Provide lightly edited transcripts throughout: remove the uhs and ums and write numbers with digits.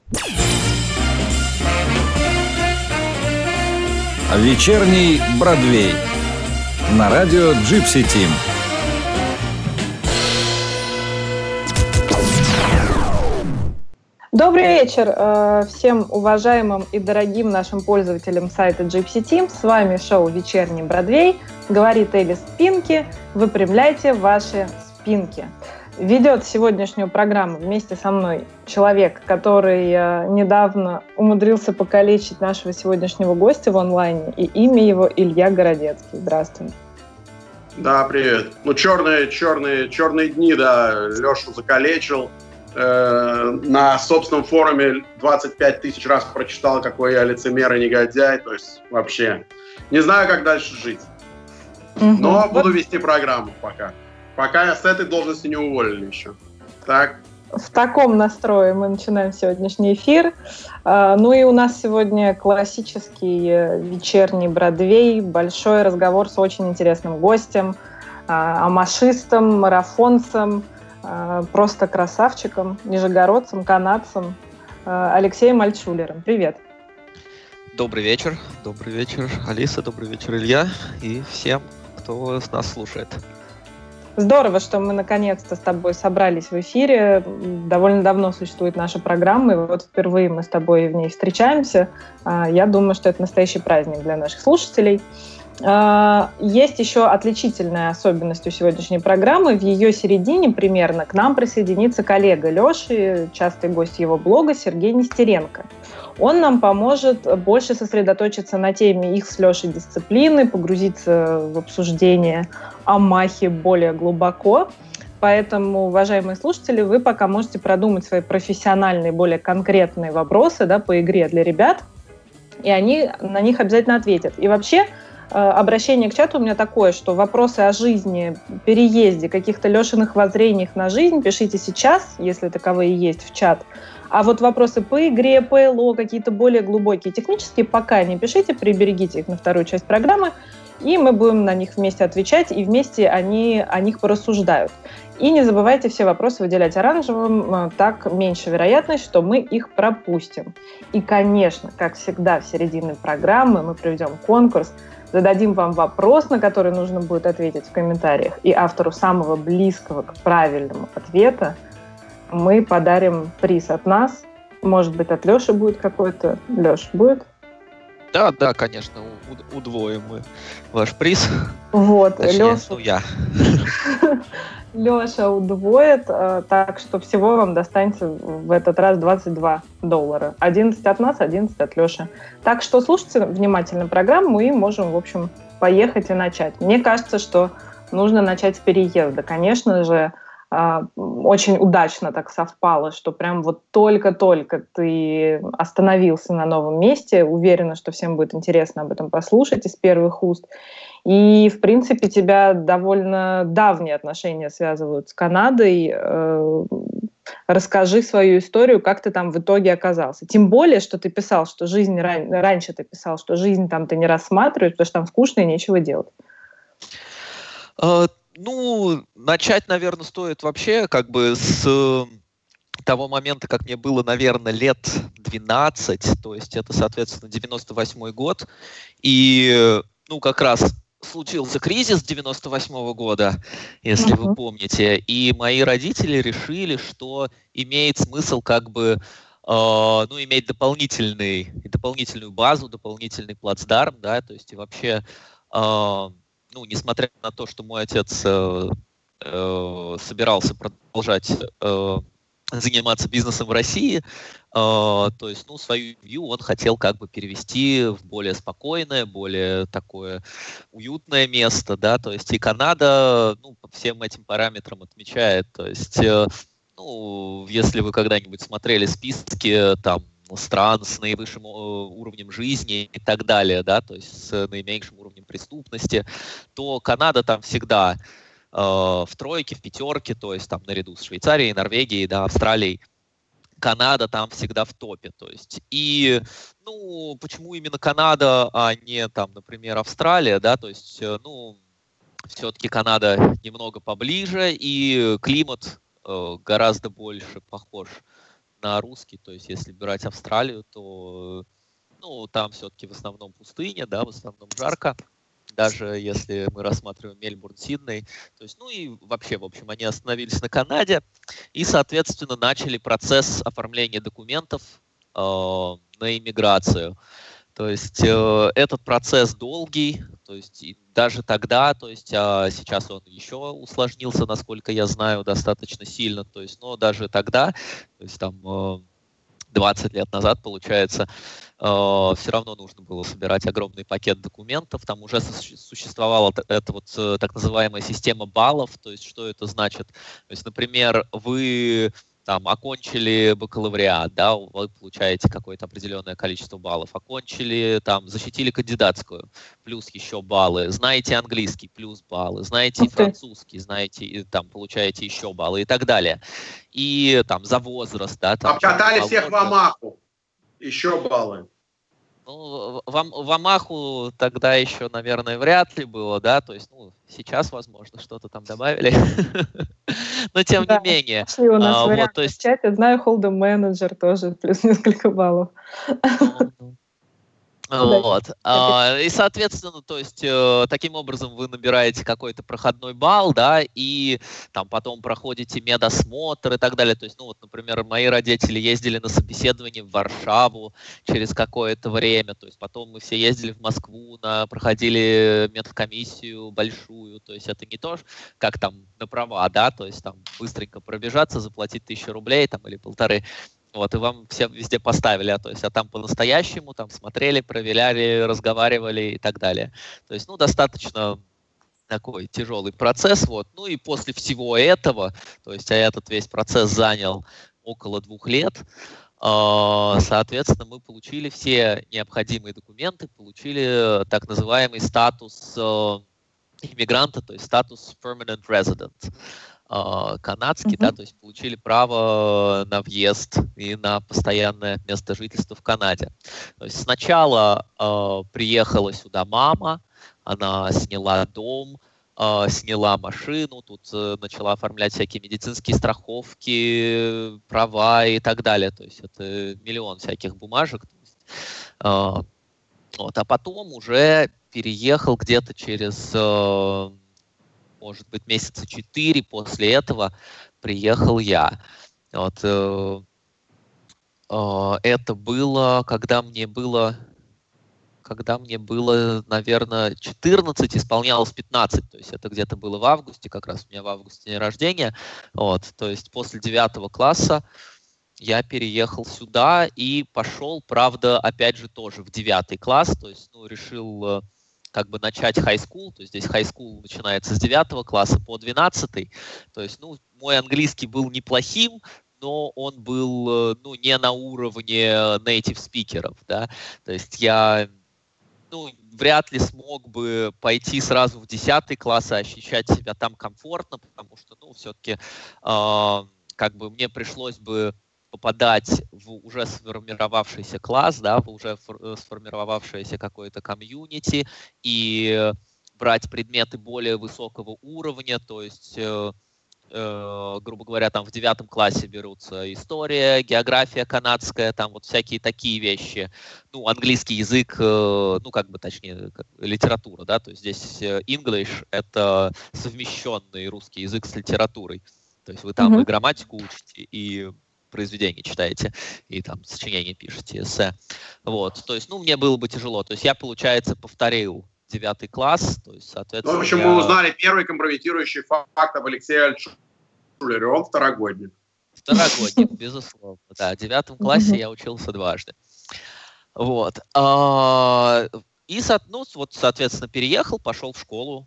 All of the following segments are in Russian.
Вечерний Бродвей на радио Gypsy Team. Добрый вечер всем уважаемым и дорогим нашим пользователям сайта Gypsy Team. С вами шоу «Вечерний Бродвей». Говорит Элис Пинки. Выпрямляйте ваши спинки. Ведет сегодняшнюю программу вместе со мной человек, который недавно умудрился покалечить нашего сегодняшнего гостя в онлайне. И имя его Илья Городецкий. Здравствуй. Да, привет. Черные дни, да, Лешу закалечил. На собственном форуме 25 тысяч раз прочитал, какой я лицемер и негодяй. То есть вообще не знаю, как дальше жить. Но буду вести программу пока. Пока с этой должности не уволили еще. Так. В таком настрое мы начинаем сегодняшний эфир. Ну и у нас сегодня классический вечерний Бродвей. Большой разговор с очень интересным гостем, амашистом, марафонцем, просто красавчиком, нижегородцем, канадцем Алексеем Альтшулером. Привет. Добрый вечер, Алиса, добрый вечер, Илья и всем, кто нас слушает. Здорово, что мы наконец-то с тобой собрались в эфире. Довольно давно существует наша программа, и вот впервые мы с тобой в ней встречаемся. Я думаю, что это настоящий праздник для наших слушателей. Есть еще отличительная особенность у сегодняшней программы. В ее середине примерно к нам присоединится коллега Леши, частый гость его блога Сергей Нестеренко. Он нам поможет больше сосредоточиться на теме их с Лешей дисциплины, погрузиться в обсуждение Амахи более глубоко. Поэтому, уважаемые слушатели, вы пока можете продумать свои профессиональные, более конкретные вопросы, да, по игре для ребят, и они на них обязательно ответят. И вообще, обращение к чату у меня такое, что вопросы о жизни, переезде, каких-то Лешиных воззрениях на жизнь пишите сейчас, если таковые есть, в чат. А вот вопросы по игре, по ЛО, какие-то более глубокие, технические, пока не пишите, приберегите их на вторую часть программы, и мы будем на них вместе отвечать, и вместе они о них порассуждают. И не забывайте все вопросы выделять оранжевым, так меньше вероятность, что мы их пропустим. И, конечно, как всегда, в середине программы мы проведем конкурс, зададим вам вопрос, на который нужно будет ответить в комментариях, и автору самого близкого к правильному ответа мы подарим приз от нас. Может быть, от Леши будет какой-то. Леш, будет? Да, конечно, удвоим мы ваш приз. Вот, точнее, Леша. Я. Леша удвоит, так что всего вам достанется в этот раз $22. 11 от нас, 11 от Леши. Так что слушайте внимательно программу и можем, в общем, поехать и начать. Мне кажется, что нужно начать с переезда. Конечно же, очень удачно так совпало, что прям вот только-только ты остановился на новом месте. Уверена, что всем будет интересно об этом послушать из первых уст. И, в принципе, тебя довольно давние отношения связывают с Канадой. Расскажи свою историю, как ты там в итоге оказался. Тем более, что ты писал, что жизнь... Раньше ты писал, что жизнь там ты не рассматриваешь, потому что там скучно и нечего делать. Начать, наверное, стоит вообще с того момента, как мне было, наверное, лет 12, то есть это, соответственно, 98-й год, и, как раз случился кризис 98-го года, если вы помните, и мои родители решили, что имеет смысл иметь дополнительную базу, дополнительный плацдарм, да, то есть и вообще... несмотря на то, что мой отец собирался продолжать заниматься бизнесом в России, то есть, свою семью он хотел перевести в более спокойное, более такое уютное место, да, то есть и Канада, по всем этим параметрам отмечает, то есть, если вы когда-нибудь смотрели списки, там, стран с наивысшим уровнем жизни и так далее, да, то есть с наименьшим уровнем преступности, то Канада там всегда в тройке, в пятерке, то есть там наряду с Швейцарией, Норвегией, да, Австралией, Канада там всегда в топе, то есть. И, почему именно Канада, а не там, например, Австралия, да, то есть, все-таки Канада немного поближе, и климат гораздо больше похож на русский, то есть если брать Австралию, то там все-таки в основном пустыня, да, в основном жарко. Даже если мы рассматриваем Мельбурн, Сидней. То есть, и вообще, в общем, они остановились на Канаде и, соответственно, начали процесс оформления документов на иммиграцию. То есть этот процесс долгий, то есть даже тогда, то есть сейчас он еще усложнился, насколько я знаю, достаточно сильно. То есть, но даже тогда, то есть там 20 лет назад, получается, все равно нужно было собирать огромный пакет документов. Там уже существовала эта вот так называемая система баллов. То есть что это значит? То есть, например, вы там окончили бакалавриат, да, вы получаете какое-то определенное количество баллов, окончили, там, защитили кандидатскую, плюс еще баллы, знаете английский, плюс баллы, знаете французский, знаете, и, там, получаете еще баллы и так далее. И там за возраст, да. Там, обкатали всех в Амаху, еще баллы. Ну, в Амаху тогда еще, наверное, вряд ли было, да, то есть, сейчас, возможно, что-то там добавили, но тем не менее. У нас вариант в чате, знаю, Hold'em Manager тоже плюс несколько баллов. Вот. И, соответственно, то есть, таким образом вы набираете какой-то проходной балл, да, и там потом проходите медосмотр и так далее. То есть, например, мои родители ездили на собеседование в Варшаву через какое-то время, то есть потом мы все ездили в Москву, проходили медкомиссию большую, то есть это не то, как там на права, да, то есть там быстренько пробежаться, заплатить 1000 рублей там или 1500. Вот, и вам все везде поставили, то есть, там по-настоящему, там смотрели, проверяли, разговаривали и так далее. То есть, достаточно такой тяжелый процесс, вот. И после всего этого, то есть, этот весь процесс занял около 2 лет, соответственно, мы получили все необходимые документы, получили так называемый статус иммигранта, то есть статус permanent resident. Канадский, да, то есть получили право на въезд и на постоянное место жительства в Канаде. То есть сначала приехала сюда мама, она сняла дом, сняла машину, тут начала оформлять всякие медицинские страховки, права и так далее. То есть это миллион всяких бумажек. А потом уже переехал где-то через... может быть, месяца 4 после этого приехал я. Вот, это было, когда мне было, наверное, 14, исполнялось 15, то есть это где-то было в августе, как раз у меня в августе день рождения. Вот, то есть после 9 класса я переехал сюда и пошел, правда, опять же тоже в 9 класс, то есть, решил... как бы начать high school, то есть здесь high school начинается с 9 класса по 12, то есть, мой английский был неплохим, но он был, не на уровне native спикеров, да, то есть я, вряд ли смог бы пойти сразу в 10 класс и ощущать себя там комфортно, потому что, все-таки, как бы мне пришлось бы попадать в уже сформировавшийся класс, да, в уже сформировавшееся какое-то комьюнити и брать предметы более высокого уровня, то есть, грубо говоря, там в 9 классе берутся история, география канадская, там вот всякие такие вещи, английский язык, точнее, литература, да, то есть здесь English — это совмещенный русский язык с литературой, то есть вы там и грамматику учите, и произведения читаете, и там сочинения пишете, эссе. Вот, то есть, мне было бы тяжело. То есть я, получается, повторил 9 класс, то есть, соответственно... в общем, мы узнали первый компрометирующий факт об Алексее Альтшулере. Он второгодник. Второгодник, безусловно, да. В 9 классе я учился дважды. Вот. И, соответственно, переехал, пошел в школу,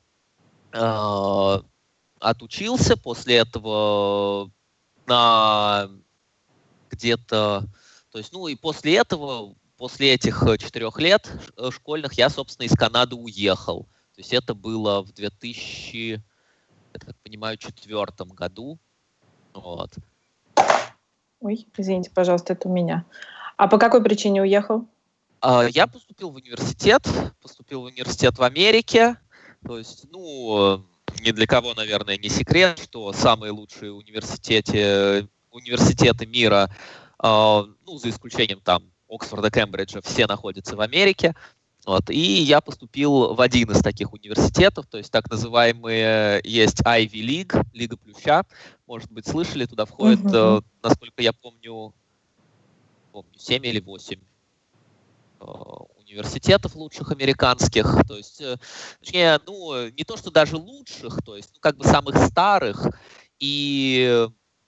отучился, после этого на... где-то, то есть, и после этого, после этих 4 лет школьных, я, собственно, из Канады уехал. То есть это было в 2000, я так понимаю, 2004 году. Вот. Ой, извините, пожалуйста, это у меня. А по какой причине уехал? Я поступил в университет в Америке. То есть, ни для кого, наверное, не секрет, что самые лучшие университеты мира ну, за исключением там Оксфорда, Кембриджа, все находятся в Америке. Вот, и я поступил в один из таких университетов, то есть так называемые есть Ivy League, Лига Плюща, может быть, слышали, туда входит, насколько я помню, 7 или 8 университетов лучших американских, то есть, точнее, ну, не то, что даже лучших, то есть, ну, как бы самых старых, и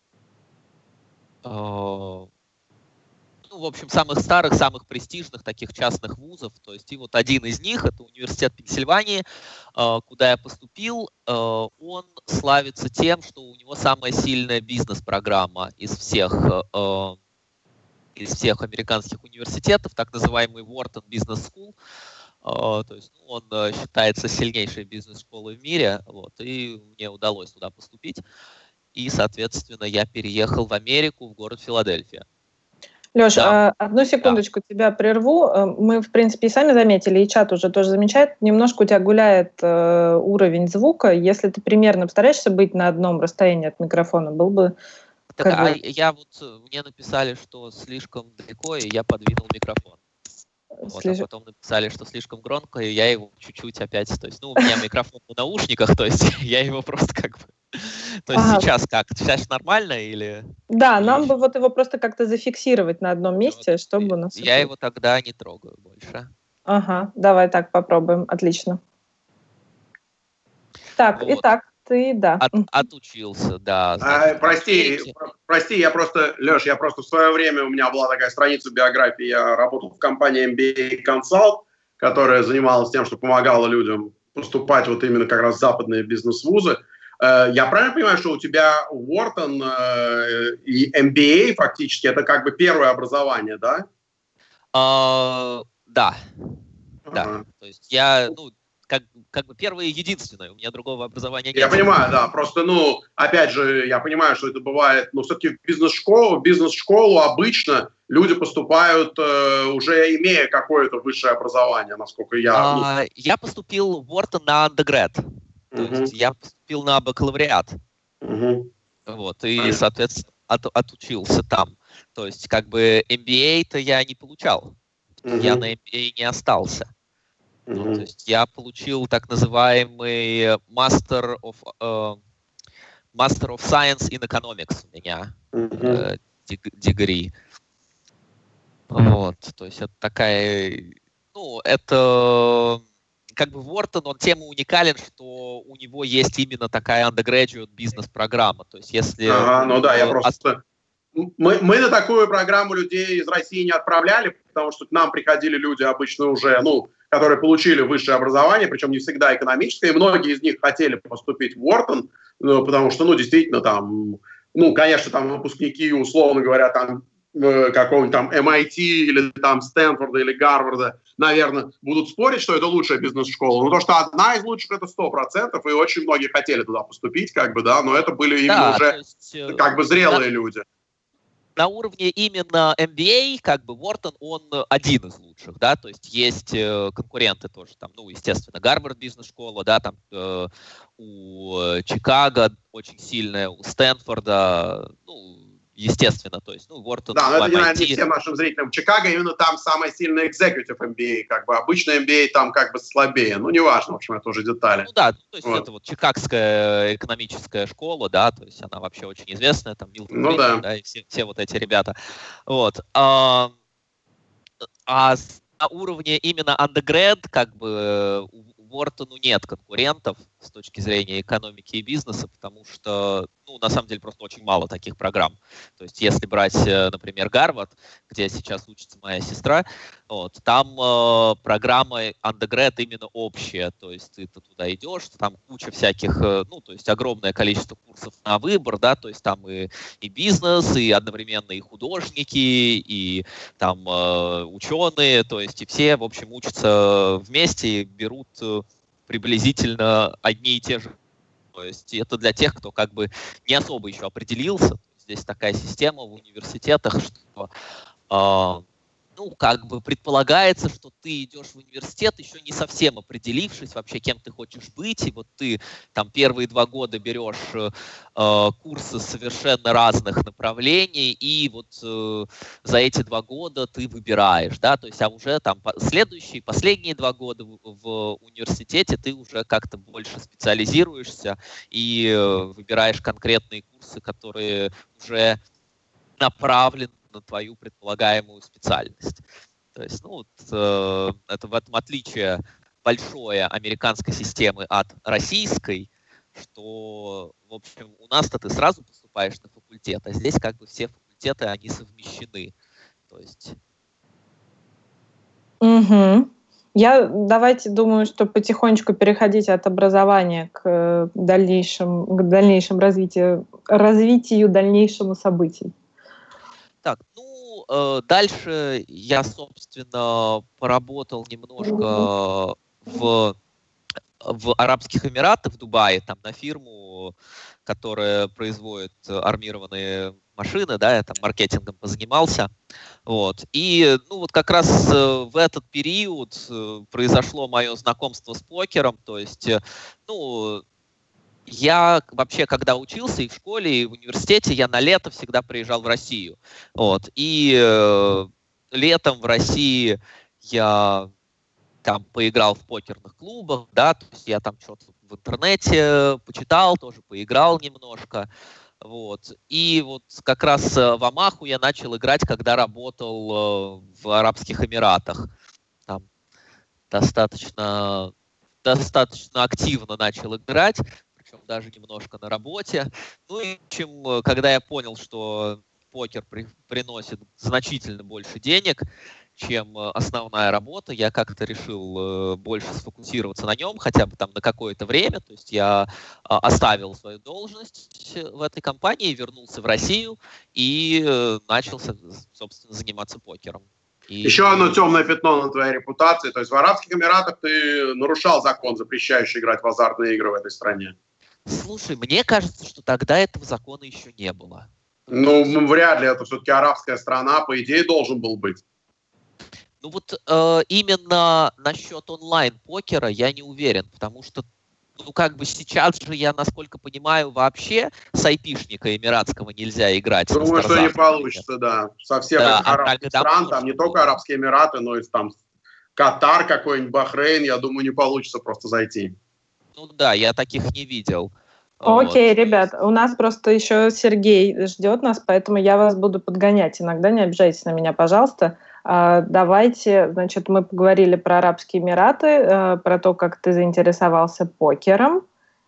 ну, в общем, самых старых, самых престижных таких частных вузов. То есть, и вот один из них, это университет Пенсильвании, куда я поступил, он славится тем, что у него самая сильная бизнес-программа из всех американских университетов, так называемый Wharton Business School. То есть, ну, он считается сильнейшей бизнес-школой в мире, вот, и мне удалось туда поступить. И, соответственно, я переехал в Америку, в город Филадельфия. Леш, да. Одну секундочку, тебя прерву. Мы, в принципе, и сами заметили, и чат уже тоже замечает, немножко у тебя гуляет уровень звука. Если ты примерно постараешься быть на одном расстоянии от микрофона, был бы... Так, мне написали, что слишком далеко, и я подвинул микрофон. Вот, а потом написали, что слишком громко, и я его чуть-чуть опять... То есть, ну, у меня микрофон в наушниках, то есть я его просто как бы... То есть сейчас как? Сейчас нормально или... Да, нам бы вот его просто как-то зафиксировать на одном месте, вот, чтобы у нас... Я его тогда не трогаю больше. Ага, давай так попробуем. Отлично. Так, вот. Итак, ты, да. Отучился, да. Прости, я просто, Леш, я просто в свое время, у меня была такая страница биографии, я работал в компании MBA Consult, которая занималась тем, что помогала людям поступать вот именно как раз в западные бизнес-вузы. Я правильно понимаю, что у тебя Wharton и MBA фактически это как бы первое образование, да? Да. Да. То есть я, ну, как бы первое и единственное, у меня другого образования нет. Я понимаю, да, просто, ну, опять же, я понимаю, что это бывает, но все-таки в бизнес-школу обычно люди поступают уже имея какое-то высшее образование, насколько я... Я поступил в Wharton на undergrad, то есть я поступил на бакалавриат, вот, и, соответственно, отучился там. То есть, как бы, MBA-то я не получал, я на MBA не остался. То есть я получил так называемый Master of Science in Economics у меня degree. Вот, то есть это такая, ну, это как бы Wharton, он тем и уникален, что у него есть именно такая undergraduate бизнес-программа. То есть если... ну да, я просто... Мы на такую программу людей из России не отправляли, потому что к нам приходили люди обычно уже, ну, которые получили высшее образование, причем не всегда экономическое, и многие из них хотели поступить в Wharton, потому что, ну, действительно, там, ну, конечно, там выпускники, условно говоря, там, какого-нибудь там MIT или там Стэнфорда или Гарварда, наверное, будут спорить, что это лучшая бизнес-школа. Но то, что одна из лучших, это 100%, и очень многие хотели туда поступить, как бы, да, но это были именно уже, как бы, зрелые люди. На уровне именно MBA, как бы, Wharton, он один из лучших, да, то есть есть конкуренты тоже, там, ну, естественно, Гарвард бизнес-школа, да, там у Чикаго очень сильная, у Стэнфорда, ну, естественно, то есть, ну, Wharton... Да, но это, наверное, не всем нашим зрителям. Чикаго именно там самая сильная executive MBA, как бы, обычно MBA там как бы слабее, ну, неважно, в общем, это уже детали. Ну, да, то есть это вот Чикагская экономическая школа, да, то есть она вообще очень известная, там, Милтон Фридман, да, и все вот эти ребята, вот. На уровне именно undergrad, как бы, у Wharton нет конкурентов с точки зрения экономики и бизнеса, потому что, ну, на самом деле, просто очень мало таких программ. То есть, если брать, например, Гарвард, где сейчас учится моя сестра, вот, там программа undergrad именно общая, то есть ты туда идешь, там куча всяких, ну, то есть огромное количество курсов на выбор, да, то есть там и бизнес, и одновременно и художники, и там ученые, то есть и все, в общем, учатся вместе, берут приблизительно одни и те же. То есть это для тех, кто как бы не особо еще определился. Здесь такая система в университетах, что ну, как бы предполагается, что ты идешь в университет, еще не совсем определившись вообще, кем ты хочешь быть, и вот ты там первые 2 года берешь курсы совершенно разных направлений, и вот за эти 2 года ты выбираешь, да, то есть, а уже там следующие, последние 2 года в университете ты уже как-то больше специализируешься и выбираешь конкретные курсы, которые уже направлены на твою предполагаемую специальность. То есть, ну, вот, это в этом отличие большое американской системы от российской, что, в общем, у нас-то ты сразу поступаешь на факультет, а здесь как бы все факультеты, они совмещены. То есть... Угу. Я, давайте, думаю, что потихонечку переходить от образования к дальнейшему развитию дальнейшему событий. Так, ну, дальше я, собственно, поработал немножко в Арабских Эмиратах, в Дубае, там на фирму, которая производит армированные машины, да, я там маркетингом позанимался. Вот. И, ну, вот как раз в этот период произошло мое знакомство с покером, то есть, ну, я вообще, когда учился и в школе, и в университете, я на лето всегда приезжал в Россию. Вот. И летом в России я там поиграл в покерных клубах, да, то есть я там что-то в интернете почитал, тоже поиграл немножко. Вот. И вот как раз в Омаху я начал играть, когда работал в Арабских Эмиратах. Там достаточно активно начал играть, причем даже немножко на работе. Ну и, в общем, когда я понял, что покер приносит значительно больше денег, чем основная работа, я как-то решил больше сфокусироваться на нем, хотя бы там на какое-то время. То есть я оставил свою должность в этой компании, вернулся в Россию и начал, собственно, заниматься покером. Еще одно темное пятно на твоей репутации. То есть в Арабских Эмиратах ты нарушал закон, запрещающий играть в азартные игры в этой стране. Слушай, мне кажется, что тогда этого закона еще не было. Ну, вряд ли. Это все-таки арабская страна, по идее, должен был быть. Ну вот именно насчет онлайн-покера я не уверен, потому что, ну как бы сейчас же, я насколько понимаю, вообще с айпишника эмиратского нельзя играть. Думаю, что не получится, да. Со всех этих арабских стран, там не только Арабские Эмираты, но и там Катар какой-нибудь, Бахрейн, я думаю, не получится просто зайти. Ну да, я таких не видел. Окей, вот. Ребят, у нас просто еще Сергей ждет нас, поэтому я вас буду подгонять иногда, не обижайтесь на меня, пожалуйста. Давайте, значит, мы поговорили про Арабские Эмираты, про то, как ты заинтересовался покером,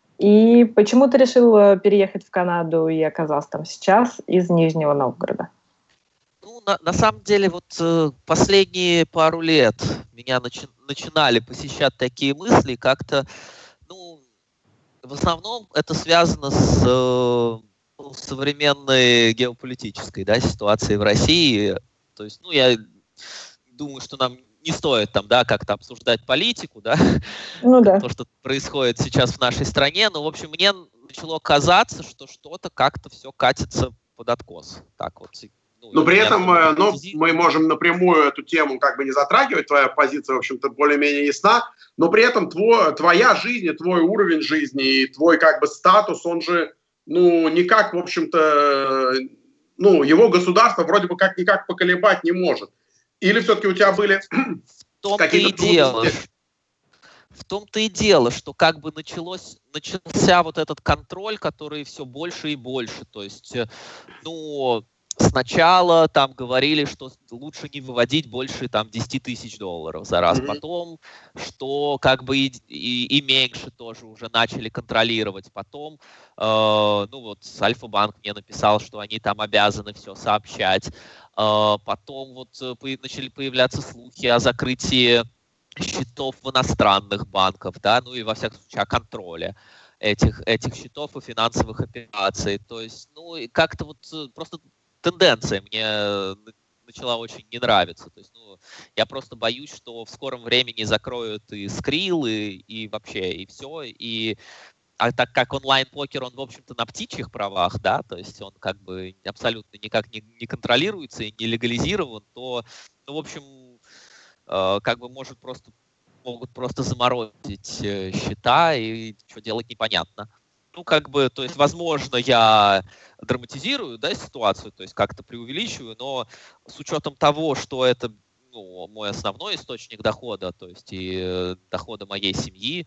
и почему ты решил переехать в Канаду и оказался там сейчас из Нижнего Новгорода. Ну, на самом деле, вот последние пару лет меня начинали посещать такие мысли, как-то, ну, в основном это связано с современной геополитической, да, ситуацией в России. То есть, ну, я думаю, что нам не стоит там, да, как-то обсуждать политику, да, ну, да, то, что происходит сейчас в нашей стране. Но, в общем, мне начало казаться, что что-то как-то все катится под откос. Так вот. Но при этом мы можем напрямую эту тему как бы не затрагивать, твоя позиция, в общем-то, более-менее ясна, но при этом твоя жизнь, твой уровень жизни и твой как бы статус, он же, ну, никак, в общем-то, ну, его государство вроде бы как-никак поколебать не может. Или все-таки у тебя были какие-то трудности? В том-то и дело, что как бы начался вот этот контроль, который все больше и больше. То есть, ну, сначала там говорили, что лучше не выводить больше там $10 тысяч за раз. Потом, что как бы и меньше тоже уже начали контролировать. Потом, ну вот Альфа-банк мне написал, что они там обязаны все сообщать. Потом вот начали появляться слухи о закрытии счетов в иностранных банках, да, ну и во всяком случае о контроле этих счетов и финансовых операций. То есть, ну и как-то вот просто тенденция мне начала очень не нравиться. То есть, ну, я просто боюсь, что в скором времени закроют и Skrill, и вообще, и все. И а так как онлайн-покер, он, в общем-то, на птичьих правах, да, то есть он как бы абсолютно никак не контролируется и не легализирован, то, ну, в общем, как бы могут просто заморозить счета, и что делать непонятно. Ну, как бы, то есть, возможно, я драматизирую, да, ситуацию, то есть как-то преувеличиваю, но с учетом того, что это, ну, мой основной источник дохода, то есть и дохода моей семьи,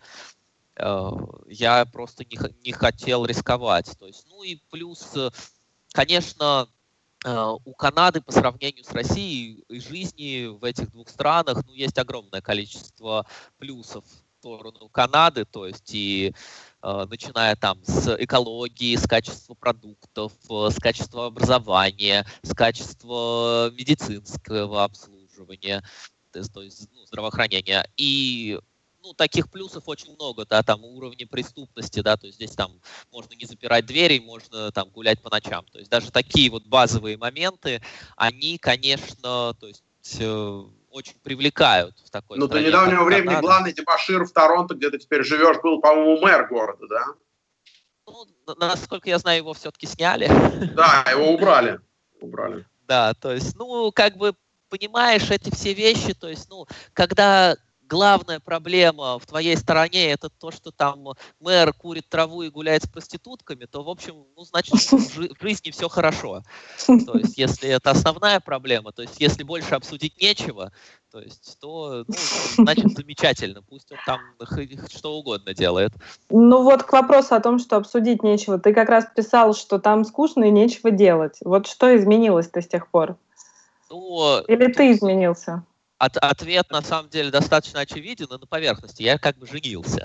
я просто не хотел рисковать. То есть, ну и плюс, конечно, у Канады по сравнению с Россией и жизни в этих двух странах, ну, есть огромное количество плюсов в сторону Канады, то есть и начиная там с экологии, с качества продуктов, с качества образования, с качества медицинского обслуживания, то есть ну, здравоохранения. И ну, таких плюсов очень много, да, там уровни преступности, да, то есть здесь там можно не запирать двери, можно там гулять по ночам. То есть даже такие вот базовые моменты, они, конечно, то есть очень привлекают в такой Ну, стране, до недавнего как времени Канада. главный дебошир в Торонто, где ты теперь живешь, был, по-моему, мэр города, да? Ну, насколько я знаю, его все-таки сняли. Да, его убрали. Убрали. Да, то есть, ну, как бы, понимаешь, эти все вещи, то есть, ну, когда главная проблема в твоей стороне это то, что там мэр курит траву и гуляет с проститутками, то, в общем, ну, значит, в жизни все хорошо. То есть, если это основная проблема, то есть, если больше обсудить нечего, то есть, то, ну, значит, замечательно. Пусть он там что угодно делает. Ну вот к вопросу о том, что обсудить нечего. Ты как раз писал, что там скучно и нечего делать. Вот что изменилось-то с тех пор? Ну, Или ты изменился? Ответ, на самом деле, достаточно очевиден и на поверхности. Я как бы женился.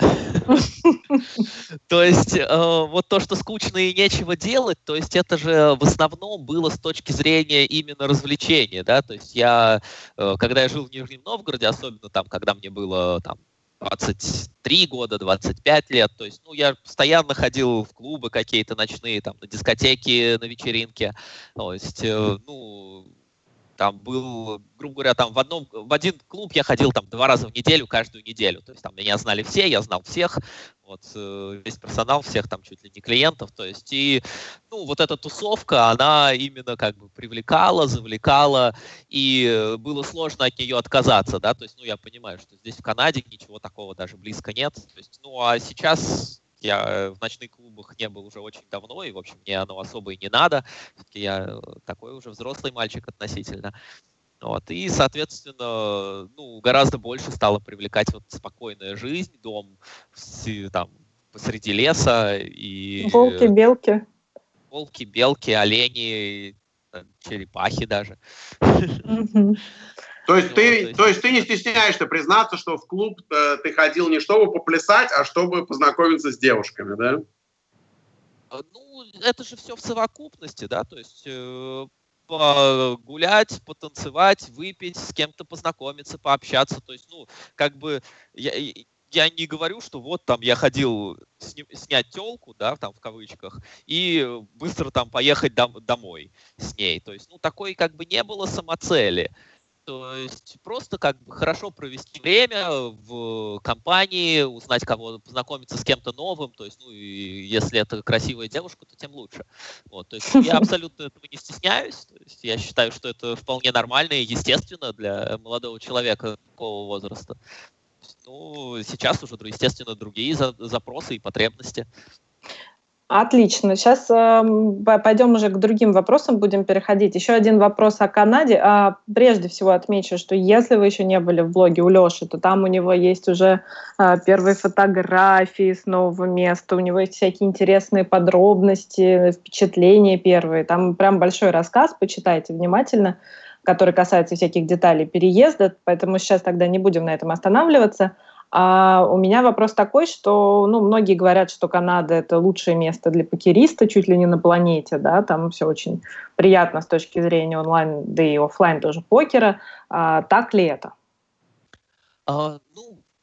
То есть вот то, что скучно и нечего делать, то есть это же в основном было с точки зрения именно развлечения, да, то есть я, когда я жил в Нижнем Новгороде, особенно там, когда мне было там 23 года, 25 лет, то есть, ну, я постоянно ходил в клубы какие-то ночные, там, на дискотеки, на вечеринки, то есть, ну, там был, грубо говоря, там в один клуб я ходил там 2 раза в неделю, каждую неделю. То есть там меня знали все, я знал всех, вот, весь персонал, всех там чуть ли не клиентов. То есть и, ну, вот эта тусовка, она именно как бы привлекала, завлекала, и было сложно от нее отказаться, да. То есть, ну, я понимаю, что здесь в Канаде ничего такого даже близко нет. То есть, ну, а сейчас я в ночных клубах не был уже очень давно, и, в общем, мне оно особо и не надо. Все-таки я такой уже взрослый мальчик относительно. Вот. И, соответственно, ну, гораздо больше стала привлекать вот спокойная жизнь, дом там, посреди леса. И волки, белки. Волки, белки, олени, черепахи даже. То есть ты не стесняешься признаться, что в клуб ты ходил не чтобы поплясать, а чтобы познакомиться с девушками, да? Ну, это же все в совокупности, да, то есть погулять, потанцевать, выпить, с кем-то познакомиться, пообщаться, то есть, ну, как бы я не говорю, что вот там я ходил снять телку, да, там в кавычках, и быстро там поехать домой с ней, то есть, ну, такой как бы не было самоцели. То есть просто как бы хорошо провести время в компании, узнать кого, познакомиться с кем-то новым, то есть, ну, и если это красивая девушка, то тем лучше. Вот, то есть я абсолютно этого не стесняюсь, то есть я считаю, что это вполне нормально и естественно для молодого человека такого возраста. Ну, сейчас уже, естественно, другие запросы и потребности. Отлично. Сейчас пойдем уже к другим вопросам, будем переходить. Еще один вопрос о Канаде. Прежде всего отмечу, что если вы еще не были в блоге у Леши, то там у него есть уже первые фотографии с нового места, у него есть всякие интересные подробности, впечатления первые. Там прям большой рассказ, почитайте внимательно, который касается всяких деталей переезда, поэтому сейчас тогда не будем на этом останавливаться. А у меня вопрос такой, что, ну, многие говорят, что Канада — это лучшее место для покериста, чуть ли не на планете, да, там все очень приятно с точки зрения онлайн, да и офлайн тоже покера. Так ли это? Ну,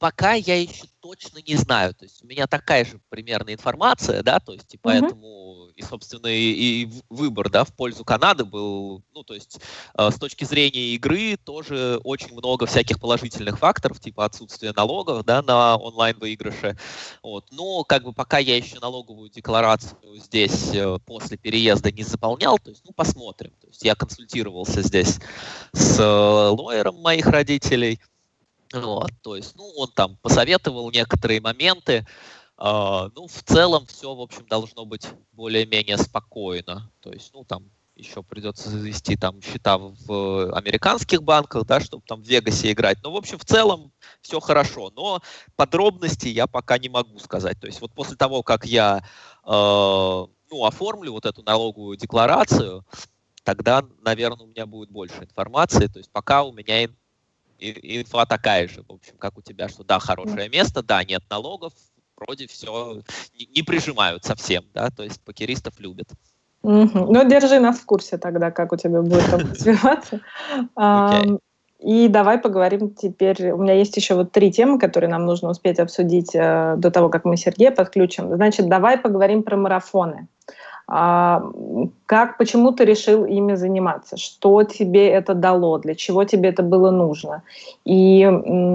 Пока я еще точно не знаю. То есть у меня такая же примерная информация, да, то есть и поэтому, и, собственно, и выбор, да, в пользу Канады был, ну, то есть с точки зрения игры тоже очень много всяких положительных факторов, типа отсутствие налогов, да, на онлайн-выигрыше. Вот. Но как бы пока я еще налоговую декларацию здесь после переезда не заполнял, то есть, ну, посмотрим. То есть я консультировался здесь с лоером моих родителей. Вот, то есть, ну, он там посоветовал некоторые моменты. Ну, в целом все, в общем, должно быть более-менее спокойно. То есть, ну, там еще придется завести там счета в американских банках, да, чтобы там в Вегасе играть. Но, в общем, в целом все хорошо. Но подробностей я пока не могу сказать. То есть, вот после того, как я, ну, оформлю вот эту налоговую декларацию, тогда, наверное, у меня будет больше информации. То есть, пока у меня инфа такая же, в общем, как у тебя, что да, хорошее место, да, нет налогов, вроде все не прижимают совсем, да, то есть покеристов любят. Ну, держи нас в курсе тогда, как у тебя будет там развиваться. И давай поговорим теперь. У меня есть еще вот 3 темы, которые нам нужно успеть обсудить до того, как мы Сергея подключим. Значит, давай поговорим про марафоны. Почему ты решил ими заниматься? Что тебе это дало? Для чего тебе это было нужно? И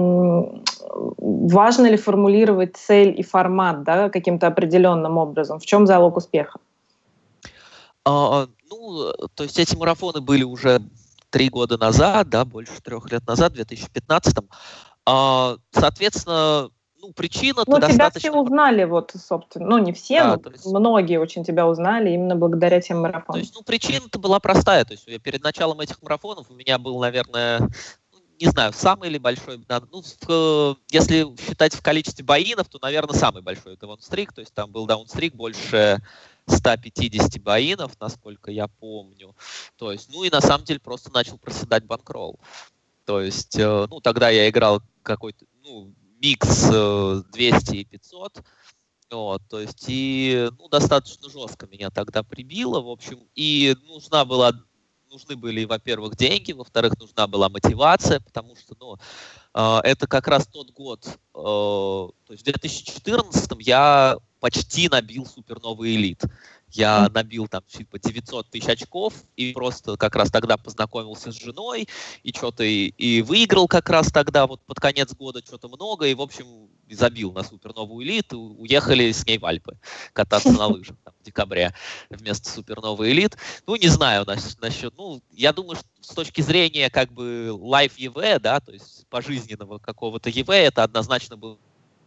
важно ли формулировать цель и формат, да, каким-то определенным образом? В чем залог успеха? Ну, то есть эти марафоны были уже 3 года назад, да, больше 3 лет назад, в 2015. Соответственно, ну, причина-то тебя все узнали, вот, собственно. Ну, не все, да, но есть многие очень тебя узнали именно благодаря тем марафонам. То есть, ну, причина-то была простая. То есть перед началом этих марафонов у меня был, наверное, не знаю, самый или большой, ну, если считать в количестве боинов, то, наверное, самый большой даунстрик. То есть там был даунстрик больше 150 боинов, насколько я помню. То есть, ну, и на самом деле просто начал проседать банкролл. То есть, ну, тогда я играл какой-то, ну, микс 200 и 500, вот, то есть, и, ну, достаточно жестко меня тогда прибило, в общем, и нужны были, во-первых, деньги, во-вторых, нужна была мотивация, потому что, ну, это как раз тот год, то есть в 2014 я почти набил суперновый элит. Я набил там типа 900 тысяч очков и просто как раз тогда познакомился с женой и что-то и выиграл как раз тогда вот под конец года что-то много и в общем забил на суперновую элиту, уехали с ней в Альпы кататься на лыжах там, в декабре вместо суперновой элит. Ну не знаю насчет, ну я думаю, что с точки зрения как бы life EV, да, то есть пожизненного какого-то EV, это однозначно было.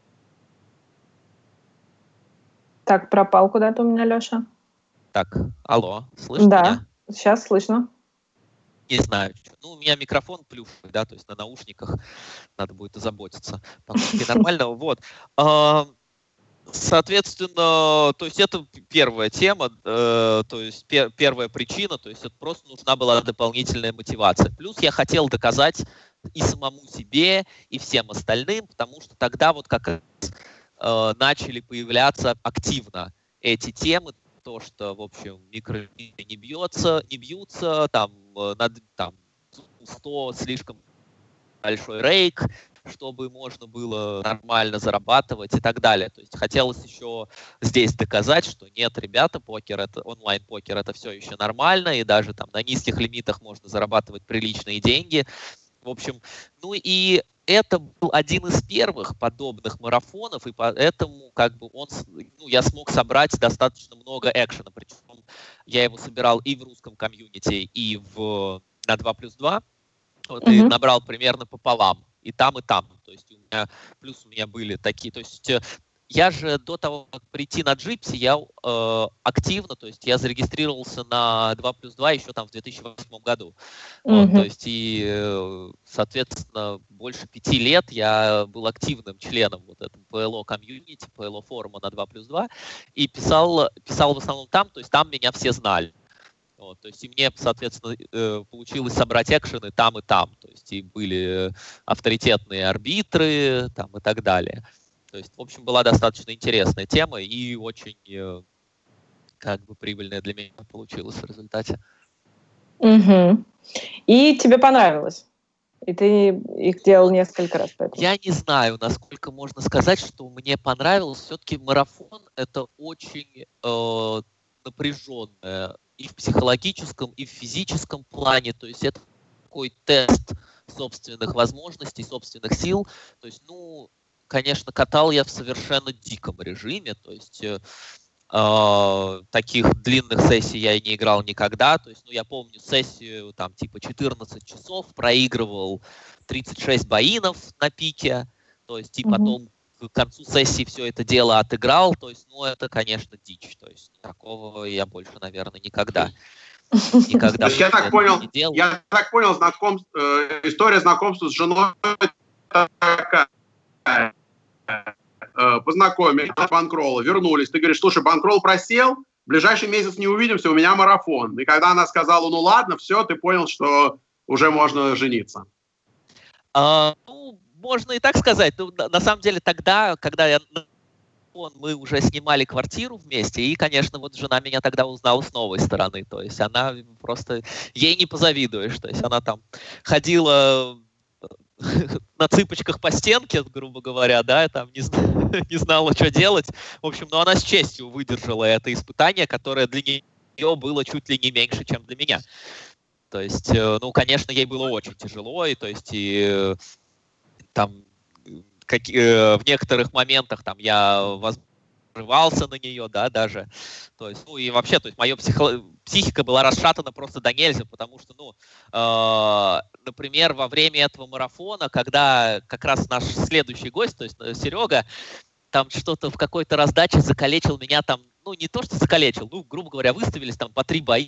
Так, пропал куда-то у меня Леша. Так, алло, слышно меня? Да, сейчас слышно. Не знаю. Ну, у меня микрофон плюшевый, да, то есть на наушниках надо будет озаботиться. Покупки нормального, вот. Соответственно, то есть это первая тема, то есть первая причина, то есть это просто нужна была дополнительная мотивация. Плюс я хотел доказать и самому себе, и всем остальным, потому что тогда вот как раз начали появляться активно эти темы, то, что, в общем, микролиния не бьются, там, там 100 слишком большой рейк, чтобы можно было нормально зарабатывать и так далее. То есть хотелось еще здесь доказать, что нет, ребята, онлайн-покер это все еще нормально, и даже там на низких лимитах можно зарабатывать приличные деньги. В общем, ну и это был один из первых подобных марафонов, и поэтому как бы я смог собрать достаточно много экшена. Причем я его собирал и в русском комьюнити, и на 2+2. Вот, и набрал примерно пополам. И там, и там. То есть у меня были такие. То есть я же до того, как прийти на Gypsy, я активно, то есть я зарегистрировался на 2+2 еще там в 2008 году. Вот, то есть и, соответственно, больше 5 лет я был активным членом вот этого PLO комьюнити, PLO форума на 2+2 и писал в основном там, то есть там меня все знали. Вот, то есть и мне, соответственно, получилось собрать экшены там и там. То есть и были авторитетные арбитры там, и так далее. То есть, в общем, была достаточно интересная тема и очень как бы прибыльная для меня получилась в результате. И тебе понравилось? и ты их делал несколько раз. Поэтому. Я не знаю, насколько можно сказать, что мне понравилось. Все-таки марафон — это очень напряженное и в психологическом, и в физическом плане. То есть это такой тест собственных возможностей, собственных сил. То есть, конечно, катал я в совершенно диком режиме. То есть таких длинных сессий я и не играл никогда. То есть, я помню сессию там типа 14 часов, проигрывал 36 боинов на пике. То есть, и потом к концу сессии все это дело отыграл. То есть, это, конечно, дичь. То есть, такого я больше, наверное, никогда я так понял, история знакомства с женой такая. Познакомились, банкролла, вернулись. Ты говоришь, слушай, банкролл просел, в ближайший месяц не увидимся, у меня марафон. И когда она сказала, ладно, все, ты понял, что уже можно жениться. Можно и так сказать. На самом деле тогда, когда мы уже снимали квартиру вместе, и, конечно, вот жена меня тогда узнала с новой стороны. То есть она просто... Ей не позавидуешь. То есть она там ходила на цыпочках по стенке, грубо говоря, да, там не знала, что делать. В общем, она с честью выдержала это испытание, которое для нее было чуть ли не меньше, чем для меня. То есть, конечно, ей было очень тяжело, и то есть, там в некоторых моментах там я возрывался на нее, да, даже. То есть, и вообще, то есть моя психика была расшатана просто до нельзя, потому что, например, во время этого марафона, когда как раз наш следующий гость, то есть Серега, там что-то в какой-то раздаче закалечил меня там, не то что закалечил, грубо говоря, выставились там по 3 боя,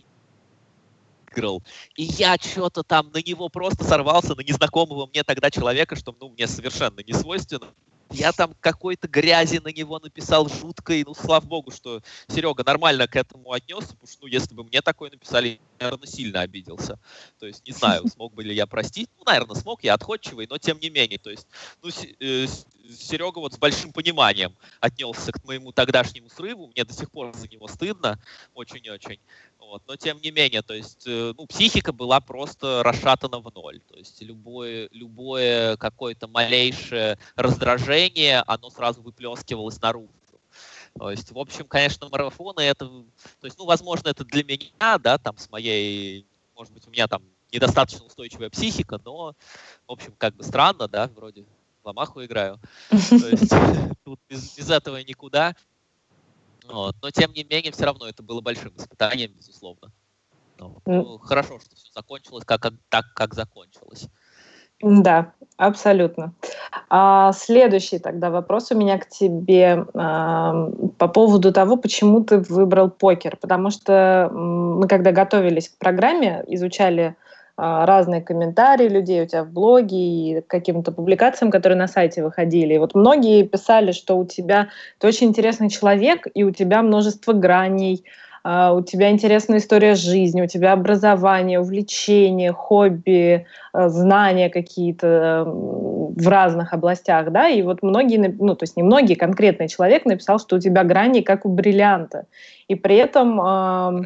и я что-то там на него просто сорвался, на незнакомого мне тогда человека, что мне совершенно не свойственно. Я там какой-то грязи на него написал жуткой. Слава богу, что Серега нормально к этому отнесся, потому что, если бы мне такое написали, я, наверное, сильно обиделся. То есть, не знаю, смог бы ли я простить. Наверное, смог, я отходчивый, но тем не менее. То есть, Серега вот с большим пониманием отнесся к моему тогдашнему срыву. Мне до сих пор за него стыдно, очень-очень. Но тем не менее, то есть, психика была просто расшатана в ноль. То есть любое какое-то малейшее раздражение, оно сразу выплескивалось наружу. То есть, в общем, конечно, марафоны это, то есть, возможно, это для меня, да, там с моей, может быть, у меня там недостаточно устойчивая психика, но, в общем, как бы странно, да, вроде в ломаху играю. То есть, тут без этого никуда. Но, тем не менее, все равно это было большим испытанием, безусловно. Хорошо, что все закончилось так, как закончилось. Да, абсолютно. Следующий тогда вопрос у меня к тебе по поводу того, почему ты выбрал покер. Потому что мы, когда готовились к программе, изучали разные комментарии людей у тебя в блоге и к каким-то публикациям, которые на сайте выходили. И вот многие писали, что у тебя ты очень интересный человек, и у тебя множество граней, у тебя интересная история жизни, у тебя образование, увлечения, хобби, знания какие-то в разных областях, да, и вот многие, то есть не многие, конкретный человек написал, что у тебя грани как у бриллианта, и при этом...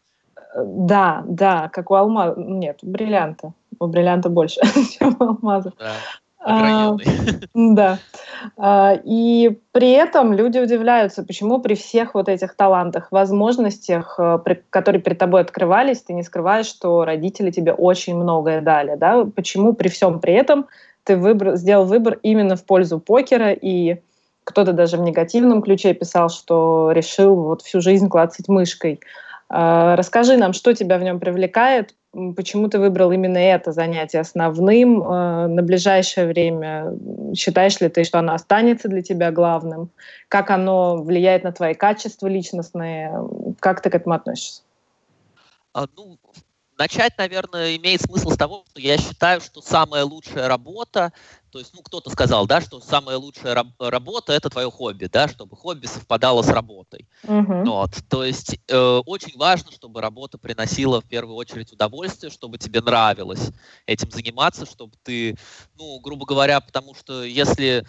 Да, как у алмаза. Нет, у бриллианта больше, чем у алмаза. Да. И при этом люди удивляются, почему при всех вот этих талантах, возможностях, которые перед тобой открывались, ты не скрываешь, что родители тебе очень многое дали, да? Почему при всем при этом ты сделал выбор именно в пользу покера, и кто-то даже в негативном ключе писал, что решил вот всю жизнь клацать мышкой. Расскажи нам, что тебя в нем привлекает, почему ты выбрал именно это занятие основным на ближайшее время? Считаешь ли ты, что оно останется для тебя главным? Как оно влияет на твои качества личностные? Как ты к этому относишься? Начать, наверное, имеет смысл с того, что я считаю, что самая лучшая работа, то есть, кто-то сказал, да, что самая лучшая работа — это твое хобби, да, чтобы хобби совпадало с работой. То есть очень важно, чтобы работа приносила в первую очередь удовольствие, чтобы тебе нравилось этим заниматься, чтобы ты, грубо говоря, потому что если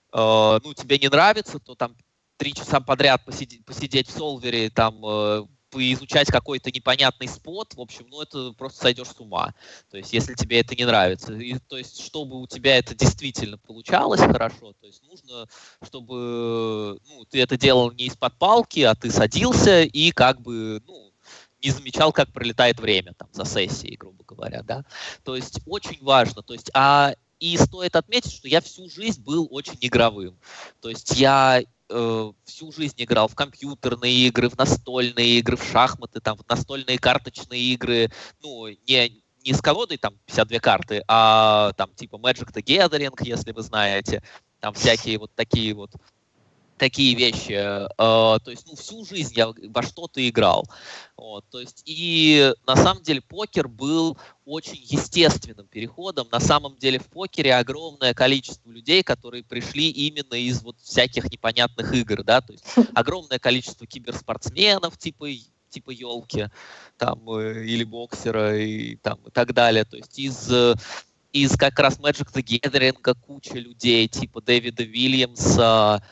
тебе не нравится, то там 3 часа подряд посидеть в солвере, там изучать какой-то непонятный спот, в общем, ну, это просто сойдешь с ума. То есть, если тебе это не нравится. И, то есть, чтобы у тебя это действительно получалось хорошо, то есть, нужно, чтобы ты это делал не из-под палки, а ты садился и как бы, не замечал, как пролетает время там за сессией, грубо говоря, да. То есть, очень важно. То есть, и стоит отметить, что я всю жизнь был очень игровым. То есть, я всю жизнь играл в компьютерные игры, в настольные игры, в шахматы, там, в настольные карточные игры, не с колодой там 52 карты, а там типа Magic the Gathering, если вы знаете, там всякие вот такие вещи. То есть, всю жизнь я во что-то играл. Вот, то есть, и на самом деле покер был очень естественным переходом. На самом деле в покере огромное количество людей, которые пришли именно из вот всяких непонятных игр, да, то есть огромное количество киберспортсменов типа елки, там, или боксера, и так далее. То есть из как раз Magic the Gathering куча людей, типа Дэвида Уильямса,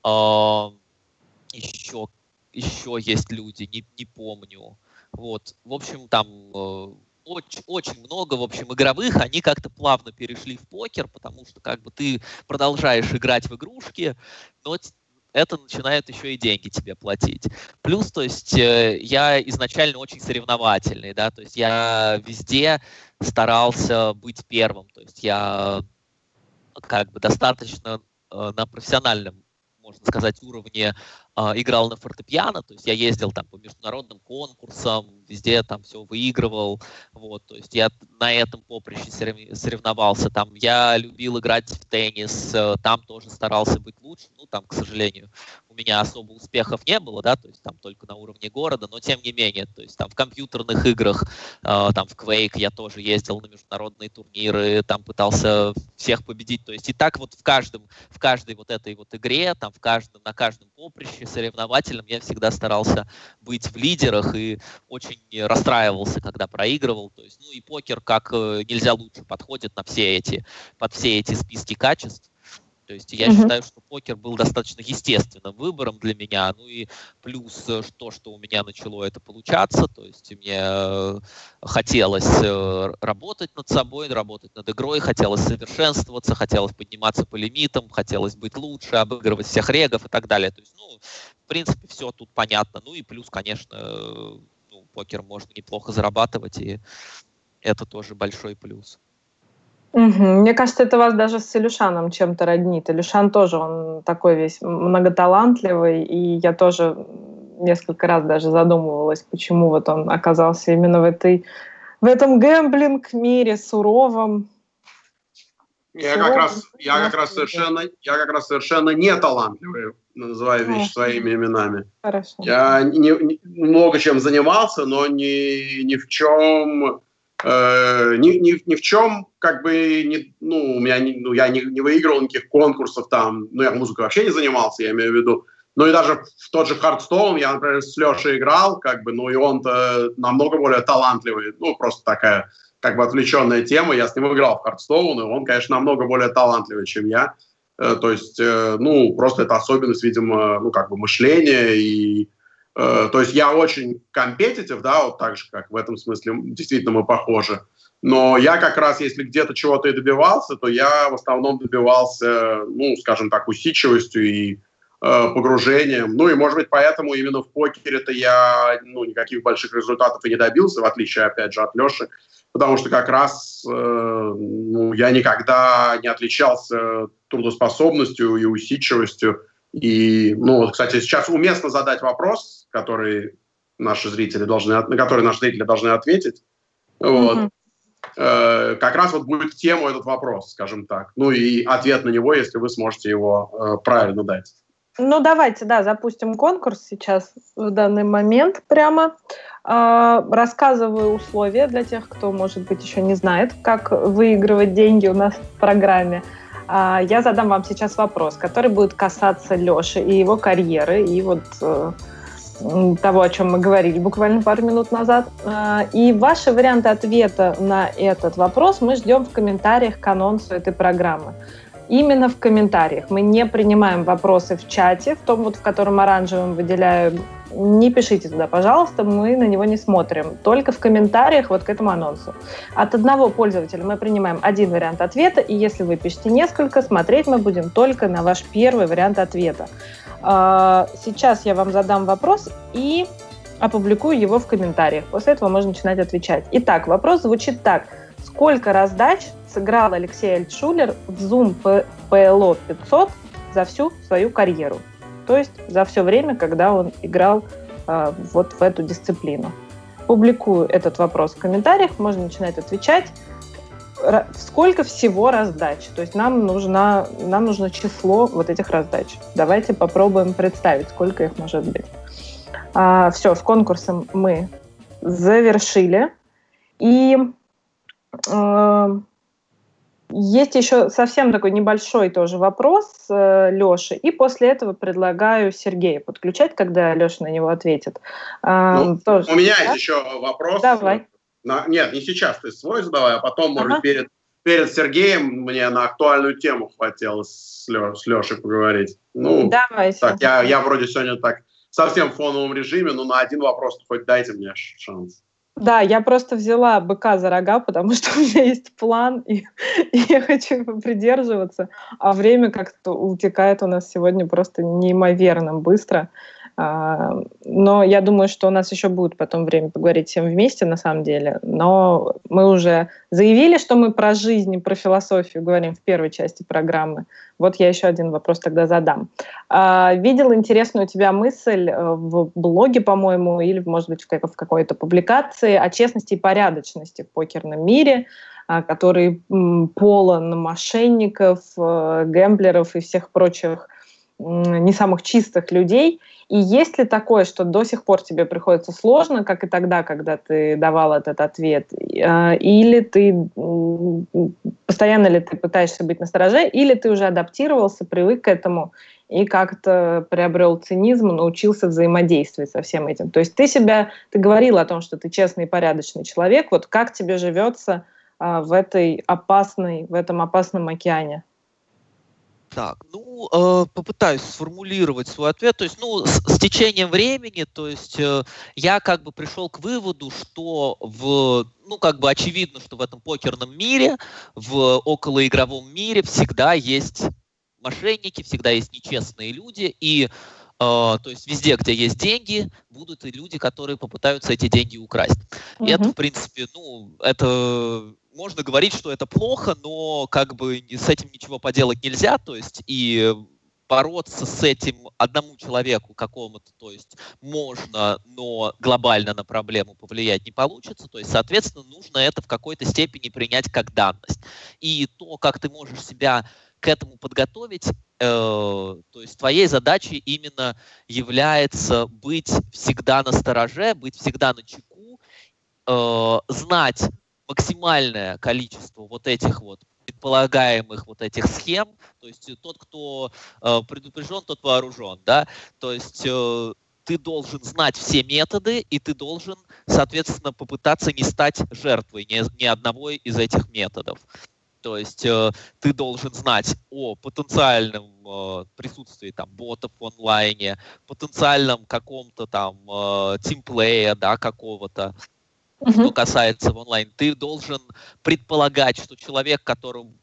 еще есть люди, не помню. Вот, в общем, там очень много, в общем, игровых, они как-то плавно перешли в покер, потому что как бы ты продолжаешь играть в игрушки, но это начинает еще и деньги тебе платить. Плюс, то есть, я изначально очень соревновательный, да, то есть я везде старался быть первым, то есть я как бы достаточно на профессиональном, можно сказать, уровне играл на фортепиано, то есть я ездил там по международным конкурсам, везде там все выигрывал, вот, то есть я на этом поприще соревновался, там я любил играть в теннис, там тоже старался быть лучше, там, к сожалению, у меня особо успехов не было, да, то есть там только на уровне города, но тем не менее, то есть там в компьютерных играх, там в Quake я тоже ездил на международные турниры, там пытался всех победить, то есть и так вот в каждой вот этой вот игре, там на каждом поприще соревновательном я всегда старался быть в лидерах и очень расстраивался, когда проигрывал, то есть, и покер как нельзя лучше подходит под все эти списки качеств. То есть я считаю, что покер был достаточно естественным выбором для меня. И плюс то, что у меня начало это получаться. То есть мне хотелось работать над собой, работать над игрой, хотелось совершенствоваться, хотелось подниматься по лимитам, хотелось быть лучше, обыгрывать всех регов и так далее. То есть, в принципе, все тут понятно. И плюс, конечно, покер можно неплохо зарабатывать, и это тоже большой плюс. Мне кажется, это вас даже с Илюшаном чем-то роднит. Илюшан тоже, он такой весь многоталантливый, и я тоже несколько раз даже задумывалась, почему вот он оказался именно в этом гэмблинг-мире суровом. Я как раз совершенно не талантливый, называю вещи своими именами. Хорошо. Я много чем занимался, но ни в чем... Ни в чем, как бы, я не выигрывал никаких конкурсов там, я музыкой вообще не занимался, я имею в виду. И даже в тот же Hearthstone я, например, с Лешей играл, как бы, и он-то намного более талантливый, просто такая, как бы, отвлеченная тема. Я с ним играл в Hearthstone, и он, конечно, намного более талантливый, чем я. То есть, просто это особенность, видимо, как бы, мышления и... То есть я очень компетитив, да, вот так же, как в этом смысле действительно мы похожи. Но я как раз, если где-то чего-то и добивался, то я в основном добивался, скажем так, усидчивостью и погружением. И, может быть, поэтому именно в покере-то я никаких больших результатов и не добился, в отличие, опять же, от Леши. Потому что как раз я никогда не отличался трудоспособностью и усидчивостью. И, кстати, сейчас уместно задать вопрос, на который наши зрители должны ответить. Вот. Как раз вот будет в тему этот вопрос, скажем так. И ответ на него, если вы сможете его правильно дать. Давайте, запустим конкурс сейчас, в данный момент прямо. Рассказываю условия для тех, кто, может быть, еще не знает, как выигрывать деньги у нас в программе. Я задам вам сейчас вопрос, который будет касаться Леши и его карьеры, и вот того, о чем мы говорили буквально пару минут назад. И ваши варианты ответа на этот вопрос мы ждем в комментариях к анонсу этой программы. Именно в комментариях. Мы не принимаем вопросы в чате, в том, в котором оранжевым выделяю не пишите туда, пожалуйста, мы на него не смотрим. Только в комментариях вот к этому анонсу. От одного пользователя мы принимаем один вариант ответа, и если вы пишете несколько, смотреть мы будем только на ваш первый вариант ответа. Сейчас я вам задам вопрос и опубликую его в комментариях. После этого можно начинать отвечать. Итак, вопрос звучит так. Сколько раздач сыграл Алексей Альтшулер в Zoom PLO 500 за всю свою карьеру? То есть за все время, когда он играл вот в эту дисциплину. Публикую этот вопрос в комментариях, можно начинать отвечать. Сколько всего раздач? То есть нам нужно число вот этих раздач. Давайте попробуем представить, сколько их может быть. Все, с конкурсом мы завершили. И есть еще совсем такой небольшой тоже вопрос Леши. И после этого предлагаю Сергея подключать, когда Леша на него ответит. Тоже, у меня есть еще вопрос. Давай. Нет, не сейчас, ты свой задавай, а потом, может, перед Сергеем мне на актуальную тему хотелось с Лешей поговорить. Давай. Так, я вроде сегодня так совсем в фоновом режиме, но на один вопрос хоть дайте мне шанс. Да, я просто взяла быка за рога, потому что у меня есть план, и я хочу его придерживаться, а время как-то утекает у нас сегодня просто неимоверно быстро. Но я думаю, что у нас еще будет потом время поговорить всем вместе, на самом деле. Но мы уже заявили, что мы про жизнь и про философию говорим в первой части программы. Вот я еще один вопрос тогда задам. Видел интересную у тебя мысль в блоге, по-моему, или, может быть, в какой-то публикации о честности и порядочности в покерном мире, который полон мошенников, гэмблеров и всех прочих не самых чистых людей. И есть ли такое, что до сих пор тебе приходится сложно, как и тогда, когда ты давал этот ответ? Или ты постоянно ли ты пытаешься быть настороже, или ты уже адаптировался, привык к этому и как-то приобрел цинизм, научился взаимодействовать со всем этим? То есть ты говорил о том, что ты честный и порядочный человек. Вот как тебе живется в этом опасном океане? Так, попытаюсь сформулировать свой ответ. То есть, с течением времени, то есть, я как бы пришел к выводу, что очевидно, что в этом покерном мире, в околоигровом мире всегда есть мошенники, всегда есть нечестные люди, и то есть везде, где есть деньги, будут и люди, которые попытаются эти деньги украсть. И это, в принципе, это... Можно говорить, что это плохо, но как бы с этим ничего поделать нельзя, то есть и бороться с этим одному человеку какому-то, то есть можно, но глобально на проблему повлиять не получится, то есть, соответственно, нужно это в какой-то степени принять как данность. И то, как ты можешь себя к этому подготовить, то есть твоей задачей именно является быть всегда настороже, быть всегда начеку, знать максимальное количество вот этих вот предполагаемых вот этих схем, то есть тот, кто предупрежден, тот вооружен, да, то есть ты должен знать все методы, и ты должен, соответственно, попытаться не стать жертвой ни одного из этих методов. То есть ты должен знать о потенциальном присутствии там ботов в онлайне, потенциальном каком-то там тимплея, да, какого-то. Что касается в онлайн, ты должен предполагать, что человек, которому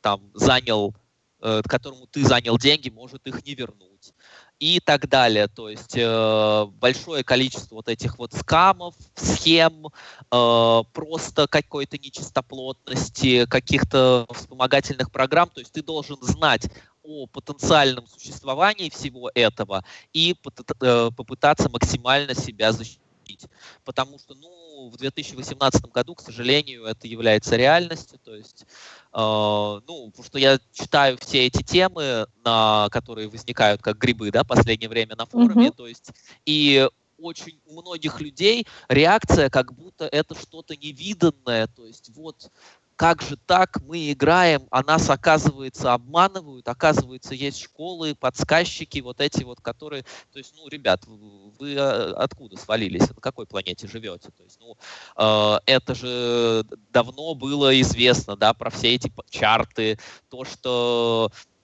ты занял деньги, может их не вернуть. И так далее. То есть большое количество вот этих вот скамов, схем, просто какой-то нечистоплотности, каких-то вспомогательных программ. То есть ты должен знать о потенциальном существовании всего этого и попытаться максимально себя защитить. Потому что, в 2018 году, к сожалению, это является реальностью. То есть, потому что я читаю все эти темы, которые возникают как грибы, да, в последнее время на форуме. То есть, и очень у многих людей реакция, как будто это что-то невиданное. То есть, вот как же так, мы играем, а нас, оказывается, обманывают, оказывается, есть школы, подсказчики, вот эти вот, которые... То есть, ребят, вы откуда свалились, на какой планете живете? То есть, это же давно было известно, да, про все эти чарты, то, что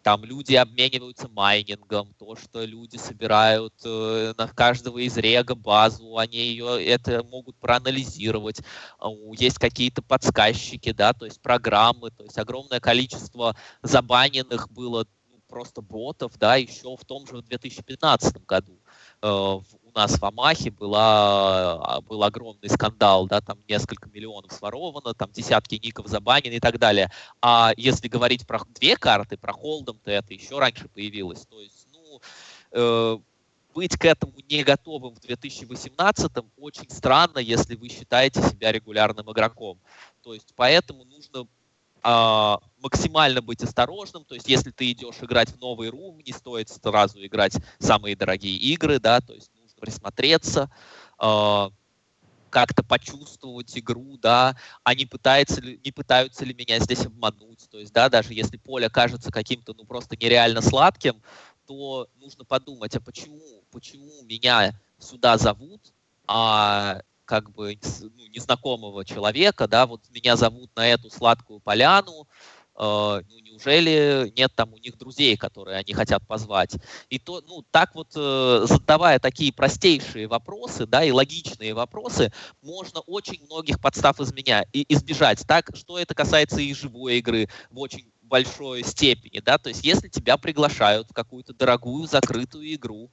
там люди обмениваются майнингом, то, что люди собирают на каждого из рега базу, они ее это могут проанализировать, есть какие-то подсказчики, да, то есть программы, то есть огромное количество забаненных было просто ботов, да, еще в том же 2015 году. У нас в Амахе был огромный скандал, да, там несколько миллионов своровано, там десятки ников забанены и так далее. А если говорить про две карты, про Холдом, то это еще раньше появилось. То есть, быть к этому не готовым в 2018-м очень странно, если вы считаете себя регулярным игроком. То есть поэтому нужно максимально быть осторожным, то есть если ты идешь играть в новый рум, не стоит сразу играть в самые дорогие игры, да, то есть нужно присмотреться, как-то почувствовать игру, да, а не пытаются ли меня здесь обмануть, то есть, да, даже если поле кажется каким-то, просто нереально сладким, то нужно подумать, а почему меня сюда зовут, как бы незнакомого человека, да, вот меня зовут на эту сладкую поляну, неужели нет там у них друзей, которые они хотят позвать? И то, так вот, задавая такие простейшие вопросы, да, и логичные вопросы, можно очень многих подстав избежать. Так, что это касается и живой игры в очень большой степени, да, то есть если тебя приглашают в какую-то дорогую закрытую игру,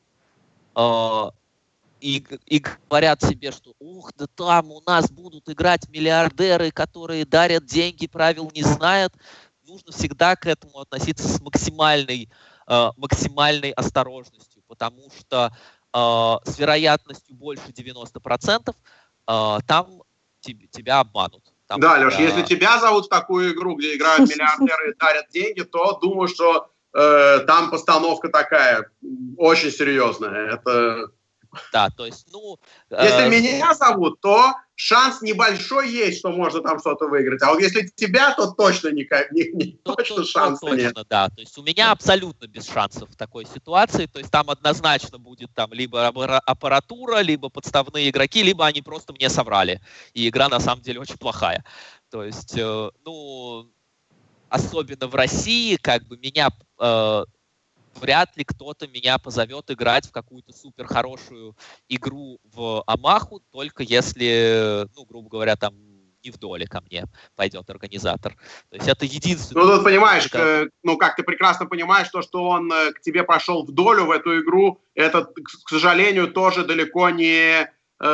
и говорят себе, что да там у нас будут играть миллиардеры, которые дарят деньги, правил не знают, нужно всегда к этому относиться с максимальной осторожностью, потому что с вероятностью больше 90% там тебя обманут. Да, Леш, если тебя зовут в такую игру, где играют миллиардеры и дарят деньги, то думаю, что там постановка такая очень серьезная. Да, то есть, если меня зовут, то шанс небольшой есть, что можно там что-то выиграть. А вот если тебя, то точно точно шанса нет. Точно, да. То есть у меня абсолютно без шансов в такой ситуации. То есть там однозначно будет там либо аппаратура, либо подставные игроки, либо они просто мне соврали. И игра на самом деле очень плохая. То есть, особенно в России, как бы меня... вряд ли кто-то меня позовет играть в какую-то супер хорошую игру в Амаху, только если, грубо говоря, там не в доле ко мне пойдет организатор. То есть это единственное... тут понимаешь, как ты прекрасно понимаешь, что он к тебе пошел в долю в эту игру, это, к сожалению, тоже далеко не...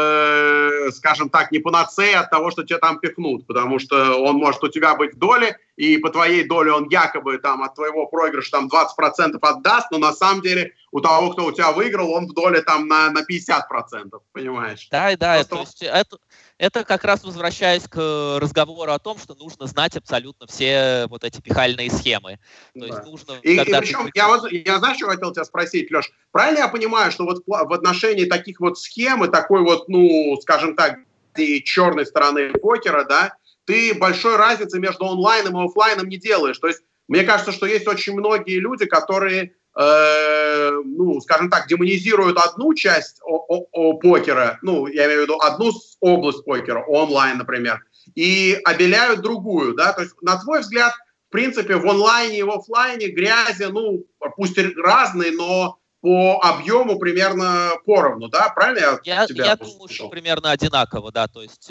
скажем так, не панацея от того, что тебя там пихнут, потому что он может у тебя быть в доле, и по твоей доле он якобы там от твоего проигрыша там 20% отдаст, но на самом деле у того, кто у тебя выиграл, он в доле там на 50%, понимаешь? Да, то есть это как раз возвращаясь к разговору о том, что нужно знать абсолютно все вот эти пихальные схемы. То есть нужно... И причем, я знаешь, что хотел тебя спросить, Леш? Правильно я понимаю, что вот в отношении таких вот схем и такой вот, скажем так, и черной стороны покера, да, ты большой разницы между онлайном и офлайном не делаешь. То есть мне кажется, что есть очень многие люди, которые, скажем так, демонизируют одну часть покера, я имею в виду одну область покера, онлайн, например, и обеляют другую, да, то есть на твой взгляд, в принципе, в онлайне и в офлайне грязи, пусть разные, но по объему примерно поровну, да, правильно я думаю, что примерно одинаково, да, то есть...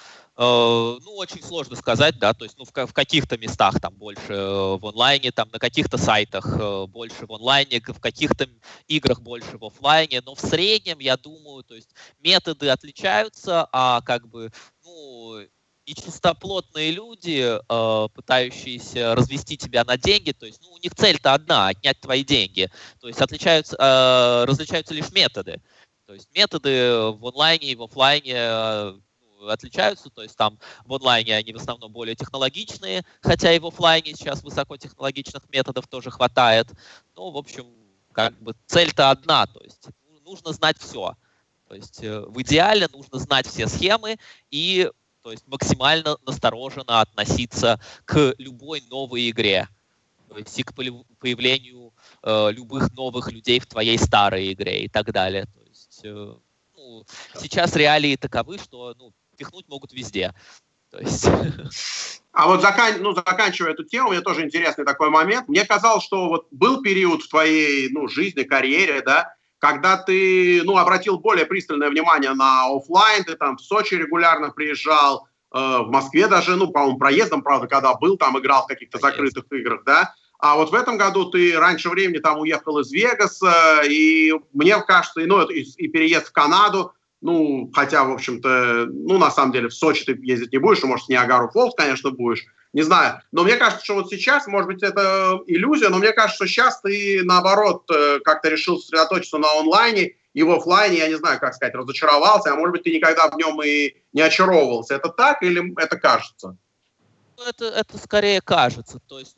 очень сложно сказать, да, то есть, в каких-то местах там больше в онлайне, там на каких-то сайтах больше в онлайне, в каких-то играх больше в офлайне, но в среднем, я думаю, то есть методы отличаются, а как бы, нечистоплотные люди, пытающиеся развести тебя на деньги, то есть, у них цель-то одна — отнять твои деньги, то есть различаются лишь методы, то есть методы в онлайне и в офлайне отличаются, то есть там в онлайне они в основном более технологичные, хотя и в офлайне сейчас высокотехнологичных методов тоже хватает. В общем, как бы цель-то одна, то есть нужно знать все. То есть в идеале нужно знать все схемы и, то есть, максимально настороженно относиться к любой новой игре, то есть и к появлению любых новых людей в твоей старой игре и так далее. То есть сейчас реалии таковы, что пихнуть могут везде. То есть... А вот заканчивая эту тему, мне тоже интересный такой момент. Мне казалось, что вот был период в твоей жизни, карьере, да, когда ты обратил более пристальное внимание на офлайн, ты там в Сочи регулярно приезжал, в Москве даже, по-моему, проездом, правда, когда был, там играл в каких-то закрытых играх, да. А вот в этом году ты раньше времени там уехал из Вегаса, и мне кажется, и переезд в Канаду, хотя, в общем-то, на самом деле в Сочи ты ездить не будешь, может, в Ниагару Фоллс, конечно, будешь, не знаю. Но мне кажется, что вот сейчас, может быть, это иллюзия, но мне кажется, что сейчас ты, наоборот, как-то решил сосредоточиться на онлайне, и в офлайне, я не знаю, как сказать, разочаровался, а может быть, ты никогда в нем и не очаровывался. Это так или это кажется? Это скорее кажется. То есть,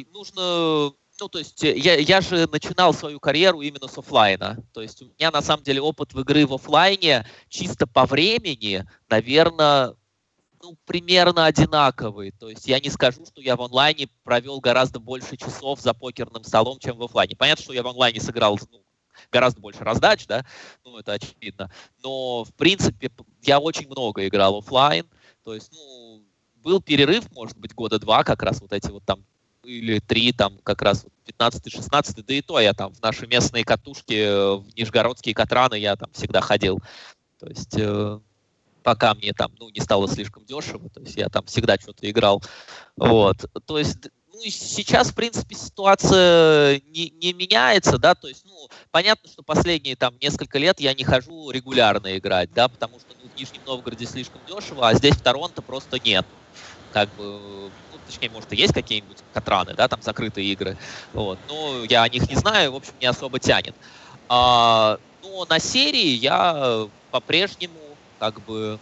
я же начинал свою карьеру именно с офлайна. То есть у меня на самом деле опыт в игры в офлайне чисто по времени, наверное, примерно одинаковый. То есть я не скажу, что я в онлайне провел гораздо больше часов за покерным столом, чем в офлайне. Понятно, что я в онлайне сыграл гораздо больше раздач, да, это очевидно. Но, в принципе, я очень много играл офлайн. То есть, был перерыв, может быть, года 2, как раз вот эти вот там, или 3, там, как раз 15-16, да и то я там в наши местные катушки, в нижегородские катраны я там всегда ходил. То есть, пока мне там, не стало слишком дешево, то есть я там всегда что-то играл. Вот. То есть, сейчас, в принципе, ситуация не меняется, да, то есть, понятно, что последние там несколько лет я не хожу регулярно играть, да, потому что в Нижнем Новгороде слишком дешево, а здесь в Торонто просто нет. Как бы, точнее, может, и есть какие-нибудь катраны, да, там закрытые игры, вот, но я о них не знаю, в общем, не особо тянет. Но на серии я по-прежнему, как бы,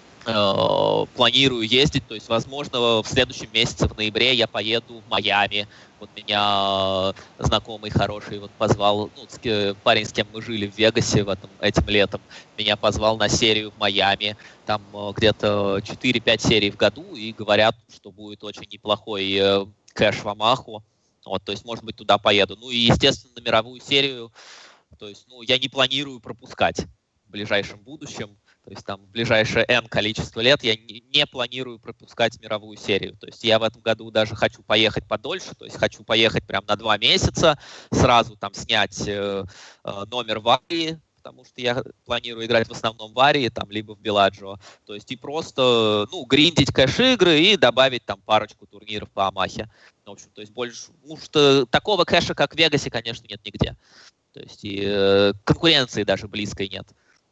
планирую ездить, то есть, возможно, в следующем месяце, в ноябре, я поеду в Майами. Вот меня знакомый хороший позвал, парень, с кем мы жили в Вегасе этим летом, меня позвал на серию в Майами. Там где-то 4-5 серий в году, и говорят, что будет очень неплохой кэш в Омаху. Вот, то есть, может быть, туда поеду. И, естественно, на мировую серию, то есть, я не планирую пропускать в ближайшем будущем. То есть там в ближайшее N количество лет я не планирую пропускать мировую серию. То есть я в этом году даже хочу поехать подольше, то есть хочу поехать прям на 2 месяца, сразу там снять номер в Арии, потому что я планирую играть в основном в Арии, там, либо в Беладжио. То есть и просто, гриндить кэш-игры и добавить там парочку турниров по Омахе. В общем, то есть больше, что такого кэша, как в Вегасе, конечно, нет нигде. То есть и конкуренции даже близкой нет.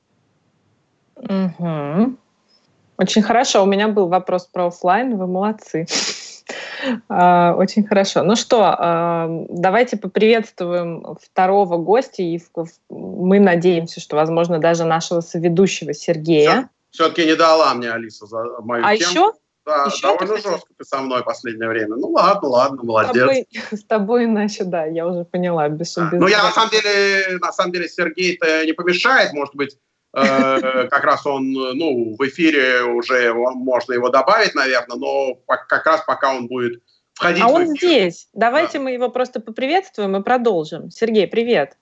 Угу. Очень хорошо. У меня был вопрос про офлайн. Вы молодцы. Очень хорошо. Ну что, давайте поприветствуем второго гостя. И мы надеемся, что, возможно, даже нашего соведущего Сергея. Все-таки не дала мне Алиса за мою тему. Еще? Да, еще довольно жестко ты со мной в последнее время. Ладно, молодец. С тобой иначе, да, я уже поняла. Я на самом деле Сергей-то не помешает, может быть, как раз он, в эфире уже можно его добавить, наверное, но как раз пока он будет входить в эфир. А он здесь. Давайте мы его просто поприветствуем и продолжим. Сергей, привет.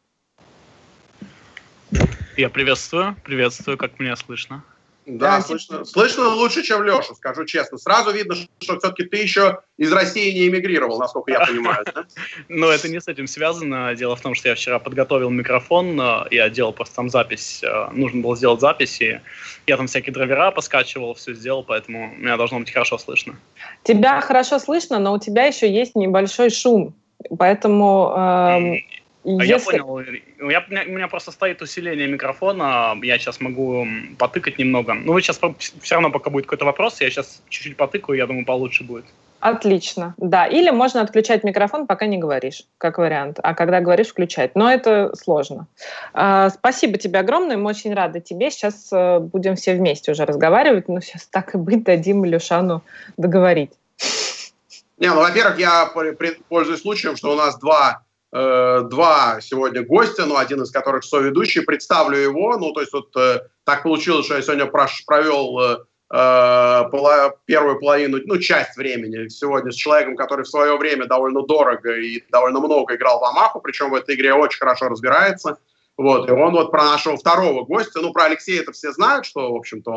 Я приветствую, как меня слышно. Да, слышно лучше, чем Леша, скажу честно. Сразу видно, что все-таки ты еще из России не эмигрировал, насколько я понимаю. Но это не с этим связано. Дело в том, что я вчера подготовил микрофон, я делал просто там запись, нужно было сделать запись, и я там всякие драйвера поскачивал, все сделал, поэтому меня должно быть хорошо слышно. Тебя хорошо слышно, но у тебя еще есть небольшой шум, поэтому... Я понял. У меня просто стоит усиление микрофона. Я сейчас могу потыкать немного. Вы сейчас все равно, пока будет какой-то вопрос, я сейчас чуть-чуть потыкаю, я думаю, получше будет. Отлично, да. Или можно отключать микрофон, пока не говоришь, как вариант. А когда говоришь, включать. Но это сложно. Спасибо тебе огромное, мы очень рады тебе. Сейчас будем все вместе уже разговаривать, но сейчас так и быть, дадим Илюшану договорить. Во-первых, я пользуюсь случаем, что у нас два сегодня гостя, один из которых соведущий, представлю его. Так получилось, что я сегодня провел первую половину, часть времени сегодня с человеком, который в свое время довольно дорого и довольно много играл в Омаху, причем в этой игре очень хорошо разбирается. И он про нашего второго гостя, про Алексея это все знают, что, в общем-то, он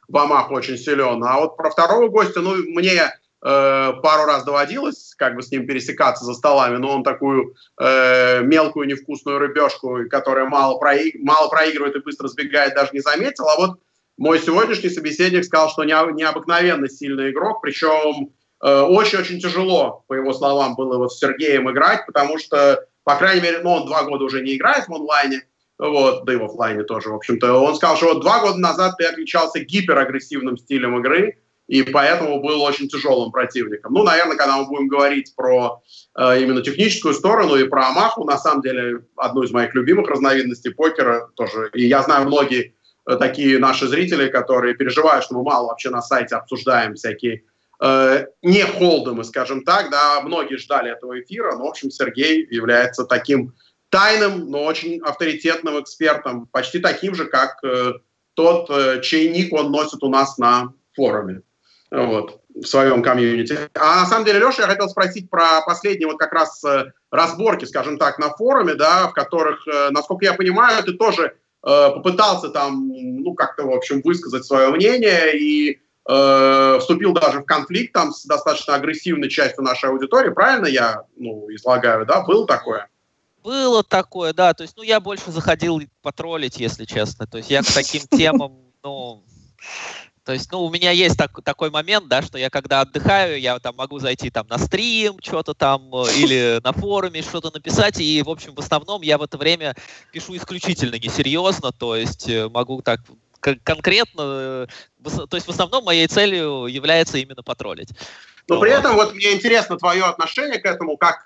в Амах очень силен. А вот про второго гостя, ну, мне пару раз доводилось как бы с ним пересекаться за столами, но он такую мелкую невкусную рыбешку, которая мало проигрывает и быстро сбегает, даже не заметил. А вот мой сегодняшний собеседник сказал, что необыкновенно сильный игрок, причем очень-очень тяжело, по его словам, было вот с Сергеем играть, потому что, по крайней мере, ну, он 2 года уже не играет в онлайне, вот, да и в офлайне тоже, в общем-то. Он сказал, что вот 2 года назад ты отличался гиперагрессивным стилем игры, и поэтому был очень тяжелым противником. Ну, наверное, когда мы будем говорить про именно техническую сторону и про Амаху, на самом деле, одну из моих любимых разновидностей покера тоже. И я знаю многие такие наши зрители, которые переживают, что мы мало вообще на сайте обсуждаем всякие не холдемы, скажем так, да, многие ждали этого эфира, но, в общем, Сергей является таким тайным, но очень авторитетным экспертом, почти таким же, как тот, чей ник он носит у нас на форуме. Вот, в своем комьюнити. А на самом деле, Леша, я хотел спросить про последние вот как раз разборки, скажем так, на форуме, да, в которых, насколько я понимаю, ты тоже попытался там, ну, как-то, в общем, высказать свое мнение и вступил даже в конфликт там с достаточно агрессивной частью нашей аудитории. Правильно я, ну, излагаю, да? Было такое? Было такое, да. То есть, ну, я больше заходил потроллить, если честно. То есть я к таким темам, ну... То есть, ну, у меня есть такой момент, да, что я когда отдыхаю, я там могу зайти там на стрим, что-то там, или на форуме что-то написать, и, в общем, в основном я в это время пишу исключительно несерьезно, то есть могу так конкретно, то есть в основном моей целью является именно потроллить. Но при этом вот мне интересно твое отношение к этому, как,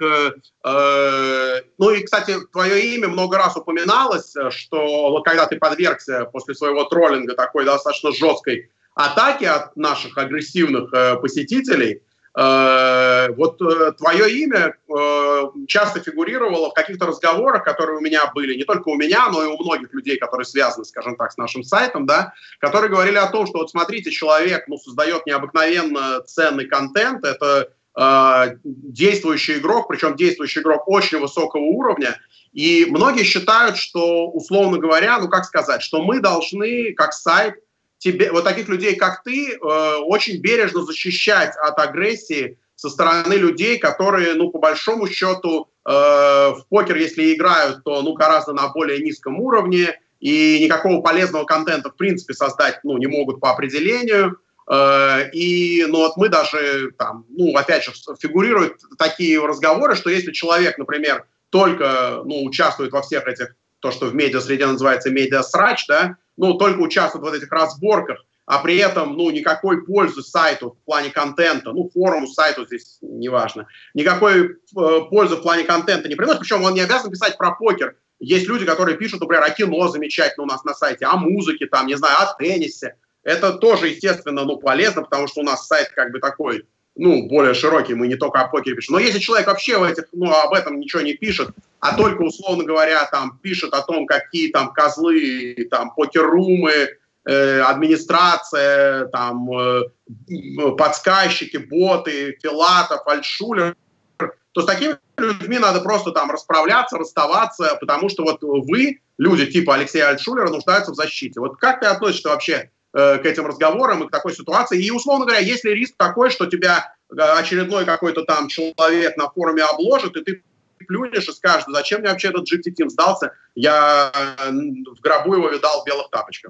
ну и, кстати, твое имя много раз упоминалось, что вот когда ты подвергся после своего троллинга такой достаточно жесткой атаки от наших агрессивных посетителей, вот твое имя часто фигурировало в каких-то разговорах, которые у меня были, не только у меня, но и у многих людей, которые связаны, скажем так, с нашим сайтом, да, которые говорили о том, что вот смотрите, человек, ну, создает необыкновенно ценный контент, это действующий игрок, причем действующий игрок очень высокого уровня, и многие считают, что, условно говоря, ну, как сказать, что мы должны, как сайт, вот таких людей, как ты, очень бережно защищать от агрессии со стороны людей, которые, ну, по большому счету, в покер, если играют, то, ну, гораздо на более низком уровне, и никакого полезного контента, в принципе, создать, ну, не могут по определению. И, ну, вот мы даже, там, ну, опять же, фигурируют такие разговоры, что если человек, например, только, ну, участвует во всех этих, то, что в медиа-среде называется медиа-срач, да, ну, только участвует в этих разборках, а при этом, ну, никакой пользы сайту в плане контента, ну, форуму, сайту здесь неважно, никакой пользы в плане контента не приносит, причем он не обязан писать про покер. Есть люди, которые пишут, например, о кино замечательно у нас на сайте, о музыке, там, не знаю, о теннисе. Это тоже, естественно, ну, полезно, потому что у нас сайт как бы такой, ну, более широкий, мы не только о покере пишем. Но если человек вообще в этих, ну, об этом ничего не пишет, а только, условно говоря, там, пишет о том, какие там козлы, там, покер-румы, администрация, там, подсказчики, боты, Филатов, Альтшулер, то с такими людьми надо просто там расправляться, расставаться, потому что вот вы, люди типа Алексея Альтшулера, нуждаются в защите. Вот как ты относишься вообще к этим разговорам и к такой ситуации? И, условно говоря, есть ли риск такой, что тебя очередной какой-то там человек на форуме обложит, и ты плюнешь и скажешь, зачем мне вообще этот GT Team сдался, я в гробу его видал в белых тапочках.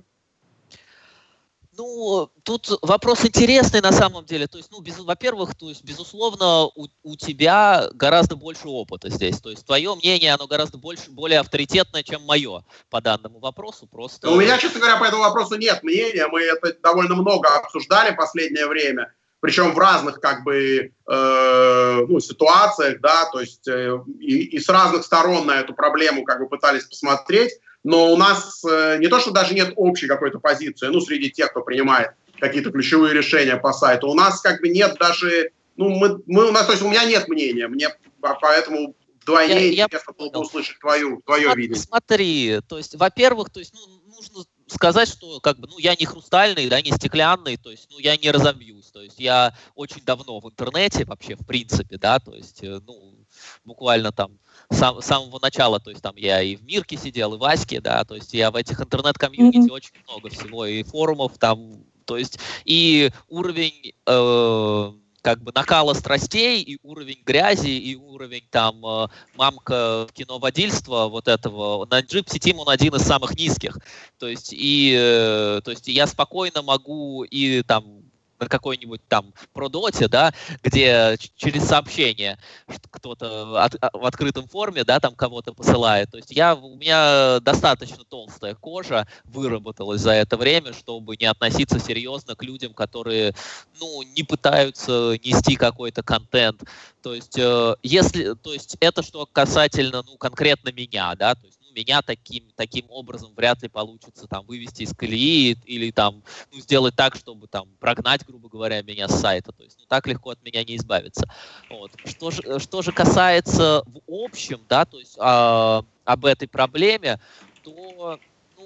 Ну, тут вопрос интересный на самом деле. То есть, ну, во-первых, то есть, безусловно, у тебя гораздо больше опыта здесь. То есть, твое мнение, оно гораздо более авторитетное, чем мое по данному вопросу. Просто... У меня, честно говоря, по этому вопросу нет мнения. Мы это довольно много обсуждали в последнее время. Причем в разных, как бы, ну, ситуациях, да, то есть и с разных сторон на эту проблему, как бы, пытались посмотреть. Но у нас не то, что даже нет общей какой-то позиции, ну, среди тех, кто принимает какие-то ключевые решения по сайту, у нас как бы нет даже, ну, у нас, то есть у меня нет мнения, мне поэтому вдвойне интересно было бы услышать твое видение. Смотри, то есть, во-первых, то есть, ну, нужно сказать, что как бы, ну, я не хрустальный, да, не стеклянный, то есть, ну, я не разобьюсь, то есть, я очень давно в интернете вообще, в принципе, да, то есть, ну, буквально там с самого начала, то есть, там я и в Мирке сидел, и в Аське, да, то есть, я в этих интернет-комьюнити очень много всего, и форумов там То есть и уровень как бы накала страстей, и уровень грязи, и уровень там мамка киноводительства вот этого на Gypsy Team он один из самых низких. То есть я спокойно могу и там на какой-нибудь там продоте, да, где через сообщение кто-то в открытом форме, да, там кого-то посылает. То есть у меня достаточно толстая кожа выработалась за это время, чтобы не относиться серьезно к людям, которые, не пытаются нести какой-то контент. То есть, это что касательно, конкретно меня, да, то есть, меня таким образом вряд ли получится там вывести из колеи или там сделать так, чтобы там прогнать, грубо говоря, меня с сайта. То есть так легко от меня не избавиться. Вот. Что же касается в общем, да, то есть об этой проблеме, то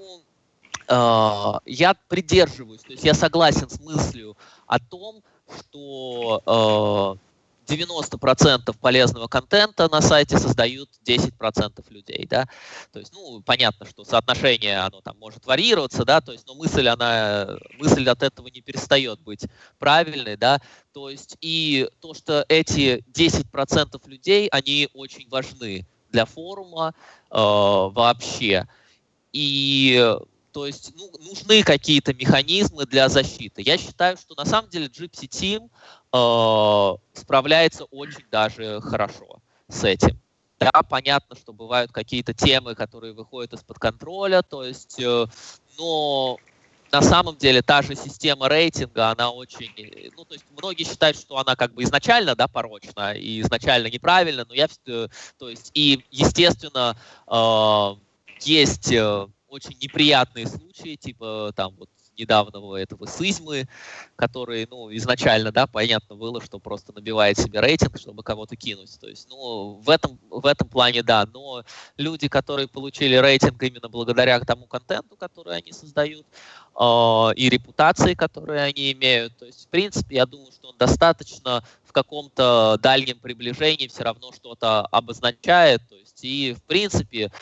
я придерживаюсь, то есть я согласен с мыслью о том, что 90% полезного контента на сайте создают 10% людей, да, то есть, понятно, что соотношение, оно там может варьироваться, да, то есть, но мысль от этого не перестает быть правильной, да, то есть, и то, что эти 10% людей, они очень важны для форума вообще, и то есть нужны какие-то механизмы для защиты. Я считаю, что на самом деле Gypsy Team справляется очень даже хорошо с этим. Да, понятно, что бывают какие-то темы, которые выходят из-под контроля, то есть, но на самом деле та же система рейтинга, она очень, то есть многие считают, что она как бы изначально, да, порочна и изначально неправильно, но то есть, и естественно, есть очень неприятные случаи, типа там вот недавнего этого сызмы, который, изначально, да, понятно было, что просто набивает себе рейтинг, чтобы кого-то кинуть. То есть, в этом плане, да, но люди, которые получили рейтинг именно благодаря тому контенту, который они создают, и репутации, которые они имеют, то есть, в принципе, я думаю, что он достаточно в каком-то дальнем приближении все равно что-то обозначает, то есть, и, в принципе,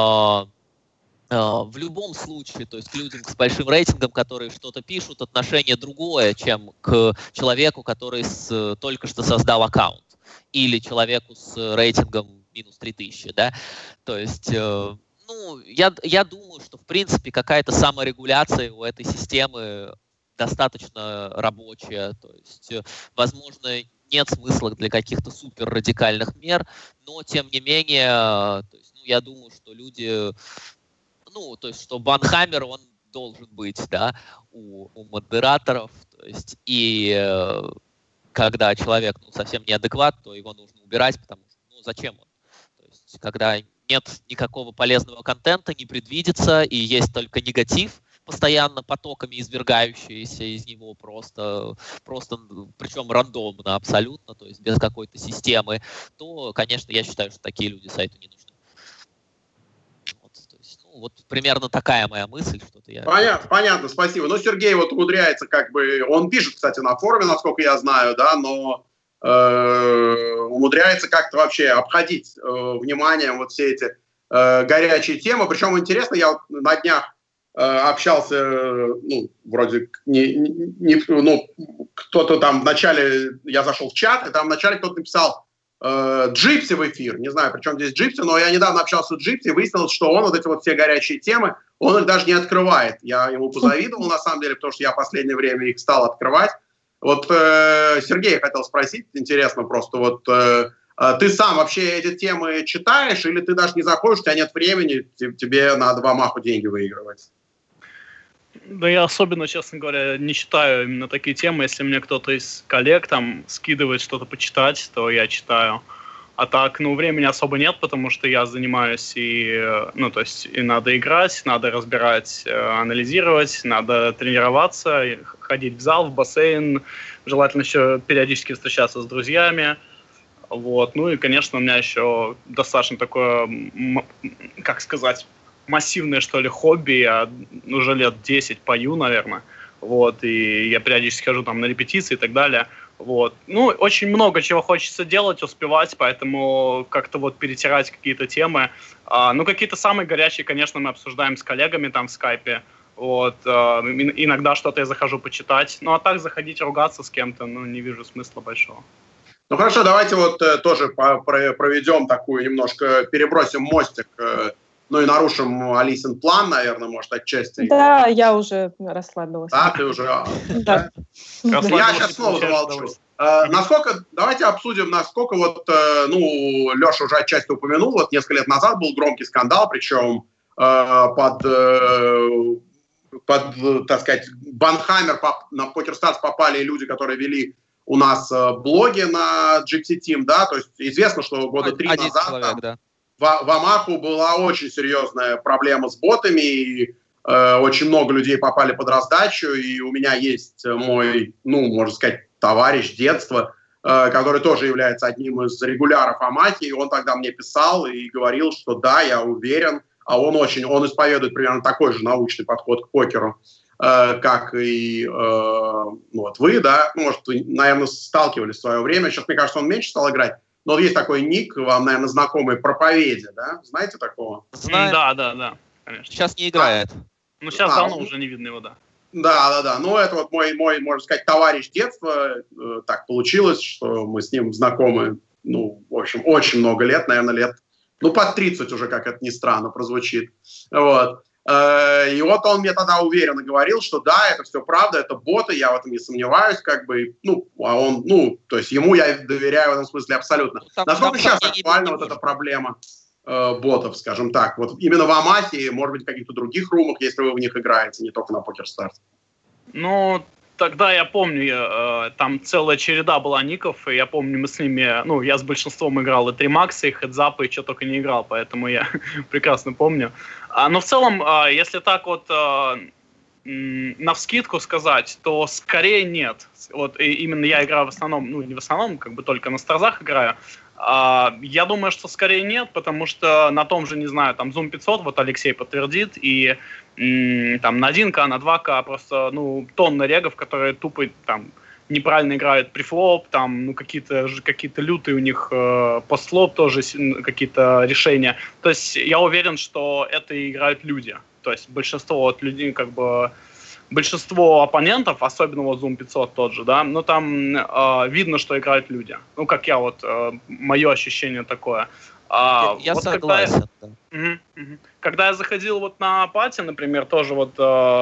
в любом случае, то есть к людям с большим рейтингом, которые что-то пишут, отношение другое, чем к человеку, который только что создал аккаунт, или человеку с рейтингом минус 3000, да, то есть, я думаю, что, в принципе, какая-то саморегуляция у этой системы достаточно рабочая, то есть, возможно, нет смысла для каких-то супер радикальных мер, но, тем не менее, то есть, я думаю, что люди... то есть, что банхаммер, он должен быть, да, у модераторов, то есть, и когда человек, совсем неадекват, то его нужно убирать, потому что, зачем он? То есть, когда нет никакого полезного контента, не предвидится, и есть только негатив, постоянно потоками извергающиеся из него просто, причем рандомно абсолютно, то есть, без какой-то системы, то, конечно, я считаю, что такие люди сайту не нужны. Вот примерно такая моя мысль, что-то я... Понятно, спасибо. Сергей вот умудряется он пишет, кстати, на форуме, насколько я знаю, да, но умудряется как-то вообще обходить вниманием вот все эти горячие темы. Причем интересно, я на днях общался, вроде кто-то там вначале, я зашел в чат, и там вначале кто-то написал Gypsy в эфир. Не знаю, при чем здесь Gypsy, но я недавно общался с Gypsy и выяснилось, что он вот эти вот все горячие темы, он их даже не открывает. Я ему позавидовал, на самом деле, потому что я в последнее время их стал открывать. Вот Сергей хотел спросить, интересно просто, вот ты сам вообще эти темы читаешь или ты даже не заходишь, у тебя нет времени, тебе на два маху деньги выигрывать? Да я особенно, честно говоря, не читаю именно такие темы. Если мне кто-то из коллег там скидывает что-то почитать, то я читаю. А так, времени особо нет, потому что я занимаюсь и надо играть, надо разбирать, анализировать, надо тренироваться, ходить в зал, в бассейн, желательно еще периодически встречаться с друзьями. Вот. И, конечно, у меня еще достаточно такое, как сказать, массивное, что ли, хобби. Я уже лет 10 пою, наверное. Вот, и я периодически хожу там на репетиции и так далее. Вот. Очень много чего хочется делать, успевать, поэтому как-то вот перетирать какие-то темы. Какие-то самые горячие, конечно, мы обсуждаем с коллегами там в скайпе. Вот, иногда что-то я захожу почитать. Ну, а так заходить ругаться с кем-то, ну, не вижу смысла большого. Ну, хорошо, давайте вот тоже проведем такую немножко, перебросим мостик, ну и нарушим Алисин план, наверное, может, отчасти. Да, я уже расслабилась. Да, ты уже... Да. Я сейчас снова замолчу. Давайте обсудим, насколько вот, ну, Леша уже отчасти упомянул, вот несколько лет назад был громкий скандал, причем под, так сказать, банхаммер на PokerStars попали люди, которые вели у нас блоги на Gypsy Team, да, то есть известно, что года 3 назад человек, да. В Амаху была очень серьезная проблема с ботами, и очень много людей попали под раздачу, и у меня есть мой, ну, можно сказать, товарищ детства, который тоже является одним из регуляров Амахи, и он тогда мне писал и говорил, что да, я уверен, а он исповедует примерно такой же научный подход к покеру, как и вот вы, да, может, вы, наверное, сталкивались в свое время, сейчас, мне кажется, он меньше стал играть, но есть такой ник, вам, наверное, знакомый, Проповеди, да, знаете такого? Знаю. Да, конечно. Сейчас не играет. Ну, сейчас давно уже не видно его, да. Да, ну, это вот мой, можно сказать, товарищ детства, так получилось, что мы с ним знакомы, ну, в общем, очень много лет, наверное, лет, ну, под 30 уже, как это ни странно прозвучит, вот. И вот он мне тогда уверенно говорил, что да, это все правда, это боты, я в этом не сомневаюсь, как бы, ну, а он, ну, то есть ему я доверяю в этом смысле абсолютно. Насколько сейчас актуальна вот эта проблема ботов, скажем так, вот именно в Амахе, может быть, в каких-то других румах, если вы в них играете, не только на PokerStars? Ну, тогда я помню, там целая череда была ников, и я помню, мы с ними, ну, я с большинством играл и 3 Макса, и Хедзапа, и что только не играл, поэтому я прекрасно помню. Но в целом, если так вот навскидку сказать, то скорее нет. Вот именно я играю в основном, ну, не в основном, как бы только на старзах играю. Я думаю, что скорее нет, потому что на том же, не знаю, там Zoom 500, вот Алексей подтвердит, и там на 1К, на 2К просто, ну, тонна регов, которые тупо там неправильно играют префлоп, там, ну, какие-то лютые у них постфлоп тоже какие-то решения. То есть я уверен, что это играют люди. То есть большинство вот людей, как бы, большинство оппонентов, особенно вот Zoom 500 тот же, да, ну, там видно, что играют люди. Ну, как я вот, мое ощущение такое. Я вот согласен. Когда я заходил вот на пати, например, тоже вот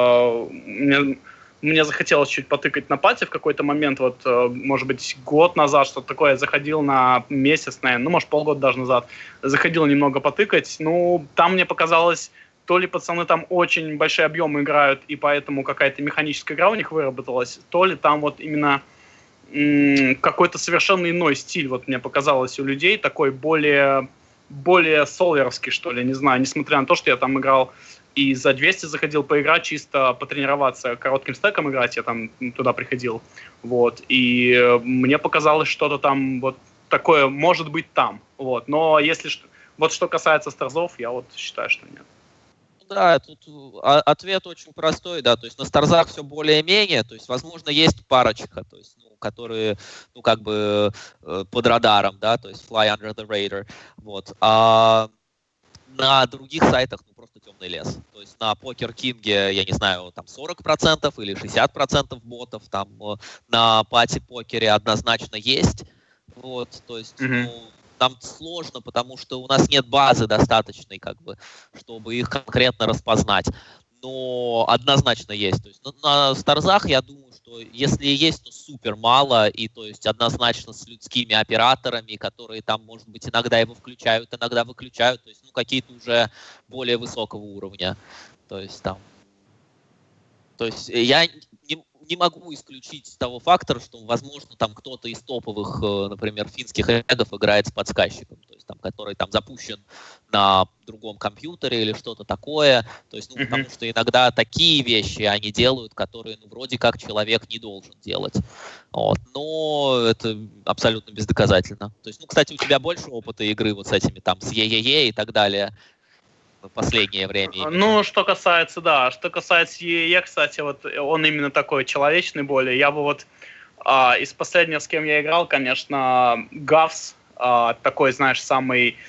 мне захотелось чуть потыкать на пати в какой-то момент, вот, может быть, год назад, что-то такое, я заходил на месяц, наверное, ну, может, полгода даже назад, заходил немного потыкать, ну, там мне показалось, то ли пацаны там очень большие объемы играют, и поэтому какая-то механическая игра у них выработалась, то ли там вот именно какой-то совершенно иной стиль, вот мне показалось у людей, такой более солверовский, что ли, не знаю, несмотря на то, что я там играл и за 200 заходил поиграть, чисто потренироваться, коротким стеком играть, я там туда приходил, вот, и мне показалось, что-то там вот такое может быть там, вот, но если, вот что касается старзов, я вот считаю, что нет. Да, тут ответ очень простой, да, то есть на старзах все более-менее, то есть, возможно, есть парочка, то есть, ну, которые, ну, как бы под радаром, да, то есть fly under the radar, вот, а на других сайтах, ну, просто темный лес, то есть на Poker King, я не знаю, там 40% или 60% ботов, там на пати-покере однозначно есть, вот, то есть, ну, нам сложно, потому что у нас нет базы достаточной, как бы, чтобы их конкретно распознать. Но однозначно есть. То есть на старзах, я думаю, что если есть, то супер мало, и то есть однозначно с людскими операторами, которые там, может быть, иногда его включают, иногда выключают, то есть, ну, какие-то уже более высокого уровня. То есть там. То есть я не могу исключить того фактора, что, возможно, там кто-то из топовых, например, финских эгов играет с подсказчиком, то есть там, который там запущен на другом компьютере или что-то такое. То есть, ну, потому что иногда такие вещи они делают, которые, ну, вроде как человек не должен делать. Вот. Но это абсолютно бездоказательно. То есть, ну, кстати, у тебя больше опыта игры вот с этими там, с ЕЕЕ и так далее в последнее время? Ну, что касается ЕЕЕ, кстати, вот он именно такой человечный более. Я бы вот из последнего, с кем я играл, конечно, Гавс, такой, знаешь, самый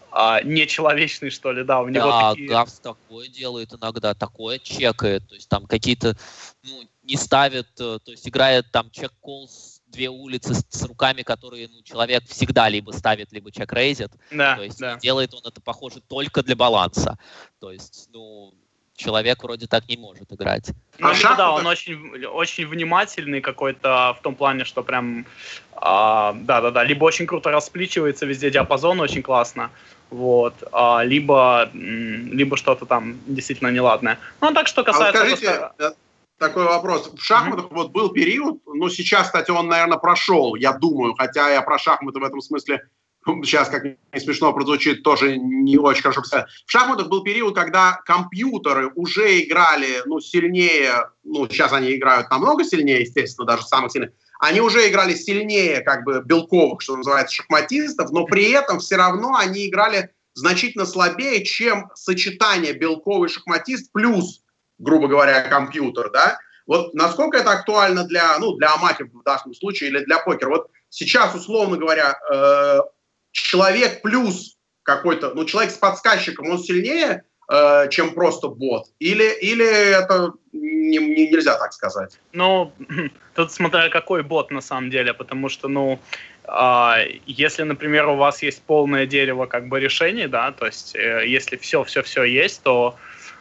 нечеловечный, что ли, да, у него Да, такие... Гавс такое делает иногда, такое чекает, то есть там какие-то, не ставит, то есть играет там чек-колл с 2 улицы с руками, которые человек всегда либо ставит, либо чек-рейзит, Да, то есть да. делает он это, похоже, только для баланса, то есть, человек вроде так не может играть. Либо, да, он очень, очень внимательный какой-то в том плане, что прям, да, либо очень круто распличивается везде, диапазон очень классно, вот, либо что-то там действительно неладное. Ну, так что касается... Скажите, такой вопрос. В шахматах вот был период, сейчас, кстати, он, наверное, прошел, я думаю, хотя я про шахматы в этом смысле, сейчас, как не смешно прозвучит, тоже не очень хорошо представляю. В шахматах был период, когда компьютеры уже играли, сильнее, сейчас они играют намного сильнее, естественно, даже самых сильных, они уже играли сильнее, как бы, белковых, что называется, шахматистов, но при этом все равно они играли значительно слабее, чем сочетание белковый шахматист плюс, грубо говоря, компьютер, да? Вот насколько это актуально для амати в данном случае или для покера? Вот сейчас, условно говоря, человек плюс какой-то, человек с подсказчиком, он сильнее, чем просто бот? Или это нельзя так сказать? Тут смотря какой бот на самом деле, потому что, если, например, у вас есть полное дерево как бы решений, да, то есть если все есть, то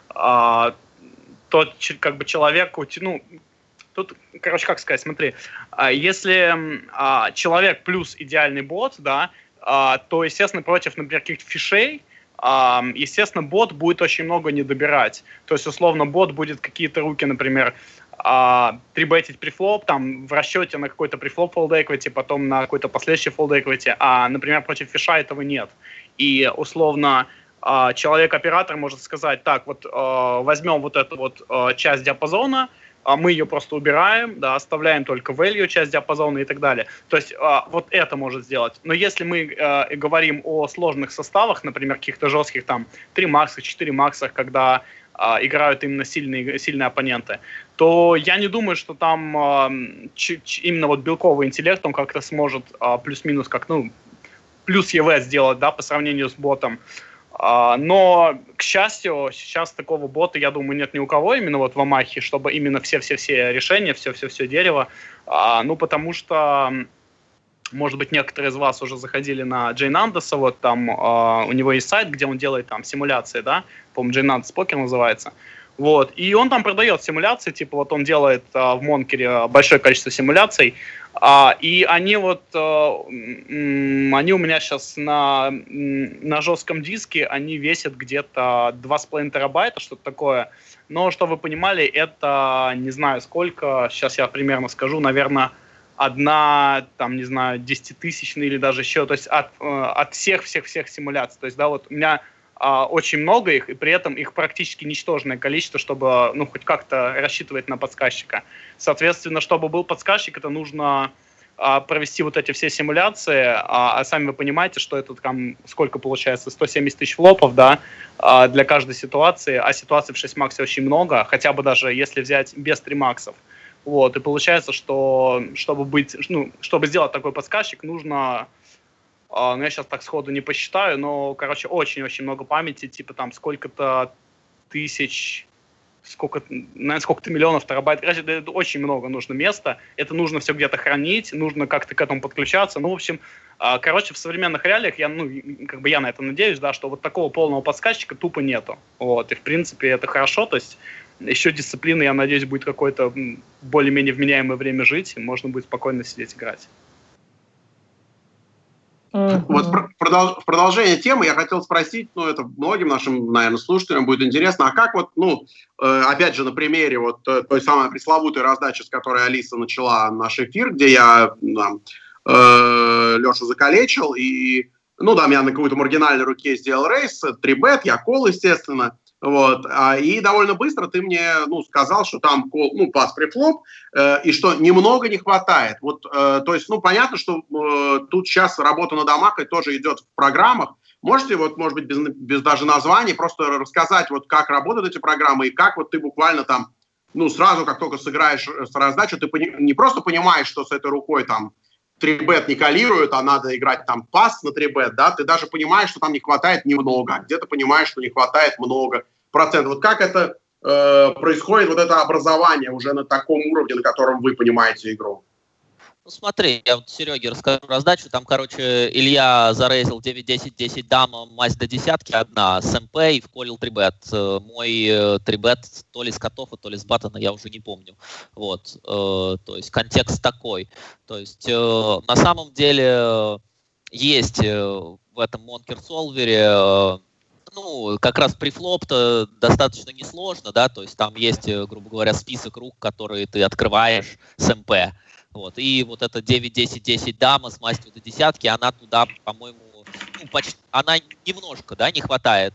как бы человеку, тут, короче, как сказать, смотри, если человек плюс идеальный бот, да, то, естественно, против, например, каких-то фишей, естественно, бот будет очень много не добирать. То есть, условно, бот будет какие-то руки, например, трибетить префлоп, там, в расчете на какой-то префлоп fold equity, потом на какой-то последующий fold equity, например, против фиша этого нет. И, условно, человек-оператор может сказать, так, вот возьмем вот эту вот часть диапазона, мы ее просто убираем, да, оставляем только value, часть диапазона и так далее. То есть вот это может сделать. Но если мы говорим о сложных составах, например, каких-то жестких там 3 максах, 4 максах, когда играют именно сильные оппоненты, то я не думаю, что там именно вот белковый интеллект, он как-то сможет плюс-минус, плюс ЕВ сделать, да, по сравнению с ботом. Но, к счастью, сейчас такого бота, я думаю, нет ни у кого именно вот в Амахе, чтобы именно все решения, все дерево. Потому что, может быть, некоторые из вас уже заходили на Джейнандеса, вот там у него есть сайт, где он делает там симуляции, да, по-моему, Джейнандес Покер называется. Вот, и он там продает симуляции, типа вот он делает в Монкере большое количество симуляций, и они у меня сейчас на жестком диске, они весят где-то 2,5 терабайта, что-то такое. Но, чтобы вы понимали, это не знаю сколько, сейчас я примерно скажу, наверное, одна, там, не знаю, 10-тысячная или даже еще, то есть от всех симуляций. То есть, да, вот у меня очень много их, и при этом их практически ничтожное количество, чтобы, хоть как-то рассчитывать на подсказчика. Соответственно, чтобы был подсказчик, это нужно провести вот эти все симуляции, а сами вы понимаете, что это там, сколько получается, 170 тысяч флопов, да, для каждой ситуации, а ситуаций в 6 максе очень много, хотя бы даже если взять без 3 максов. Вот, и получается, что чтобы сделать такой подсказчик, нужно... я сейчас так сходу не посчитаю, но, короче, очень-очень много памяти, типа там сколько-то тысяч, сколько-то миллионов терабайт. Короче, это очень много нужно места, это нужно все где-то хранить, нужно как-то к этому подключаться. В общем, в современных реалиях, я на это надеюсь, да, что вот такого полного подсказчика тупо нету. Вот, и, в принципе, это хорошо, то есть еще дисциплина, я надеюсь, будет какое-то более-менее вменяемое время жить, и можно будет спокойно сидеть играть. Вот в продолжение темы я хотел спросить, это многим нашим, наверное, слушателям будет интересно, а как вот, опять же, на примере вот той самой пресловутой раздачи, с которой Алиса начала наш эфир, где я Лешу закалечил, и, я на какой-то маргинальной руке сделал рейс, 3-бет, я кол, естественно, вот, и довольно быстро ты мне, сказал, что там пас префлоп, и что немного не хватает. Вот, то есть, понятно, что тут сейчас работа над Амахой тоже идет в программах. Можете, вот, может быть, без даже названий, просто рассказать, вот, как работают эти программы, и как вот ты буквально там, сразу, как только сыграешь раздачу, ты не просто понимаешь, что с этой рукой там 3-бет не калирует, а надо играть там пас на 3-бет, да, ты даже понимаешь, что там не хватает немного, а где-то понимаешь, что не хватает много процентов. Вот как это происходит, вот это образование уже на таком уровне, на котором вы понимаете игру? Ну смотри, я вот Сереге расскажу раздачу. Там, короче, Илья зарейзил 9-10-10 дама, мазь до десятки одна, с МП и вколил 3-бет. Мой 3-бет то ли с котов, то ли с баттона, я уже не помню. Вот, то есть контекст такой. То есть на самом деле есть в этом Монкер Солвере, ну, как раз префлоп-то достаточно несложно, да, то есть там есть, грубо говоря, список рук, которые ты открываешь с МП. Вот. И вот эта 9-10-10 дама с мастью до десятки, она туда, по-моему, ну, почти, она немножко, да, не хватает.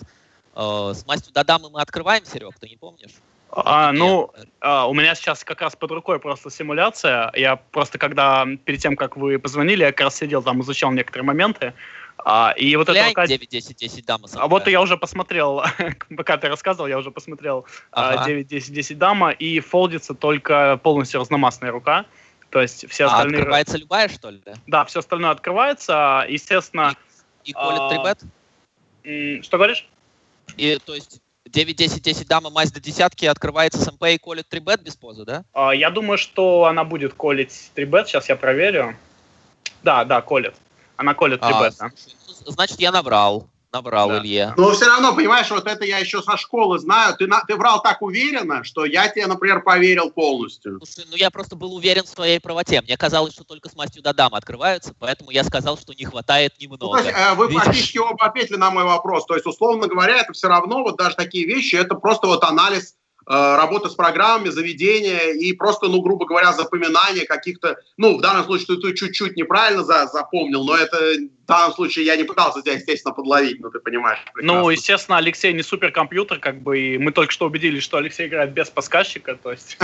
С мастью до дамы мы открываем, Серег, ты не помнишь? У меня сейчас как раз под рукой просто симуляция. Я просто перед тем, как вы позвонили, я как раз сидел там, изучал некоторые моменты. И вот это 9-10-10 дама. Вот я уже посмотрел, пока ты рассказывал, я уже посмотрел 9-10-10 дама, и фолдится только полностью разномастная рука. То есть все остальные... открывается любая, что ли? Да, все остальное открывается, естественно... И колет 3-бет? Что говоришь? И, то есть 9-10-10 дама, мазь до десятки, открывается с МП и колет 3-бет без позы, да? Я думаю, что она будет колить 3-бет, сейчас я проверю. Да, колет. Она колет 3-бет, да. Значит, я наврал Да. Илье. Но все равно, понимаешь, вот это я еще со школы знаю. Ты врал так уверенно, что я тебе, например, поверил полностью. Слушай, ну я просто был уверен в своей правоте. Мне казалось, что только с мастью до дам открываются, поэтому я сказал, что не хватает немного. Ну, то есть вы практически оба ответили на мой вопрос. То есть, условно говоря, это все равно, вот даже такие вещи, это просто вот анализ работы с программами, заведения и просто, ну, грубо говоря, запоминание каких-то, ну, в данном случае ты чуть-чуть неправильно запомнил, но это в данном случае я не пытался тебя, естественно, подловить, но ты понимаешь. Прекрасно. Ну, естественно, Алексей не суперкомпьютер, как бы, и мы только что убедились, что Алексей играет без подсказчика, то есть...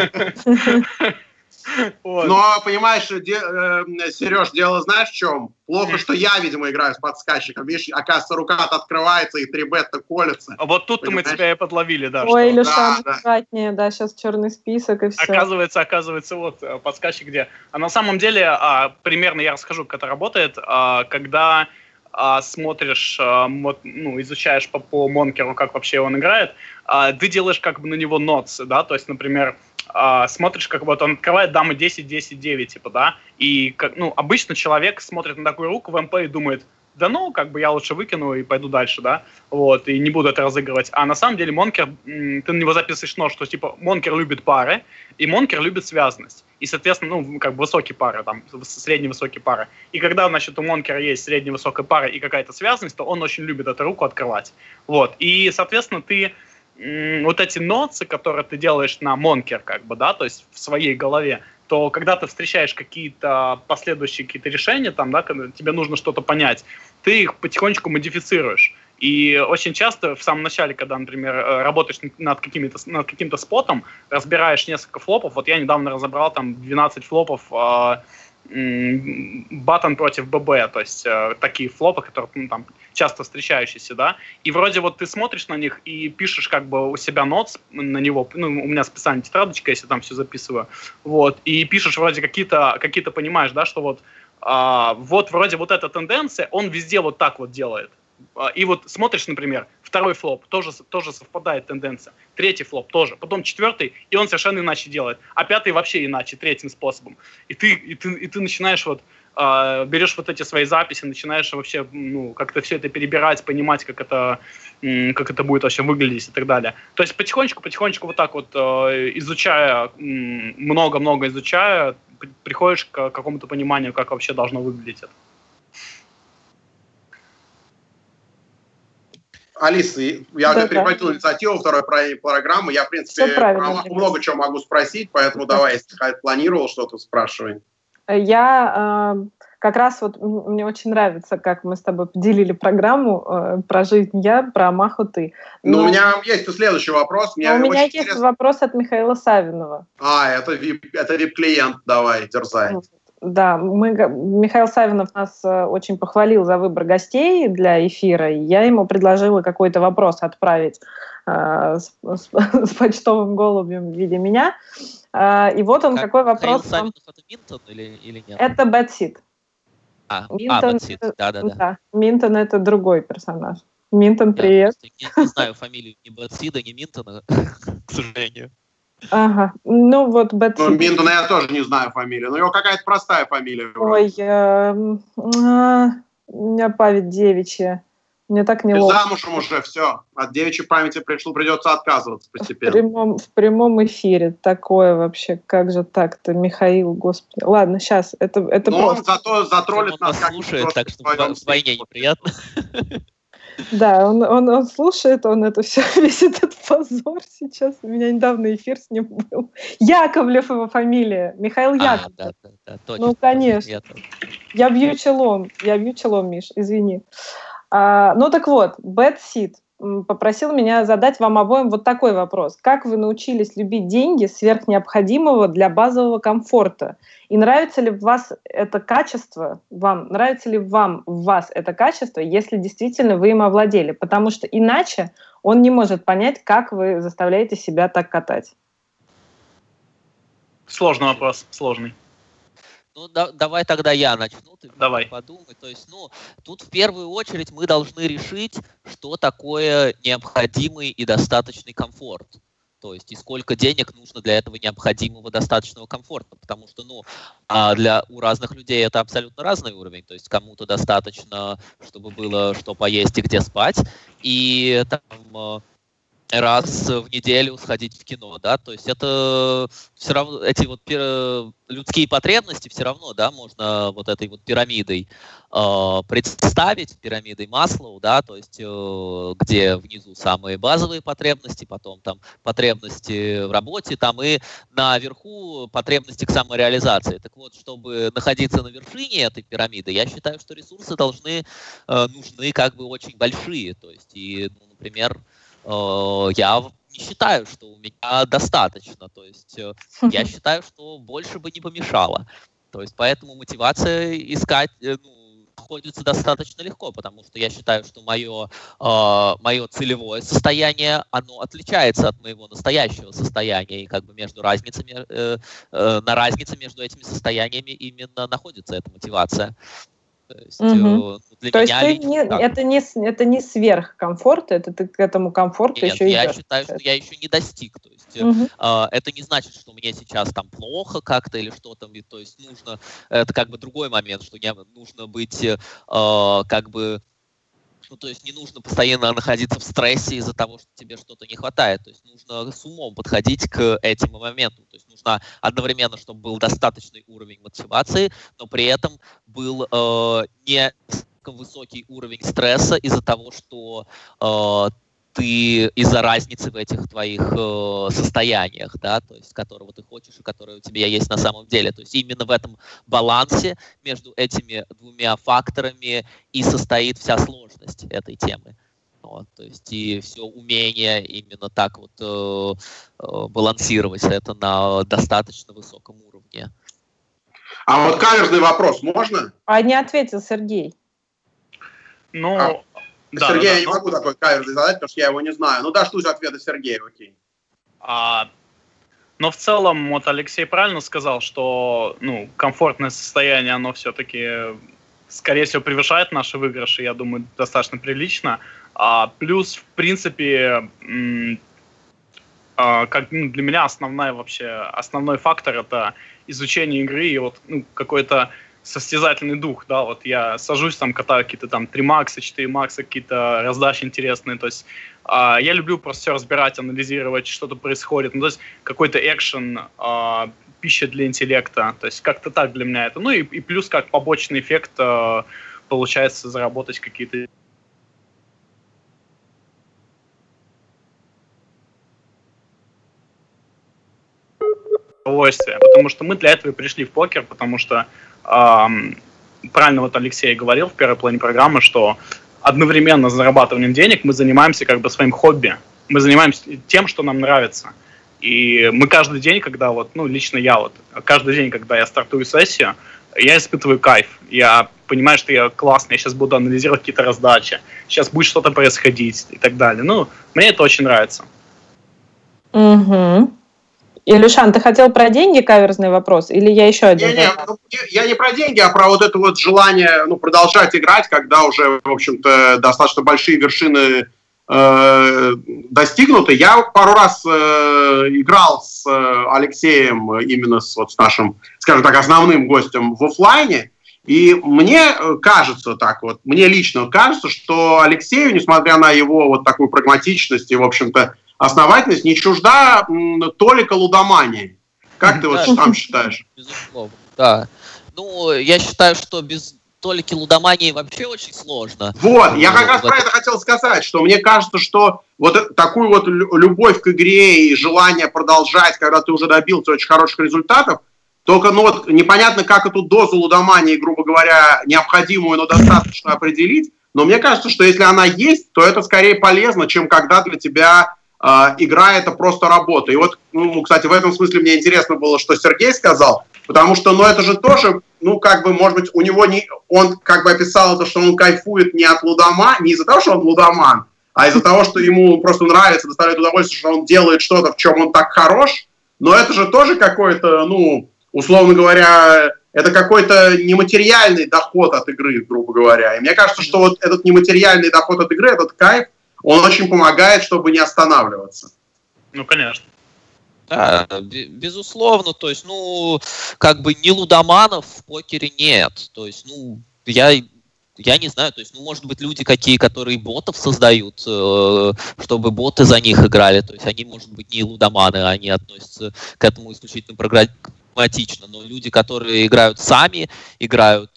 Но, понимаешь, Сереж, дело знаешь в чем? Плохо, что я, видимо, играю с подсказчиком. Видишь, оказывается, рука-то открывается, и 3-бет-то колется. Вот тут-то мы тебя и подловили, да. Ой, Илюша, аккуратнее, да, сейчас черный список и все. Оказывается, вот подсказчик где. А на самом деле, примерно я расскажу, как это работает, когда смотришь, изучаешь по Монкеру, как вообще он играет, ты делаешь как бы на него нотс, да, то есть, например, смотришь, как вот он открывает дамы 10-10-9, типа, да, и, обычно человек смотрит на такую руку в МП и думает, да ну, как бы я лучше выкину и пойду дальше, да, вот, и не буду это разыгрывать. А на самом деле Монкер, ты на него записываешь нот, что, типа, Монкер любит пары, и Монкер любит связанность. И, соответственно, как бы высокие пары, там, средне-высокие пары. И когда, значит, у Монкера есть средне-высокая пара и какая-то связанность, то он очень любит эту руку открывать. Вот, и, соответственно, ты вот эти ноцы, которые ты делаешь на Монкер, как бы, да, то есть в своей голове, то когда ты встречаешь какие-то последующие какие-то решения, там, да, когда тебе нужно что-то понять, ты их потихонечку модифицируешь. И очень часто в самом начале, когда, например, работаешь над каким-то спотом, разбираешь несколько флопов, вот я недавно разобрал там 12 флопов баттон против ББ, то есть такие флопы, которые там часто встречающиеся, да, и вроде вот ты смотришь на них и пишешь как бы у себя нотс на него, у меня специальная тетрадочка, если там все записываю, вот, и пишешь вроде какие-то понимаешь, да, что вот вроде вот эта тенденция, он везде вот так вот делает. И вот смотришь, например, второй флоп, тоже совпадает тенденция. Третий флоп тоже. Потом четвертый, и он совершенно иначе делает. А пятый вообще иначе, третьим способом. И ты начинаешь вот, берешь вот эти свои записи, начинаешь вообще, как-то все это перебирать, понимать, как это будет вообще выглядеть и так далее. То есть потихонечку вот так вот, изучая, много-много изучая, приходишь к какому-то пониманию, как вообще должно выглядеть это. Алиса, я уже перехватил инициативу второй программы. Я, в принципе, много чего могу спросить, поэтому давай, если планировал что-то, спрашивай. Я как раз вот, мне очень нравится, как мы с тобой поделили программу про жизнь я, про Маху ты. Но у меня есть следующий вопрос. У меня есть вопрос от Михаила Савинова. Это VIP-клиент, давай, дерзай. Да, Михаил Савинов нас очень похвалил за выбор гостей для эфира. Я ему предложила какой-то вопрос отправить с почтовым голубем в виде меня. И вот он какой вопрос. Михаил Савинов это Минтон или нет? Это Бэтсид. Бэтсид, да. Минтон это другой персонаж. Минтон, привет. Я не знаю фамилию ни Бэтсида, ни Минтона, к сожалению. Ага, ну вот Бэтсид. Ну, Минтона я тоже не знаю фамилию, но его какая-то простая фамилия. Ой, у меня память девичья. Мне так неловко. Ты замужем уже, все. От девичьей памяти придется отказываться постепенно. В прямом эфире такое вообще. Как же так-то, Михаил, господи. Ладно, сейчас, это но просто. Он зато затроллит нас как слушает, так что вдвойне неприятно. Да, он слушает, он это все, весь этот позор сейчас. У меня недавно эфир с ним был. Яковлев его фамилия. Михаил Яковлев. Да, точно. Ну, конечно. Я бью челом, Миш, извини. Ну так вот, Бэтсид попросил меня задать вам обоим вот такой вопрос. Как вы научились любить деньги сверх необходимого для базового комфорта? И нравится ли вас это качество, нравится ли вам в вас это качество, если действительно вы им овладели? Потому что иначе он не может понять, как вы заставляете себя так катать. Сложный вопрос, сложный. Ну, давай тогда я начну, ты давай. Подумай. То есть, тут в первую очередь мы должны решить, что такое необходимый и достаточный комфорт. То есть, и сколько денег нужно для этого необходимого достаточного комфорта. Потому что, у разных людей это абсолютно разный уровень. То есть, кому-то достаточно, чтобы было что поесть и где спать. И там раз в неделю сходить в кино, да, то есть это все равно, эти вот людские потребности все равно, да, можно вот этой вот пирамидой представить, пирамидой Маслоу, да, то есть где внизу самые базовые потребности, потом там потребности в работе, там и наверху потребности к самореализации. Так вот, чтобы находиться на вершине этой пирамиды, я считаю, что ресурсы нужны как бы очень большие, то есть и, например, я не считаю, что у меня достаточно. То есть я считаю, что больше бы не помешало. То есть поэтому мотивация искать находится достаточно легко, потому что я считаю, что мое целевое состояние, оно отличается от моего настоящего состояния, и как бы на разнице между этими состояниями именно находится эта мотивация. То есть, это не сверхкомфорт, это ты к этому комфорту еще идешь. Я считаю, что я еще не достиг. То есть это не значит, что мне сейчас там плохо как-то или что-то. То есть это как бы другой момент, что нужно быть как бы. То есть не нужно постоянно находиться в стрессе из-за того, что тебе что-то не хватает. То есть нужно с умом подходить к этим моментам. То есть нужно одновременно, чтобы был достаточный уровень мотивации, но при этом был не высокий уровень стресса из-за того, что ты из-за разницы в этих твоих состояниях, да, то есть которого ты хочешь и которые у тебя есть на самом деле. То есть именно в этом балансе между этими двумя факторами и состоит вся сложность этой темы. Вот, то есть и все умение именно так вот балансировать это на достаточно высоком уровне. А вот каверзный вопрос можно? А не ответил Сергей. Сергея я не могу такой каверзный задать, потому что я его не знаю. Дождусь ответа Сергея, окей. Но в целом, вот Алексей правильно сказал, что комфортное состояние, оно все-таки, скорее всего, превышает наши выигрыши, я думаю, достаточно прилично. Плюс, в принципе, для меня основной фактор — это изучение игры и вот какой-то состязательный дух, да, вот я сажусь там, катаю какие-то там 3 макса, 4 макса, какие-то раздачи интересные, то есть я люблю просто все разбирать, анализировать, что-то происходит, то есть какой-то экшен, пища для интеллекта, то есть как-то так для меня это, и плюс как побочный эффект получается заработать какие-то удовольствие, потому что мы для этого и пришли в покер, потому что правильно вот Алексей говорил в первой половине программы, что одновременно с зарабатыванием денег мы занимаемся как бы своим хобби, мы занимаемся тем, что нам нравится. И мы каждый день, когда лично я каждый день, когда я стартую сессию, я испытываю кайф. Я понимаю, что я классный, я сейчас буду анализировать какие-то раздачи, сейчас будет что-то происходить и так далее. Ну, мне это очень нравится. Угу. Илюшан, ты хотел про деньги каверзный вопрос? Или я еще один? Я не про деньги, а про вот это вот желание продолжать играть, когда уже, в общем-то, достаточно большие вершины достигнуты. Я пару раз играл с Алексеем, именно с нашим, скажем так, основным гостем в офлайне, и мне кажется так вот, мне лично кажется, что Алексею, несмотря на его вот такую прагматичность и, в общем-то, основательность, не чужда толика лудомании. Как ты вот сам считаешь? Безусловно, да. Ну, я считаю, что без толики лудомании вообще очень сложно. Вот, я как раз про это хотел сказать, что мне кажется, что вот такую вот любовь к игре и желание продолжать, когда ты уже добился очень хороших результатов, только вот непонятно, как эту дозу лудомании, грубо говоря, необходимую, но достаточно определить. Но мне кажется, что если она есть, то это скорее полезно, чем когда для тебя игра — это просто работа. И вот, кстати, в этом смысле мне интересно было, что Сергей сказал, потому что, это же тоже, может быть, у него он как бы описал это, что он кайфует не от лудомана, не из-за того, что он лудоман, а из-за того, что ему просто нравится, доставляет удовольствие, что он делает что-то, в чем он так хорош. Но это же тоже какой-то, условно говоря, это какой-то нематериальный доход от игры, грубо говоря. И мне кажется, что вот этот нематериальный доход от игры, этот кайф, он очень помогает, чтобы не останавливаться. Ну, конечно. Да, безусловно, то есть, не лудоманов в покере нет. То есть, я не знаю, то есть, может быть, люди которые ботов создают, чтобы боты за них играли, то есть, они, может быть, не лудоманы, они относятся к этому исключительно прагматично, но люди, которые играют сами, играют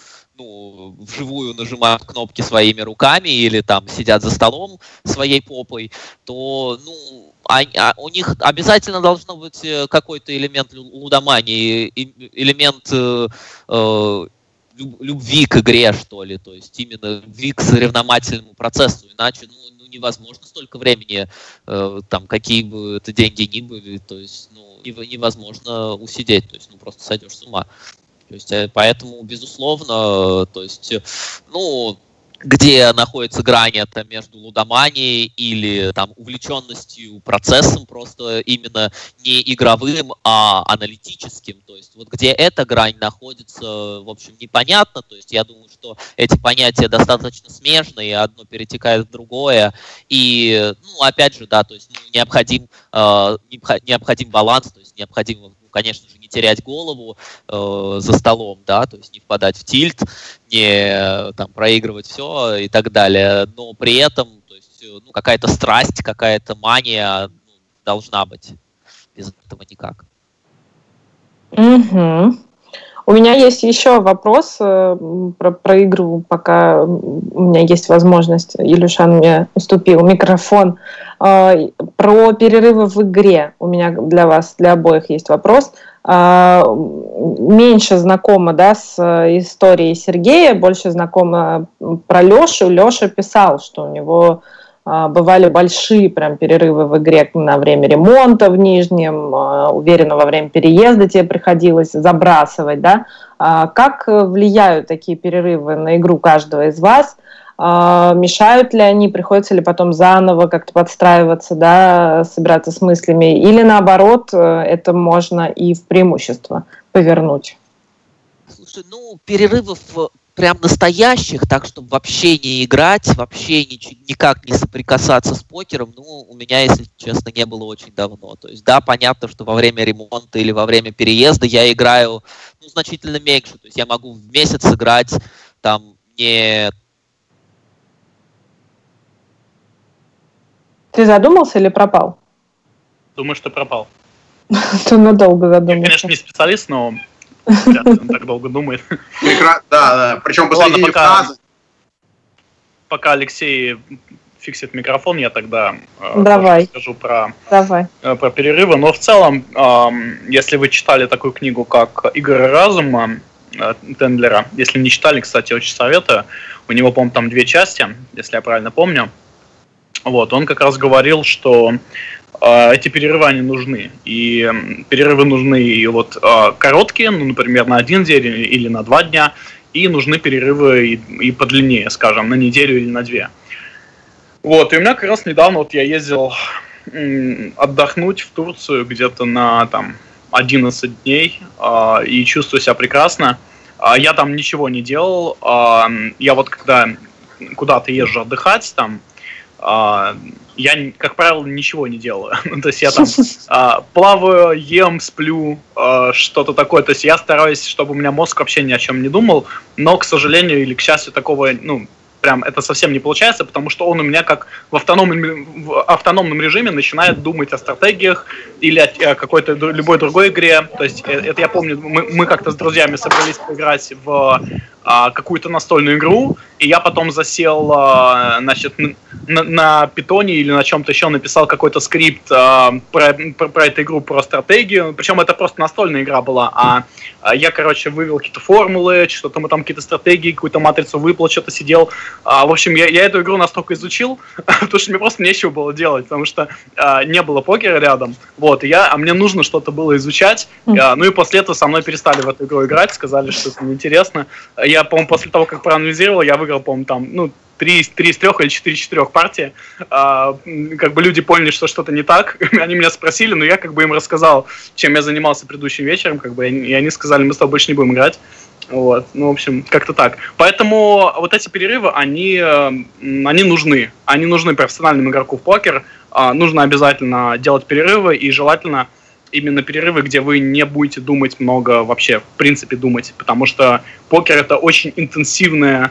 вживую, нажимают кнопки своими руками или там сидят за столом своей попой, то, у них обязательно должно быть какой-то элемент лудомании, элемент любви к игре, что ли, то есть именно любви к соревновательному процессу, иначе, невозможно столько времени, какие бы это деньги ни были, то есть, невозможно усидеть, то есть, просто сойдешь с ума. То есть, поэтому, безусловно, то есть, где находится грань это между лудоманией или увлеченностью процессом, просто именно не игровым, а аналитическим. То есть вот где эта грань находится, в общем, непонятно. То есть я думаю, что эти понятия достаточно смежные, одно перетекает в другое. И, опять же, да, то есть необходим баланс, то есть необходимо, конечно же, не терять голову за столом, да, то есть не впадать в тильт, не проигрывать все и так далее, но при этом, то есть, какая-то страсть, какая-то мания должна быть. Без этого никак. Угу. У меня есть еще вопрос про игру, пока у меня есть возможность. Илюшан мне уступил микрофон. Про перерывы в игре у меня для вас, для обоих есть вопрос. Меньше знакома, с историей Сергея, больше знакома про Лешу. Леша писал, что у него бывали большие прям перерывы в игре на время ремонта в Нижнем, уверенно, во время переезда тебе приходилось забрасывать, да? Как влияют такие перерывы на игру каждого из вас? Мешают ли они, приходится ли потом заново как-то подстраиваться, да, собираться с мыслями, или наоборот, это можно и в преимущество повернуть? Слушай, перерывов прям настоящих, так, чтобы вообще не играть, вообще никак не соприкасаться с покером, у меня, если честно, не было очень давно. То есть, да, понятно, что во время ремонта или во время переезда я играю, значительно меньше. То есть я могу в месяц играть не... Ты задумался или пропал? Думаю, что пропал. Ты надолго задумался. Я, конечно, не специалист, но он так долго думает. Да, причем посредине фразы. Пока Алексей фиксит микрофон, я тогда скажу про перерывы. Но в целом, если вы читали такую книгу, как «Игры разума» Тендлера, если не читали, кстати, очень советую. У него, по-моему, там 2 части, если я правильно помню. Вот, он как раз говорил, что эти перерывы, они нужны. И перерывы нужны и вот короткие, ну, например, на 1 день или на 2 дня, и нужны перерывы и подлиннее, скажем, на неделю или на 2. Вот, и у меня как раз недавно вот я ездил отдохнуть в Турцию где-то на там 11 дней, и чувствую себя прекрасно. Я там ничего не делал. Я вот когда куда-то езжу отдыхать, там, я, как правило, ничего не делаю. То есть я там плаваю, ем, сплю, что-то такое. То есть я стараюсь, чтобы у меня мозг вообще ни о чем не думал, но, к сожалению или к счастью, такого, ну, прям это совсем не получается, потому что он у меня как в автономном режиме начинает думать о стратегиях или о какой-то любой другой игре. То есть это я помню, мы как-то с друзьями собрались поиграть в какую-то настольную игру, и я потом засел, значит, на питоне или на чем-то еще написал какой-то скрипт про эту игру, про стратегию. Причем это просто настольная игра была, а я, короче, вывел какие-то формулы, что-то мы там какие-то стратегии, какую-то матрицу выплыл, что-то сидел. В общем, я эту игру настолько изучил, потому что мне просто нечего было делать, потому что не было покера рядом. Вот, а мне нужно что-то было изучать. Ну и после этого со мной перестали в эту игру играть, сказали, что это неинтересно. Я, по-моему, после того, как проанализировал, я выиграл, по-моему, там, ну, 3 из 3 или 4 из 4 партии. Как бы люди поняли, что что-то не так. Они меня спросили, но я как бы им рассказал, чем я занимался предыдущим вечером, как бы, и они сказали, мы с тобой больше не будем играть. Вот, ну, в общем, как-то так. Поэтому вот эти перерывы, они нужны. Они нужны профессиональному игроку в покер. Нужно обязательно делать перерывы, и желательно именно перерывы, где вы не будете думать много вообще, в принципе, думать. Потому что покер — это очень интенсивная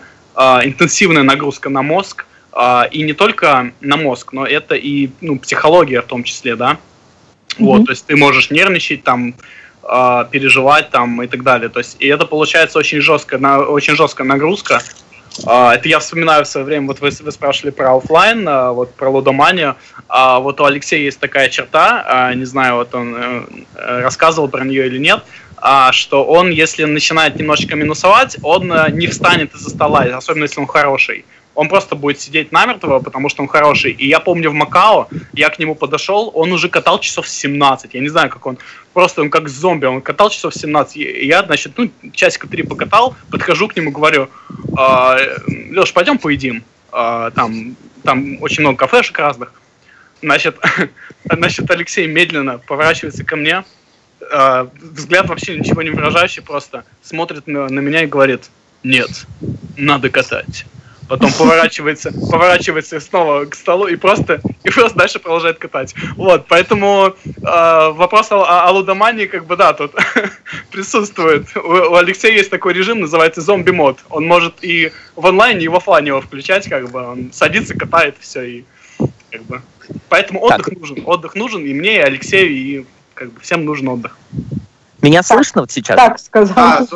нагрузка на мозг. И не только на мозг, но это и, ну, психология в том числе, да. Вот, то есть ты можешь нервничать, там, переживать там и так далее. То есть, и это получается очень жесткая нагрузка. Это я вспоминаю в свое время, вот вы спрашивали про офлайн, вот про лудоманию. Вот у Алексея есть такая черта, не знаю, вот он рассказывал про нее или нет, что он, если начинает немножечко минусовать, он не встанет из-за стола, особенно если он хороший. Он просто будет сидеть намертво, потому что он хороший. И я помню в Макао, я к нему подошел, он уже катал часов 17. Я не знаю, как он. Просто он как зомби, он катал часов 17. И я, значит, ну, часика 3 покатал, подхожу к нему, говорю: Леш, пойдем поедим. Там очень много кафешек разных. Значит, Алексей медленно поворачивается ко мне. Взгляд вообще ничего не выражающий, просто смотрит на меня и говорит: нет, надо катать. Потом поворачивается снова к столу и просто дальше продолжает катать. Вот, поэтому вопрос о лудомании, как бы, да, тут присутствует. У Алексея есть такой режим, называется зомби-мод. Он может и в онлайне, и в офлайне его включать, как бы, он садится, катает, все, и как бы. Поэтому отдых нужен и мне, и Алексею, и как бы всем нужен отдых. Меня слышно вот сейчас? Так сказал.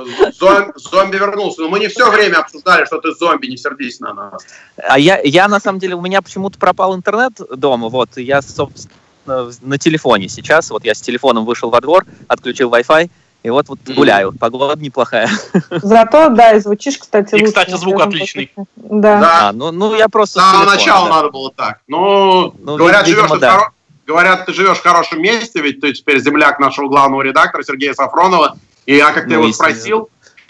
Зомби вернулся. Но мы не все время обсуждали, что ты зомби, не сердись на нас. А я на самом деле, у меня почему-то пропал интернет дома, вот, и я, собственно, на телефоне сейчас, вот я с телефоном вышел во двор, отключил Wi-Fi, и вот гуляю. Погода неплохая. Зато, да, и звучишь, кстати, лучше. И, кстати, звук отличный. Да. Ну я просто... С самого начала надо было так. Ну говорят, видимо, говорят, ты живешь в хорошем месте, ведь ты теперь земляк нашего главного редактора Сергея Сафронова. И я как-то его спросил,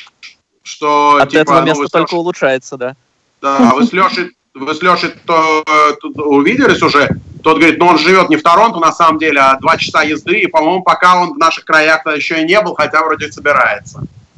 что... От этого место только улучшается, да. Да, вы с Лешей увиделись уже. Тот говорит, он живет не в Торонто, на самом деле, а 2 часа езды. И, по-моему, пока он в наших краях еще и не был, хотя вроде собирается.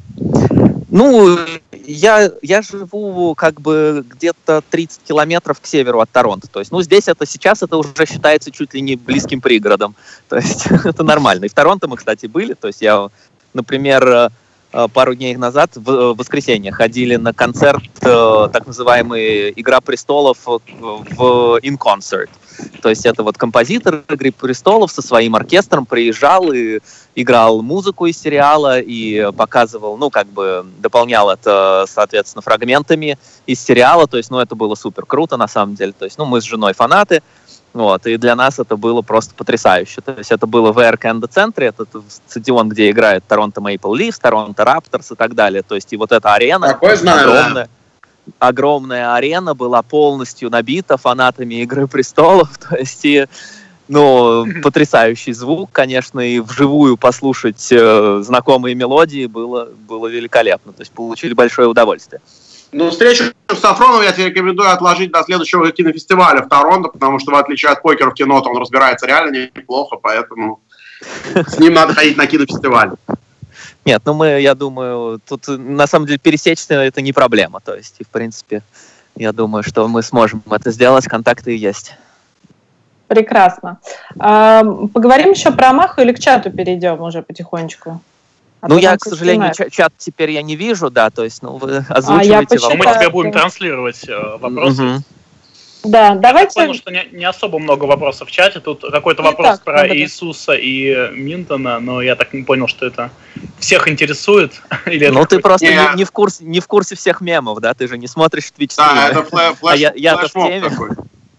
Ну, я живу как бы где-то 30 километров к северу от Торонто. То есть, ну, сейчас это уже считается чуть ли не близким пригородом. То есть, это нормально. И в Торонто мы, кстати, были. То есть, я, например, пару дней назад, в воскресенье, ходили на концерт, так называемый «Игра престолов» в In Concert. То есть это вот композитор «Игры престолов» со своим оркестром приезжал и играл музыку из сериала и показывал, ну, как бы дополнял это, соответственно, фрагментами из сериала. То есть, ну, это было супер круто, на самом деле. То есть, ну, мы с женой фанаты, вот, и для нас это было просто потрясающе. То есть это было в Air Canada центре, это стадион, где играют Торонто Maple Leafs, Торонто Raptors и так далее. То есть и вот эта арена огромная. Да. огромная арена была полностью набита фанатами «Игры престолов», то есть потрясающий звук, конечно, и вживую послушать знакомые мелодии было великолепно, то есть получили большое удовольствие. Встречу с Сафроновым я тебе рекомендую отложить до следующего кинофестиваля в Торонто, потому что, в отличие от покера в кино, он разбирается реально неплохо, поэтому с ним надо ходить на кинофестиваль. Нет, я думаю, тут на самом деле пересечься это не проблема, то есть, в принципе, я думаю, что мы сможем это сделать, контакты есть. Прекрасно. Поговорим еще про Амаху или к чату перейдем уже потихонечку? Я, к сожалению, чат теперь я не вижу, да, то есть, вы озвучиваете вопросы. Мы тебе будем транслировать вопросы. Да, давайте... Я понял, что не особо много вопросов в чате, тут какой-то вопрос про Иисуса и Минтона, но я так не понял, что это всех интересует. Ты просто не в курсе всех мемов, да, ты же не смотришь Twitch-стримы. Да, это флешмоб такой.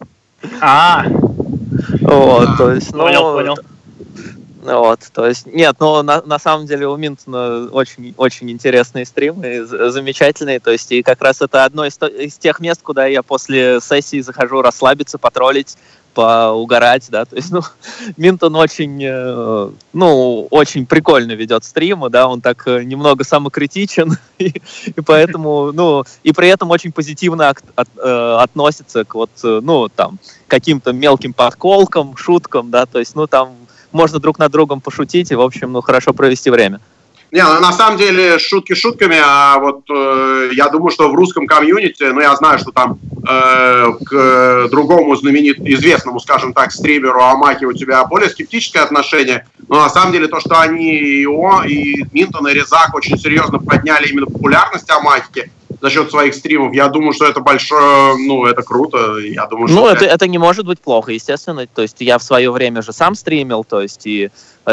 То есть, понял. То есть, нет, на самом деле у Минтона очень, очень интересные стримы, замечательные, то есть, и как раз это одно из тех мест, куда я после сессии захожу расслабиться, потроллить, поугарать, да, то есть, Минтон очень, очень прикольно ведет стримы, да, он так немного самокритичен, и поэтому, и при этом очень позитивно относится к каким-то мелким подколкам, шуткам, да, то есть, там можно друг над другом пошутить и, в общем, хорошо провести время. На самом деле, шутки шутками, а я думаю, что в русском комьюнити, я знаю, что там к другому известному, скажем так, стримеру Амахи у тебя более скептическое отношение, но на самом деле то, что они и Минтон, и Резак очень серьезно подняли именно популярность Амахи за счет своих стримов, я думаю, что это большое, это круто. Я думаю, что это не может быть плохо, естественно. То есть я в свое время же сам стримил, то есть я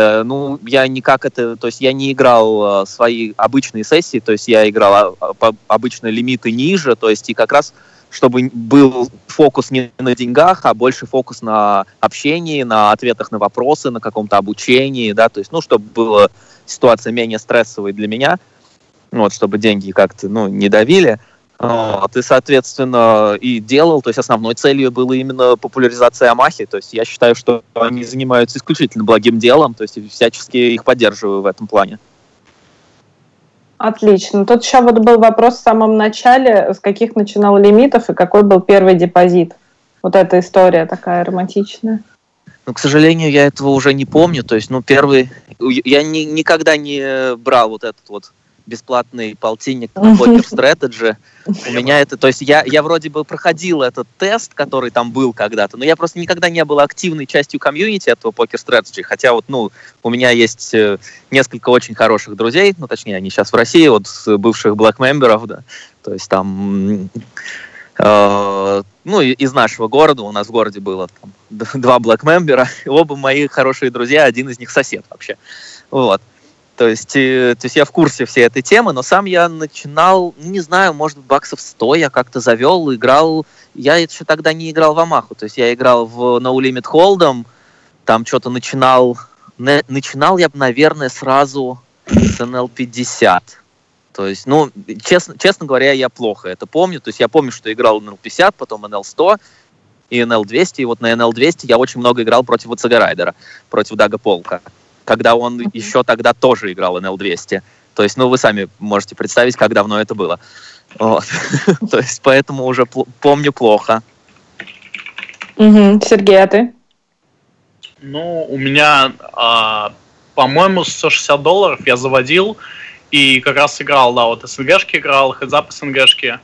я не играл свои обычные сессии, то есть я играл обычно лимиты ниже, то есть и как раз чтобы был фокус не на деньгах, а больше фокус на общении, на ответах на вопросы, на каком-то обучении, да, то есть, чтобы была ситуация менее стрессовой для меня, чтобы деньги как-то, не давили. И, соответственно, и делал, то есть основной целью было именно популяризация Амахи, то есть я считаю, что они занимаются исключительно благим делом, то есть всячески их поддерживаю в этом плане. Отлично. Тут еще был вопрос в самом начале, с каких начинал лимитов и какой был первый депозит. Вот эта история такая романтичная. К сожалению, я этого уже не помню, то есть, первый, я никогда не брал вот этот бесплатный полтинник на Poker Strategy. У меня это, то есть я вроде бы проходил этот тест, который там был когда-то, но я просто никогда не был активной частью комьюнити этого Poker Strategy, хотя у меня есть несколько очень хороших друзей, точнее, они сейчас в России, бывших Black Member'ов, да, то есть там, из нашего города, у нас в городе было там 2 Black Member'а, оба мои хорошие друзья, один из них сосед вообще, То есть я в курсе всей этой темы, но сам я начинал, не знаю, может, баксов 100 я как-то завел, играл. Я еще тогда не играл в Амаху, то есть я играл в No Limit Hold'em, там что-то начинал я, наверное, сразу с NL50. То есть, честно говоря, я плохо это помню. То есть я помню, что играл NL50, потом NL100 и NL200. И на NL200 я очень много играл против ВЦГ Райдера, против Дага Полка, когда он еще тогда тоже играл NL200. То есть, вы сами можете представить, как давно это было. То есть, поэтому уже помню плохо. Сергей, а ты? У меня, по-моему, $160 я заводил и как раз играл, СНГшки играл, хедзап СНГшки.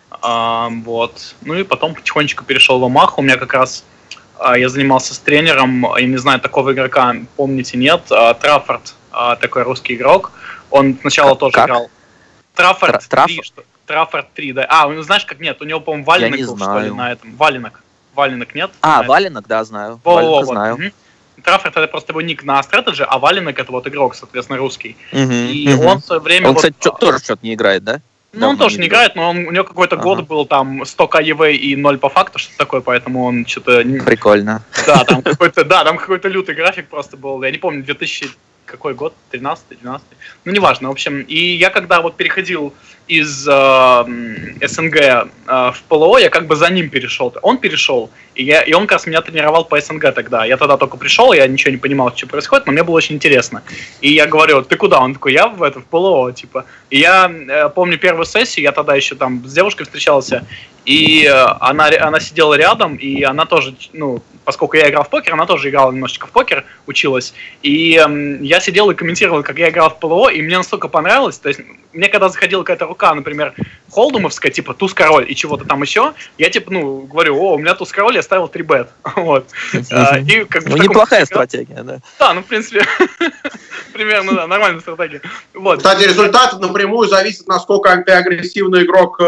И потом потихонечку перешел в Амаху. У меня как раз я занимался с тренером, я не знаю, такого игрока, помните, нет, Траффорд, такой русский игрок, он сначала тоже играл. Траффорд 3, Траффорд 3, да. Знаешь, как нет, у него, по-моему, Валенок был, что ли, на этом. Валенок нет? Валенок, да, знаю. Валенок знаю. Траффорд — это просто его ник на Strategy, а Валенок — это игрок, соответственно, русский. И он в свое время... Он, кстати, тоже что-то не играет, да? Он тоже не играет, но у него какой-то год был там 100к EV и 0 по факту, что-то такое, поэтому он что-то... Прикольно. Да, там какой-то лютый график просто был. Я не помню, 2013 какой год? 13-й, 12-й? Ну, неважно, в общем. И я когда вот переходил из СНГ в ПЛО, я как бы за ним перешел. Он перешел, и он как раз меня тренировал по СНГ тогда. Я тогда только пришел, я ничего не понимал, что происходит, но мне было очень интересно. И я говорю, ты куда? Он такой, я в ПЛО, типа. И я помню первую сессию, я тогда еще там с девушкой встречался, и она сидела рядом, и она тоже, ну, поскольку я играл в покер, она тоже играла немножечко в покер, училась. И я сидел и комментировал, как я играл в ПЛО, и мне настолько понравилось. То есть мне когда заходила какая-то рука, например, холдумовская, типа туз-король и чего-то там еще, я типа, ну, говорю, у меня туз-король, я ставил 3-бет. Вот. И, как бы, ну, неплохая стратегия, да. Да, ну, в принципе, примерно, да, нормальная стратегия. Вот. Кстати, результат напрямую зависит, насколько ты агрессивный игрок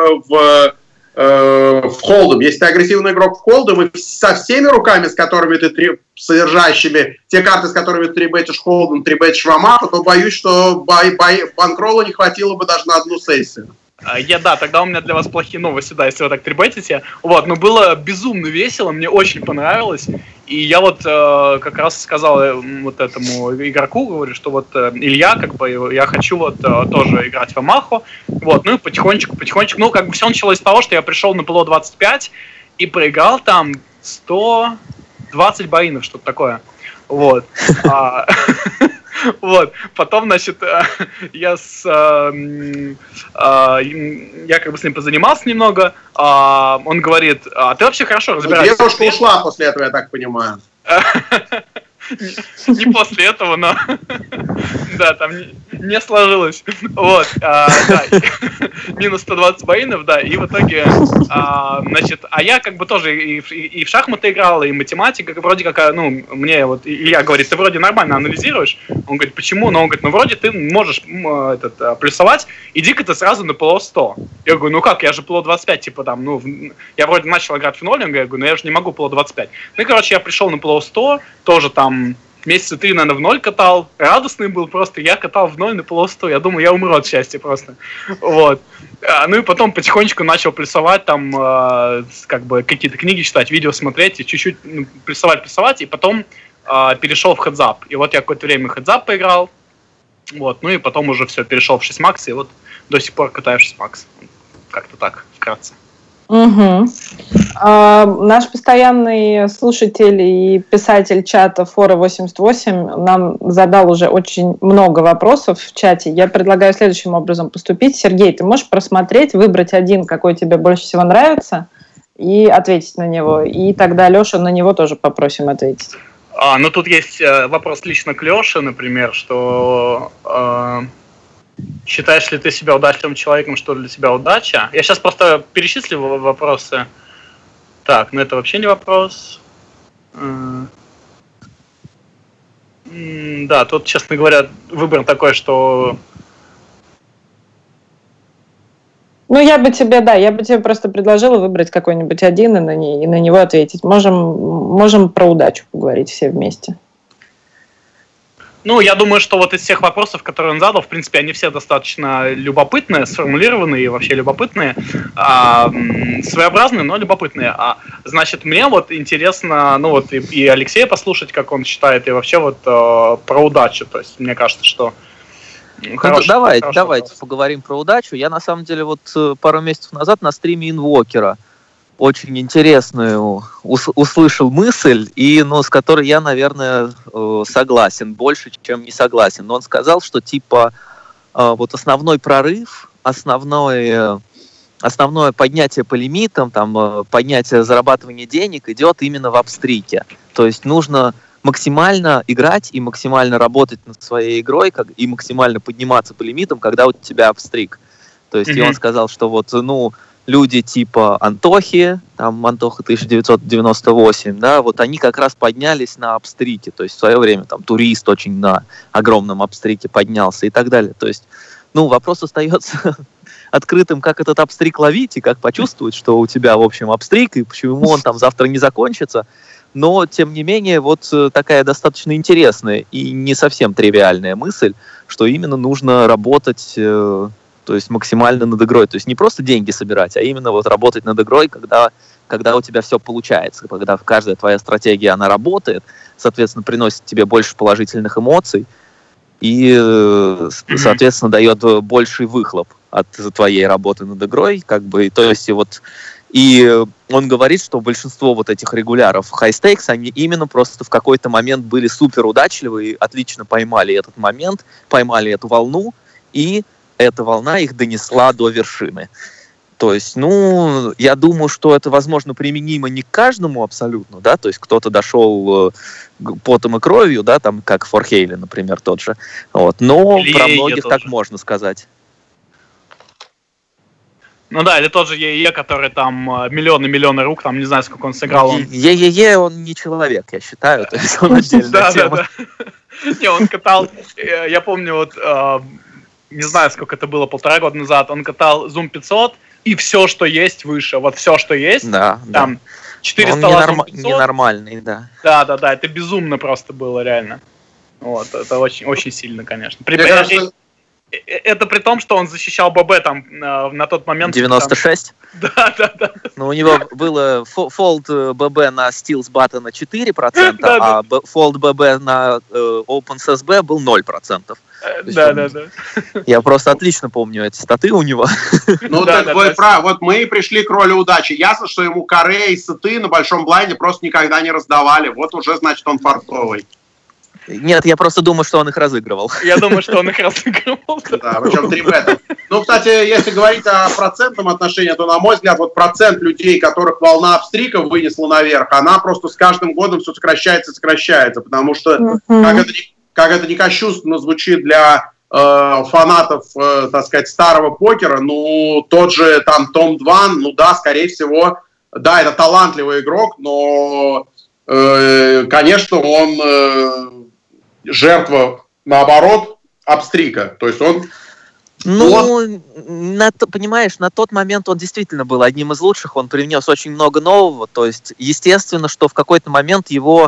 в холдом. Если ты агрессивный игрок в холдом и со всеми руками, с которыми ты содержащими, те карты, с которыми ты 3-бетишь холдом, 3-бетишь в Амаху, то боюсь, что банкролла не хватило бы даже на одну сессию. Да, тогда у меня для вас плохие новости, да, если вы так трибетите. Вот, но было безумно весело, мне очень понравилось. И я вот как раз сказал вот этому игроку, говорю, что вот Илья, как бы, я хочу вот тоже играть в Амаху. Вот, ну и потихонечку, ну как бы все началось с того, что я пришел на ПЛО 25 и проиграл там 120 боинов, что-то такое. Вот. Вот, потом, значит, я как бы с ним позанимался немного, он говорит, ты вообще хорошо разбираешься. Девушка ушла после этого, я так понимаю. Не после этого, но да, там не сложилось. Вот, да, минус 120 боинов, да, и в итоге, значит, я как бы тоже и в шахматы играл, и математика, вроде как, ну, мне вот Илья говорит, ты вроде нормально анализируешь, он говорит, почему? Но он говорит, ну, вроде ты можешь плюсовать, иди-ка ты сразу на ПЛО 100. Я говорю, ну как, я же ПЛО 25, типа там, ну, я вроде начал играть в ноллинг, я говорю, ну, я же не могу ПЛО 25. Ну, и, короче, я пришел на ПЛО 100, тоже там месяца 3, наверное, в ноль катал. Радостный был просто. Я катал в ноль на ПЛО 100. Я думаю, я умру от счастья просто. Вот. Ну и потом потихонечку начал плюсовать, там, как бы, какие-то книги читать, видео смотреть, и чуть-чуть плюсовать, и потом перешел в хедзап. И вот я какое-то время в хедзап поиграл. Вот. Ну и потом уже все, перешел в 6 макс, и вот до сих пор катаю в 6 макс. Как-то так, вкратце. Угу. Наш постоянный слушатель и писатель чата Фора 88 нам задал уже очень много вопросов в чате. Я предлагаю следующим образом поступить. Сергей, ты можешь просмотреть, выбрать один, какой тебе больше всего нравится, и ответить на него. И тогда Лешу на него тоже попросим ответить. Ну тут есть вопрос лично к Леше, например, что... Считаешь ли ты себя удачливым человеком, что для тебя удача? Я сейчас просто перечислю вопросы. Так, ну это вообще не вопрос. Да, тут, честно говоря, выбор такой, что... Ну, я бы тебе просто предложила выбрать какой-нибудь один и на него ответить. Можем про удачу поговорить все вместе. Ну, я думаю, что вот из всех вопросов, которые он задал, в принципе, они все достаточно любопытные, сформулированные и вообще любопытные, своеобразные, но любопытные. Значит, мне вот интересно, ну вот и Алексея послушать, как он считает, и вообще вот про удачу. То есть, мне кажется, что... Давайте поговорим про удачу. Я, на самом деле, вот пару месяцев назад на стриме Инвокера очень интересную услышал мысль, и, с которой я, наверное, согласен больше, чем не согласен. Но он сказал, что типа вот основной прорыв, основное поднятие по лимитам, там, поднятие зарабатывания денег идет именно в апстрике. То есть нужно максимально играть и максимально работать над своей игрой, и максимально подниматься по лимитам, когда у тебя апстрик. То есть и он сказал, что вот, люди типа Антохи, там Антоха 1998, да, вот они как раз поднялись на апстрике, то есть в свое время там Турист очень на огромном апстрике поднялся и так далее. То есть, вопрос остается открытым, как этот апстрик ловить и как почувствовать, что у тебя, в общем, апстрик, и почему он там завтра не закончится. Но, тем не менее, вот такая достаточно интересная и не совсем тривиальная мысль, что именно нужно работать... То есть максимально над игрой. То есть не просто деньги собирать, а именно вот работать над игрой, когда у тебя все получается, когда каждая твоя стратегия, она работает, соответственно, приносит тебе больше положительных эмоций, и, соответственно, дает больший выхлоп от твоей работы над игрой, как бы, то есть, и вот, и он говорит, что большинство вот этих регуляров High Stakes, они именно просто в какой-то момент были супер удачливы, отлично поймали этот момент, поймали эту волну, и эта волна их донесла до вершины. То есть, ну, я думаю, что это, возможно, применимо не к каждому абсолютно, да, то есть кто-то дошел потом и кровью, да, там, как Форхейли, например, тот же, вот, но или про многих так тоже можно сказать. Ну да, или тот же ЕЕ, который там миллионы рук, там не знаю, сколько он сыграл. ЕЕ, он не человек, я считаю, то есть он отдельная тема. Да. Не, он катал, я помню, вот, не знаю, сколько это было, 1,5 года назад, он катал Zoom 500, и все, что есть выше, вот все, что есть, да, там 4 он стола Zoom 500. ненормальный, да. Да, это безумно просто было, реально. Вот, это очень, очень сильно, конечно. Это при том, что он защищал ББ там на тот момент. 96? Там... Да. Ну, у него было fold ББ на Steals Button 4%, а fold ББ на OpenSSB был 0%. Да. Я просто отлично помню эти статы у него. Ну, так вы правы. Вот мы и пришли к роли удачи. Ясно, что ему каре и сеты на большом блайнде просто никогда не раздавали. Вот уже, значит, он фартовый. Нет, я просто думаю, что он их разыгрывал. Я думаю, что он их разыгрывал. Да, причем 3 бета. Ну, кстати, если говорить о процентном отношении, то, на мой взгляд, вот процент людей, которых волна апстриков вынесла наверх, она просто с каждым годом все сокращается, потому что, как это не кощунственно звучит для фанатов, так сказать, старого покера, ну, тот же там Том Дван, ну да, скорее всего, да, это талантливый игрок, но, конечно, он... жертва, наоборот, апстрика. То есть он... Ну, понимаешь, на тот момент он действительно был одним из лучших, он привнес очень много нового, то есть, естественно, что в какой-то момент его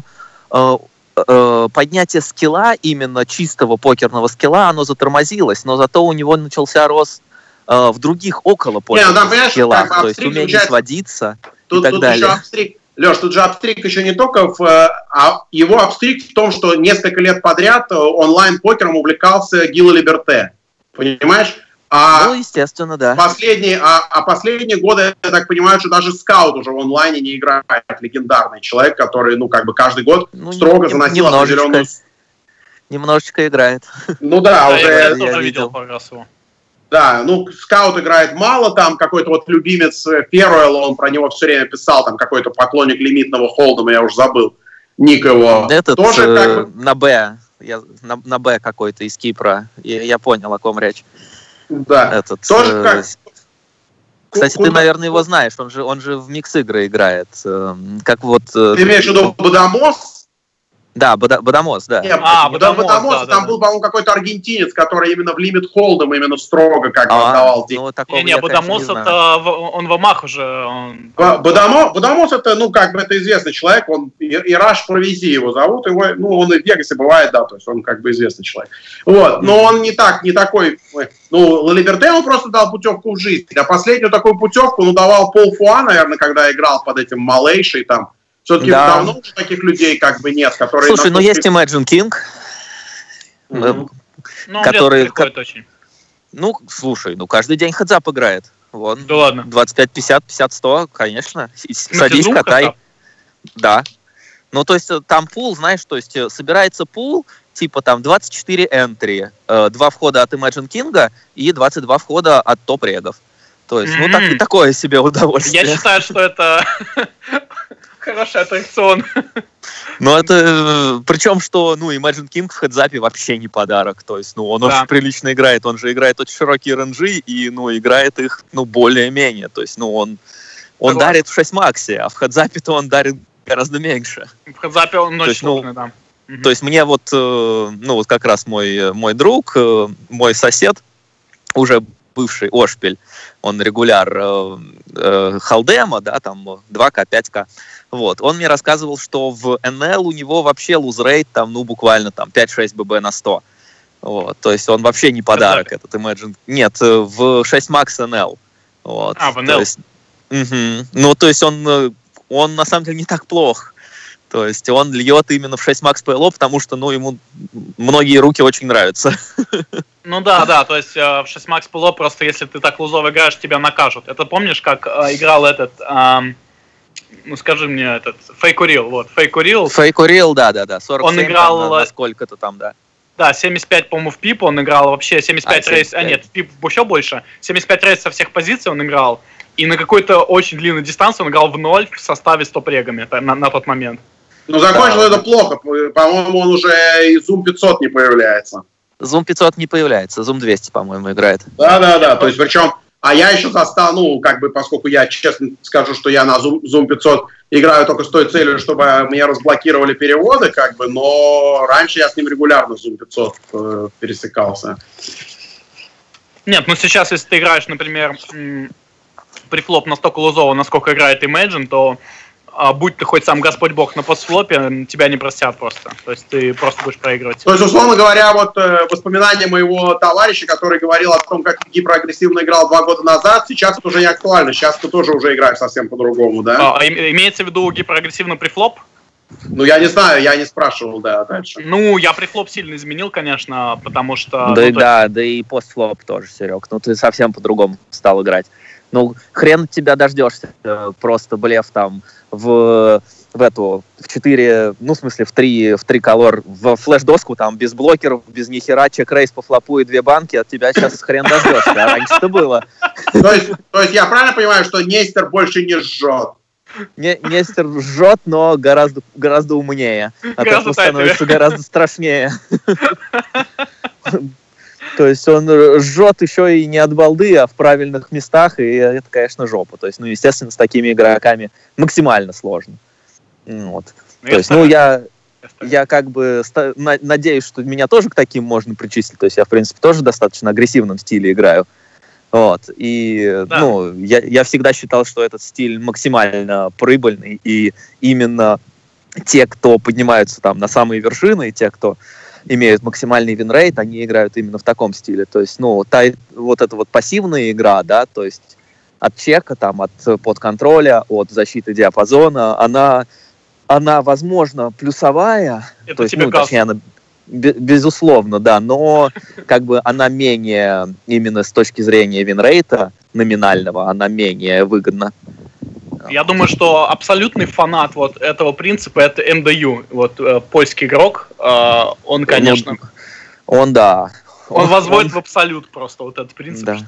поднятие скилла, именно чистого покерного скилла, оно затормозилось, но зато у него начался рост в других около покерных скиллах, то есть умение сводиться и так далее. Леш, тут же апстрик еще не только его апстрик в том, что несколько лет подряд онлайн-покером увлекался Гило Либерте. Понимаешь? Ну, естественно, да. Последние годы, я так понимаю, что даже скаут уже в онлайне не играет. Легендарный человек, который, ну, как бы каждый год строго заносил определенную... Немножечко играет. Ну да, уже... Я тоже видел пару раз его. Да, ну, скаут играет мало, там какой-то вот любимец Феруэлла, он про него все время писал, там какой-то поклонник лимитного холдема, я уже забыл, ник его. Этот тоже как бы... на Б, на Б какой-то из Кипра, я понял, о ком речь. Да, этот, тоже как... Кстати, ты, наверное, его знаешь, он же в микс-игры играет, как вот... Ты имеешь в виду Бадамос? Да, Бадамос, да. Бадамос, там был, по-моему, какой-то аргентинец, который именно в лимит холдом именно строго как бы отдавал деньги. Не, Бадамос это он в Амах уже. Бадамос это, ну, как бы это известный человек, он Ираш Провези его зовут, его, ну, он и в Вегасе бывает, да, то есть он как бы известный человек. Вот, но он не такой, ну, Либерте он просто дал путевку в жизнь, а последнюю такую путевку, ну, давал Пол Фуа, наверное, когда играл под этим Малейшей там. Все-таки давно уже таких людей как бы нет, которые... Слушай, ну есть Imagine King, который... очень. Ну, слушай, ну каждый день хедзап играет. Вон, да ладно. 25, 50, 50, 100, конечно. Садись, катай. Да. Ну, то есть там пул, знаешь, то есть собирается пул, типа там 24 энтри, 2 входа от Imagine King и 22 входа от топ-регов. То есть, ну, такое себе удовольствие. Я считаю, что это... Хороший аттракцион. Ну, это... Причем, что, ну, Imagine King в хедзапе вообще не подарок. То есть, ну, он очень прилично играет. Он же играет очень широкие ренджи и, ну, играет их, ну, более-менее. То есть, ну, он дарит в 6 макси, а в хедзапе-то он дарит гораздо меньше. В хедзапе он очень крупный, да. То есть, мне вот, ну, вот как раз мой друг, мой сосед, уже бывший Ошпель, он регуляр Халдема, да, там 2К, 5К. Вот. Он мне рассказывал, что в НЛ у него вообще лузрейт там, ну, буквально там 5-6 ББ на 100. Вот. То есть он вообще не подарок, этот Imagine. Нет, в 6 Max НЛ. Вот. В НЛ? Ну, то есть он на самом деле не так плох. То есть он льет именно в 6 Max PLO, потому что, ну, ему многие руки очень нравятся. Ну да, то есть в 6 Max PLO просто если ты так лузов играешь, тебя накажут. Это помнишь, как играл этот, ну скажи мне, этот, Fake Real, вот, Fake Real, да, 47 он играл, там, на сколько-то там, да. Да, 75, по-моему, в пип он играл вообще, 75 рейс, 75. Нет, в пип еще больше, 75 рейс со всех позиций он играл, и на какой-то очень длинной дистанции он играл в 0 в составе с топ-регами на тот момент. Ну, закончил это плохо. По-моему, он уже и Zoom 500 не появляется. Zoom 500 не появляется, Zoom 200, по-моему, играет. Да. То есть, причем, а я еще застал, ну, как бы, поскольку я честно скажу, что я на Zoom 500 играю только с той целью, чтобы мне разблокировали переводы, как бы, но раньше я с ним регулярно Zoom 500 пересекался. Нет, ну сейчас, если ты играешь, например, префлоп настолько лузово, насколько играет Imagine, то будь ты хоть сам Господь Бог на постфлопе, тебя не простят просто. То есть ты просто будешь проигрывать. То есть, условно говоря, вот воспоминания моего товарища, который говорил о том, как гиперагрессивно играл 2 года назад, сейчас это уже не актуально. Сейчас ты тоже уже играешь совсем по-другому, да? Имеется в виду гиперагрессивный префлоп? Ну, я не знаю, я не спрашивал, да, дальше. Ну, я префлоп сильно изменил, конечно, потому что... Да и постфлоп тоже, Серег. Ну, ты совсем по-другому стал играть. Ну, хрен от тебя дождешься. Просто блеф там в 4, ну, в смысле, в 3 колор, в флеш-доску, там, без блокеров, без нихера, чек-рейс по флопу и 2 банки, от тебя сейчас хрен дождешься. А раньше-то было. То есть я правильно понимаю, что Нестер больше не жжет? Нестер жжет, но гораздо умнее. От этого становится гораздо страшнее. То есть он жжет еще и не от балды, а в правильных местах, и это, конечно, жопа. То есть, ну, естественно, с такими игроками максимально сложно. Вот. То есть, ну, я как бы надеюсь, что меня тоже к таким можно причислить. То есть я, в принципе, тоже в достаточно агрессивном стиле играю. Вот. И, да. Ну, я всегда считал, что этот стиль максимально прибыльный, и именно те, кто поднимаются там на самые вершины, и те, кто имеют максимальный винрейт, они играют именно в таком стиле. То есть, ну, вот эта вот пассивная игра, да, то есть от чека, там, от подконтроля, от защиты диапазона, она возможно, плюсовая. Это то есть, тебе ну, точнее, она, безусловно, да, но как бы она менее, именно с точки зрения винрейта номинального, она менее выгодна. Я думаю, что абсолютный фанат вот этого принципа это МДЮ. Вот польский игрок, он, конечно... Он возводит в абсолют просто вот этот принцип, да.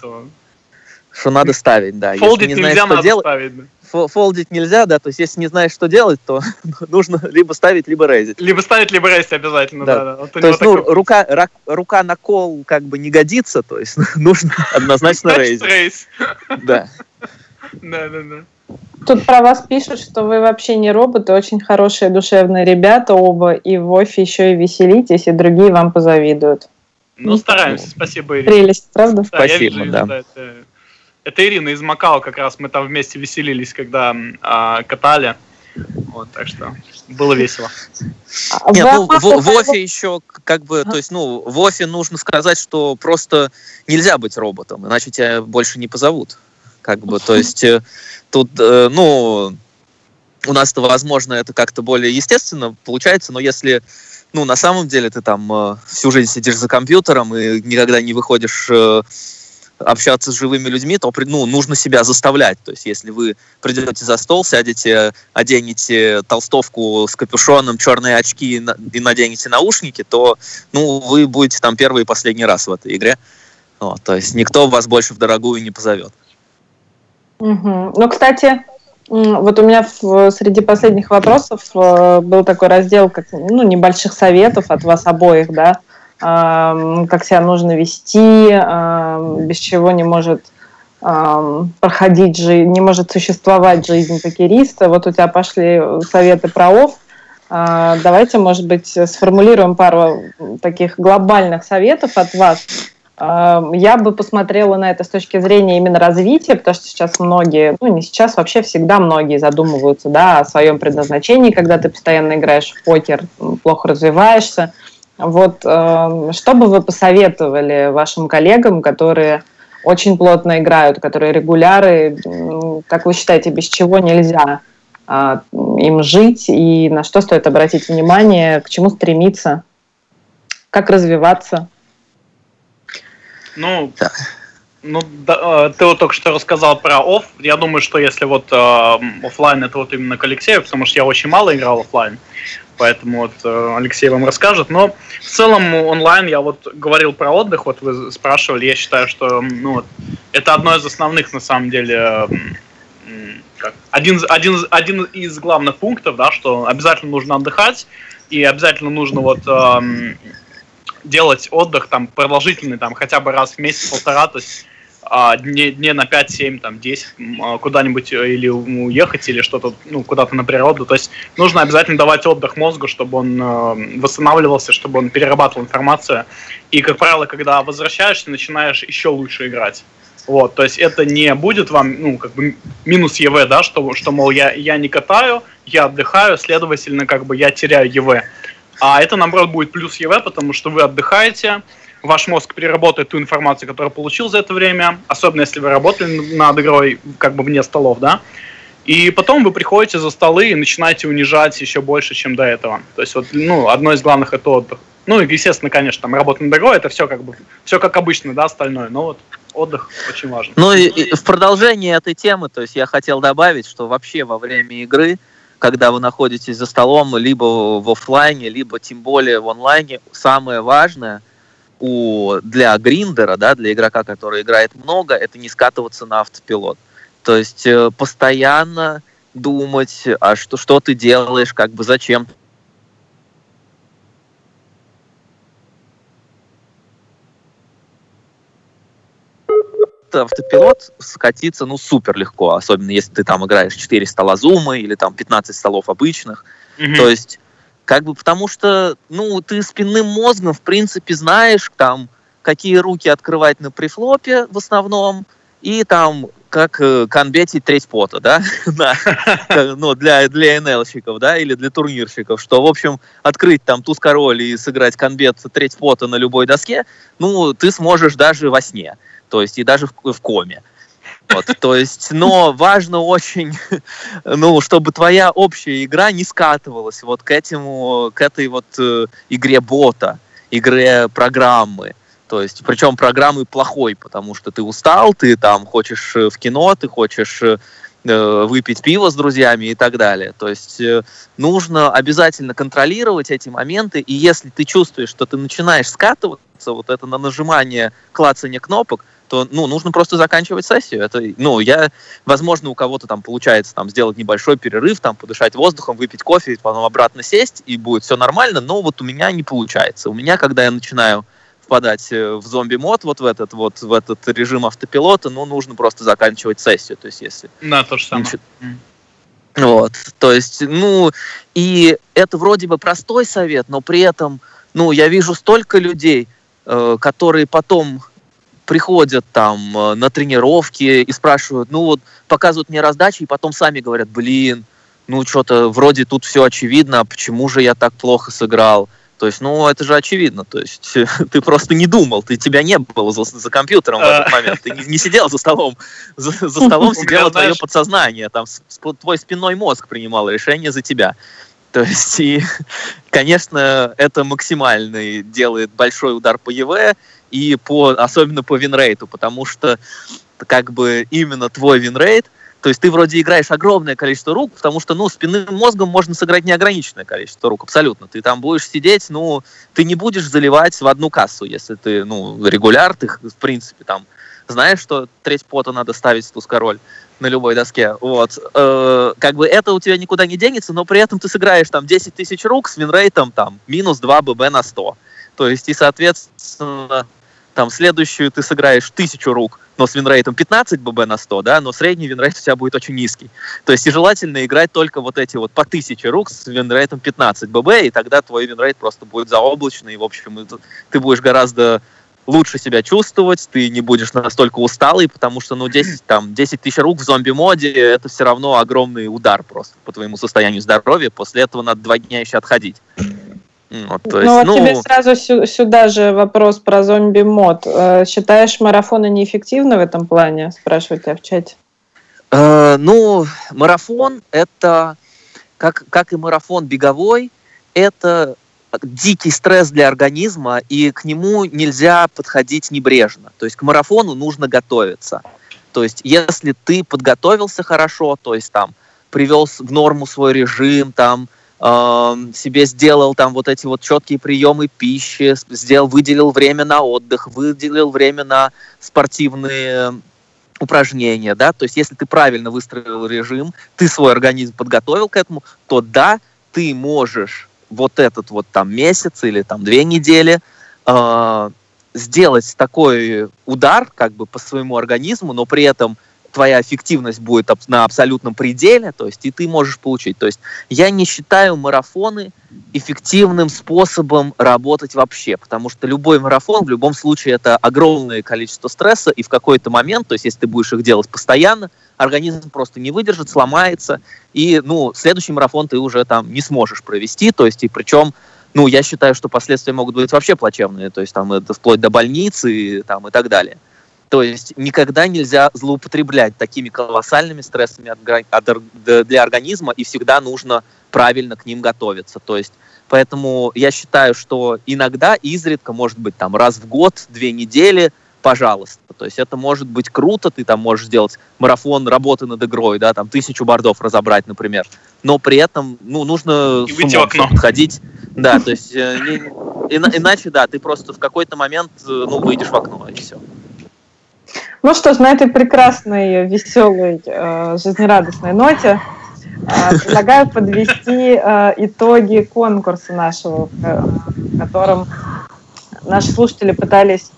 Что надо ставить, да. Фолдить нельзя, надо ставить, да. Фолдить нельзя, да, то есть если не знаешь, что делать, то нужно либо ставить, либо рейзить. Либо ставить, либо рейзить обязательно, да. Вот то есть, ну, рука на кол как бы не годится, то есть нужно однозначно рейзить. Рейз. Да. Да. Тут про вас пишут, что вы вообще не роботы, очень хорошие душевные ребята оба, и в офе еще и веселитесь, и другие вам позавидуют. Ну, стараемся, спасибо, Ирина. Прелесть, правда? Да, спасибо, я вижу, это Ирина из Макао, как раз мы там вместе веселились, когда катали. Вот, так что было весело. Нет, ну, в офе еще как бы, то есть, ну, в офе нужно сказать, что просто нельзя быть роботом, иначе тебя больше не позовут. Как бы, то есть, тут, ну, у нас-то, возможно, это как-то более естественно получается, но если, ну, на самом деле ты там всю жизнь сидишь за компьютером и никогда не выходишь общаться с живыми людьми, то, ну, нужно себя заставлять. То есть, если вы придете за стол, сядете, оденете толстовку с капюшоном, черные очки и наденете наушники, то, ну, вы будете там первый и последний раз в этой игре. Вот, то есть, никто вас больше в дорогую не позовет. Угу. Ну, кстати, вот у меня среди последних вопросов был такой раздел, как, ну, небольших советов от вас обоих, да, как себя нужно вести, без чего не может проходить жизнь, не может существовать жизнь покериста. Вот у тебя пошли советы про офф. Давайте, может быть, сформулируем пару таких глобальных советов от вас. Я бы посмотрела на это с точки зрения именно развития, потому что сейчас многие, ну не сейчас, вообще всегда многие задумываются, да, о своем предназначении, когда ты постоянно играешь в покер, плохо развиваешься. Вот что бы вы посоветовали вашим коллегам, которые очень плотно играют, которые регуляры, как вы считаете, без чего нельзя? им жить, и на что стоит обратить внимание, к чему стремиться, как развиваться? Ты вот только что рассказал про офф. Я думаю, что если вот офлайн, это вот именно к Алексею, потому что я очень мало играл офлайн, поэтому вот Алексей вам расскажет. Но в целом онлайн, я вот говорил про отдых, вот вы спрашивали, я считаю, что это одно из основных, на самом деле, один из главных пунктов, да, что обязательно нужно отдыхать, и обязательно нужно вот делать отдых там продолжительный, там хотя бы раз в месяц, полтора, то есть дней на 5-7, там 10 куда-нибудь или уехать, или что-то, куда-то на природу. То есть нужно обязательно давать отдых мозгу, чтобы он восстанавливался, чтобы он перерабатывал информацию. И, как правило, когда возвращаешься, начинаешь еще лучше играть. Вот, то есть это не будет вам, минус ЕВ, да, что мол, я не катаю, я отдыхаю, следовательно, я теряю ЕВ. А это, наоборот, будет плюс ЕВ, потому что вы отдыхаете, ваш мозг переработает ту информацию, которую получил за это время, особенно если вы работали над игрой вне столов, да, и потом вы приходите за столы и начинаете унижать еще больше, чем до этого. То есть, одно из главных — это отдых. И, естественно, конечно, там работа над игрой — это все как обычно, да, остальное, но вот отдых очень важен. И в продолжение этой темы, то есть я хотел добавить, что вообще во время игры, когда вы находитесь за столом, либо в офлайне, либо тем более в онлайне, самое важное для гриндера, да, для игрока, который играет много, это не скатываться на автопилот. То есть постоянно думать, что ты делаешь, зачем. Автопилот скатиться, супер легко, особенно если ты там играешь 4 стола зума или там 15 столов обычных. То есть, потому что, ты спинным мозгом, в принципе, знаешь, там, какие руки открывать на префлопе в основном, и там, как конбетить треть пота, да, для НЛ-щиков, да, или для турнирщиков, что, в общем, открыть там туз-король и сыграть конбет треть пота на любой доске, ты сможешь даже во сне. То есть и даже в коме. Вот, то есть, но важно очень, чтобы твоя общая игра не скатывалась вот к этой вот игре бота, игре программы. То есть, причем программы плохой, потому что ты устал, ты там хочешь в кино, ты хочешь выпить пиво с друзьями и так далее. То есть нужно обязательно контролировать эти моменты, и если ты чувствуешь, что ты начинаешь скатываться, вот это на нажимание, клацание кнопок, то нужно просто заканчивать сессию. Это, возможно, у кого-то там получается там сделать небольшой перерыв, там подышать воздухом, выпить кофе, потом обратно сесть, и будет все нормально, но вот у меня не получается. У меня, когда я начинаю впадать в зомби-мод, вот в этот режим автопилота, нужно просто заканчивать сессию. То есть, если... Да, то же самое. Вот, то есть, и это вроде бы простой совет, но при этом, я вижу столько людей, которые потом приходят там на тренировки и спрашивают, показывают мне раздачи, и потом сами говорят, что-то вроде тут все очевидно, а почему же я так плохо сыграл? То есть, это же очевидно, то есть ты просто не думал, тебя не было за компьютером в этот момент, ты не сидел за столом, за столом сидело твое подсознание, там твой спинной мозг принимал решение за тебя. То есть, и, конечно, это максимально делает большой удар по ЕВ, и особенно по винрейту, потому что именно твой винрейт, то есть ты вроде играешь огромное количество рук, потому что, спинным мозгом можно сыграть неограниченное количество рук, абсолютно. Ты там будешь сидеть, ты не будешь заливать в одну кассу, если ты, регуляр, ты, в принципе, там, знаешь, что треть пота надо ставить в туз-король на любой доске, вот. Это у тебя никуда не денется, но при этом ты сыграешь там 10 тысяч рук с винрейтом там минус 2 ББ на 100. То есть, и, соответственно, там следующую ты сыграешь 1000 рук, но с винрейтом 15 ББ на 100, да, но средний винрейт у тебя будет очень низкий. То есть и желательно играть только вот эти вот по 1000 рук с винрейтом 15 ББ, и тогда твой винрейт просто будет заоблачный, и, в общем, ты будешь гораздо лучше себя чувствовать, ты не будешь настолько усталый, потому что, 10 тысяч рук в зомби-моде — это все равно огромный удар просто по твоему состоянию здоровья, после этого надо 2 дня еще отходить. Тебе сразу сюда же вопрос про зомби-мод. Считаешь марафоны неэффективны в этом плане? Спрашивают тебя в чате. Ну, марафон — это, как и марафон беговой, это дикий стресс для организма, и к нему нельзя подходить небрежно. То есть к марафону нужно готовиться. То есть если ты подготовился хорошо, то есть там привел в норму свой режим, там себе сделал там вот эти вот четкие приемы пищи, выделил время на отдых, выделил время на спортивные упражнения, да, то есть если ты правильно выстроил режим, ты свой организм подготовил к этому, то да, ты можешь вот этот вот там месяц или там 2 недели сделать такой удар как бы по своему организму, но при этом твоя эффективность будет на абсолютном пределе, то есть и ты можешь получить. То есть я не считаю марафоны эффективным способом работать вообще, потому что любой марафон в любом случае это огромное количество стресса, и в какой-то момент, то есть если ты будешь их делать постоянно, организм просто не выдержит, сломается, и следующий марафон ты уже там не сможешь провести, то есть и причем я считаю, что последствия могут быть вообще плачевные, то есть там это вплоть до больницы там, и так далее. То есть никогда нельзя злоупотреблять такими колоссальными стрессами для организма, и всегда нужно правильно к ним готовиться. То есть, поэтому я считаю, что иногда, изредка, может быть, там раз в год, 2 недели, пожалуйста. То есть это может быть круто, ты там можешь сделать марафон работы над игрой, да, там 1000 бордов разобрать, например. Но при этом, нужно и выйти в окно. Подходить. Да, то есть иначе, да, ты просто в какой-то момент, выйдешь в окно, и все. Ну что ж, на этой прекрасной, веселой, жизнерадостной ноте предлагаю подвести итоги конкурса нашего, в котором наши слушатели пытались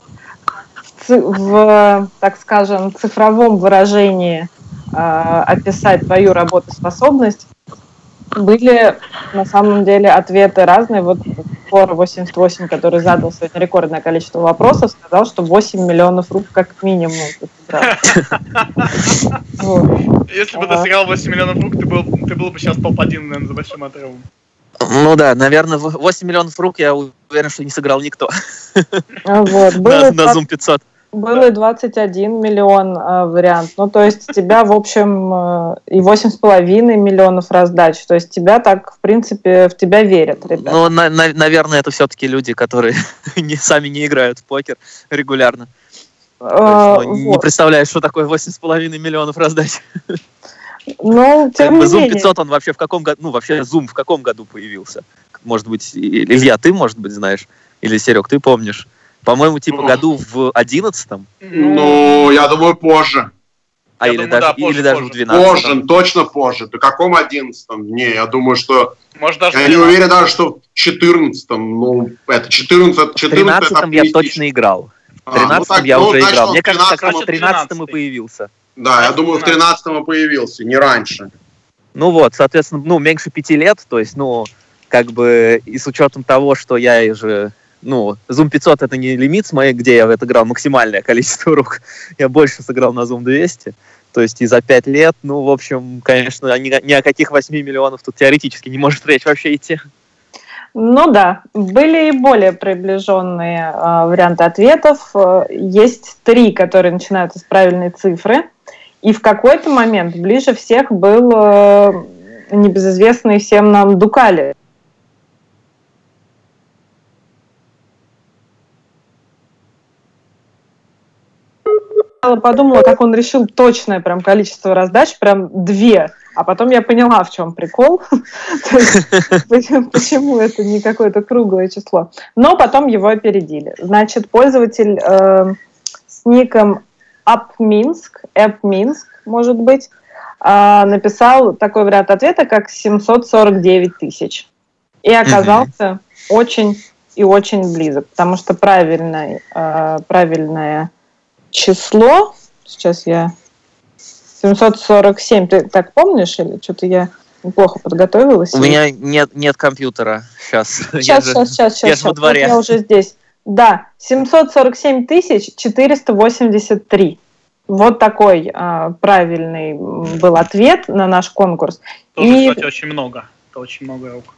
в, так скажем, цифровом выражении описать твою работоспособность. Были на самом деле ответы разные. Вот Фор 88, который задал сегодня рекордное количество вопросов, сказал, что 8 миллионов рук как минимум. Если бы ты сыграл 8 миллионов рук, ты был бы сейчас топ-1, наверное, за большим отрывом. Ну да, наверное, 8 миллионов рук я уверен, что не сыграл никто. На Zoom 500. Был и 21 миллион вариант. Ну, то есть тебя, в общем, и 8,5 миллионов раздач. То есть тебя так, в принципе, в тебя верят, ребята. Ну, наверное, это все-таки люди, которые сами не играют в покер регулярно. Не представляю, что такое 8,5 миллионов раздач. Ну, тем не менее. Zoom 500, он вообще в каком году, вообще Zoom в каком году появился? Может быть, Илья, ты, может быть, знаешь? Или, Серег, ты помнишь? По-моему, году в 11-м. Ну, я думаю, позже. Или даже в 12-м. Позже, точно позже. В каком 11-м? Не, я думаю, что... Может, даже я не уверен даже, что в 14-м. Это 14 в 13-м я точно играл. В 13-м я уже играл. Мне кажется, как раз в 13-м и появился. Да, я думаю, в 13-м и появился, не раньше. Ну вот, соответственно, меньше 5 лет. То есть, как бы, и с учетом того, что я же... Zoom 500 это не лимит, где я отыграл максимальное количество рук. Я больше сыграл на Zoom 200. То есть и за 5 лет, в общем, конечно, ни о каких 8 миллионов тут теоретически не может речь вообще идти. Ну да, были и более приближенные варианты ответов. Есть 3, которые начинаются с правильной цифры. И в какой-то момент ближе всех был небезызвестный всем нам Дукале. Подумала, как он решил точное прям количество раздач, прям 2. А потом я поняла, в чем прикол. Почему это не какое-то круглое число. Но потом его опередили. Значит, пользователь с ником AppMinsk, может быть, написал такой вариант ответа, как 749 тысяч. И оказался очень и очень близок, потому что правильное число, сейчас я 747, ты так помнишь, или что-то я плохо подготовилась? У меня нет компьютера сейчас. Сейчас. Я же во дворе. Я уже здесь. Да, 747 483. Вот такой правильный был ответ на наш конкурс. Тоже, кстати, очень много. Это очень много рук.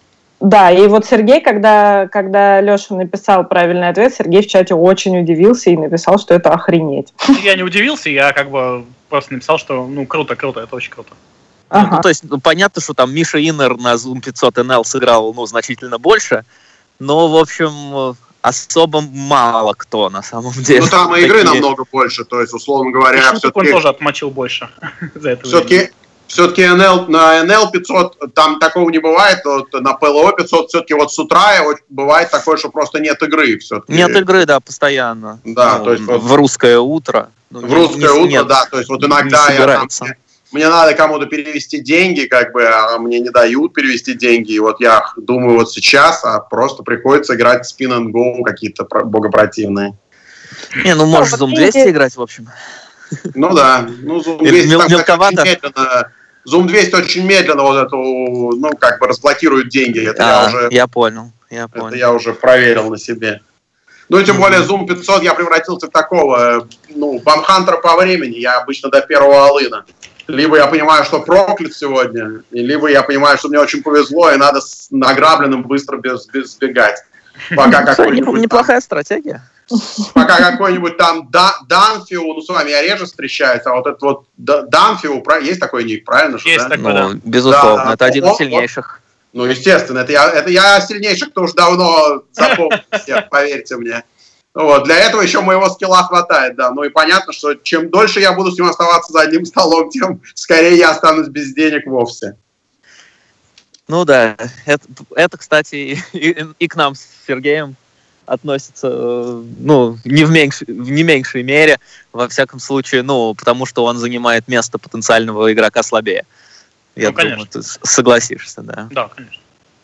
Да, и вот Сергей, когда Леша написал правильный ответ, Сергей в чате очень удивился и написал, что это охренеть. Я не удивился, я как бы просто написал, что круто, это очень круто. Ага. То есть понятно, что там Миша Иннер на Zoom 500 NL сыграл значительно больше, но, в общем, особо мало кто на самом деле. Ну, там и игры намного больше, то есть, условно говоря, все-таки... Он тоже отмочил больше за это время. Все-таки на NL 500 там такого не бывает, вот на PLO 500 все-таки вот с утра бывает такое, что просто нет игры. Все-таки. Нет игры, да, постоянно. Да, то есть в русское утро. В русское утро, да, то есть вот иногда мне надо кому-то перевести деньги, как бы, а мне не дают перевести деньги, и вот я думаю вот сейчас, а просто приходится играть в spin and go какие-то богопротивные. Не, можешь Zoom 200 играть, в общем. Ну да, Zoom 200 там очень медленно. Zoom 200 очень медленно вот эту, как бы разблокирует деньги. Это я понял. Это я уже проверил на себе. Ну и тем более Zoom 500 я превратился в такого, бамхантера по времени. Я обычно до первого алына. Либо я понимаю, что проклят сегодня, либо я понимаю, что мне очень повезло, и надо с награбленным быстро сбегать. Пока какой-нибудь неплохая стратегия. Пока какой-нибудь там Данфиу, с вами я реже встречаюсь, а вот этот вот Данфиу, есть такой ник, правильно? Есть такой, да. Безусловно, это один из сильнейших. Естественно, это я сильнейших, кто уж давно запомнил всех, поверьте мне. Вот, для этого еще моего скилла хватает, да. И понятно, что чем дольше я буду с ним оставаться за одним столом, тем скорее я останусь без денег вовсе. Ну да, это кстати, и к нам с Сергеем относится, не в не меньшей мере, во всяком случае, потому что он занимает место потенциального игрока слабее. Я думаю, ты согласишься, да. Да, конечно.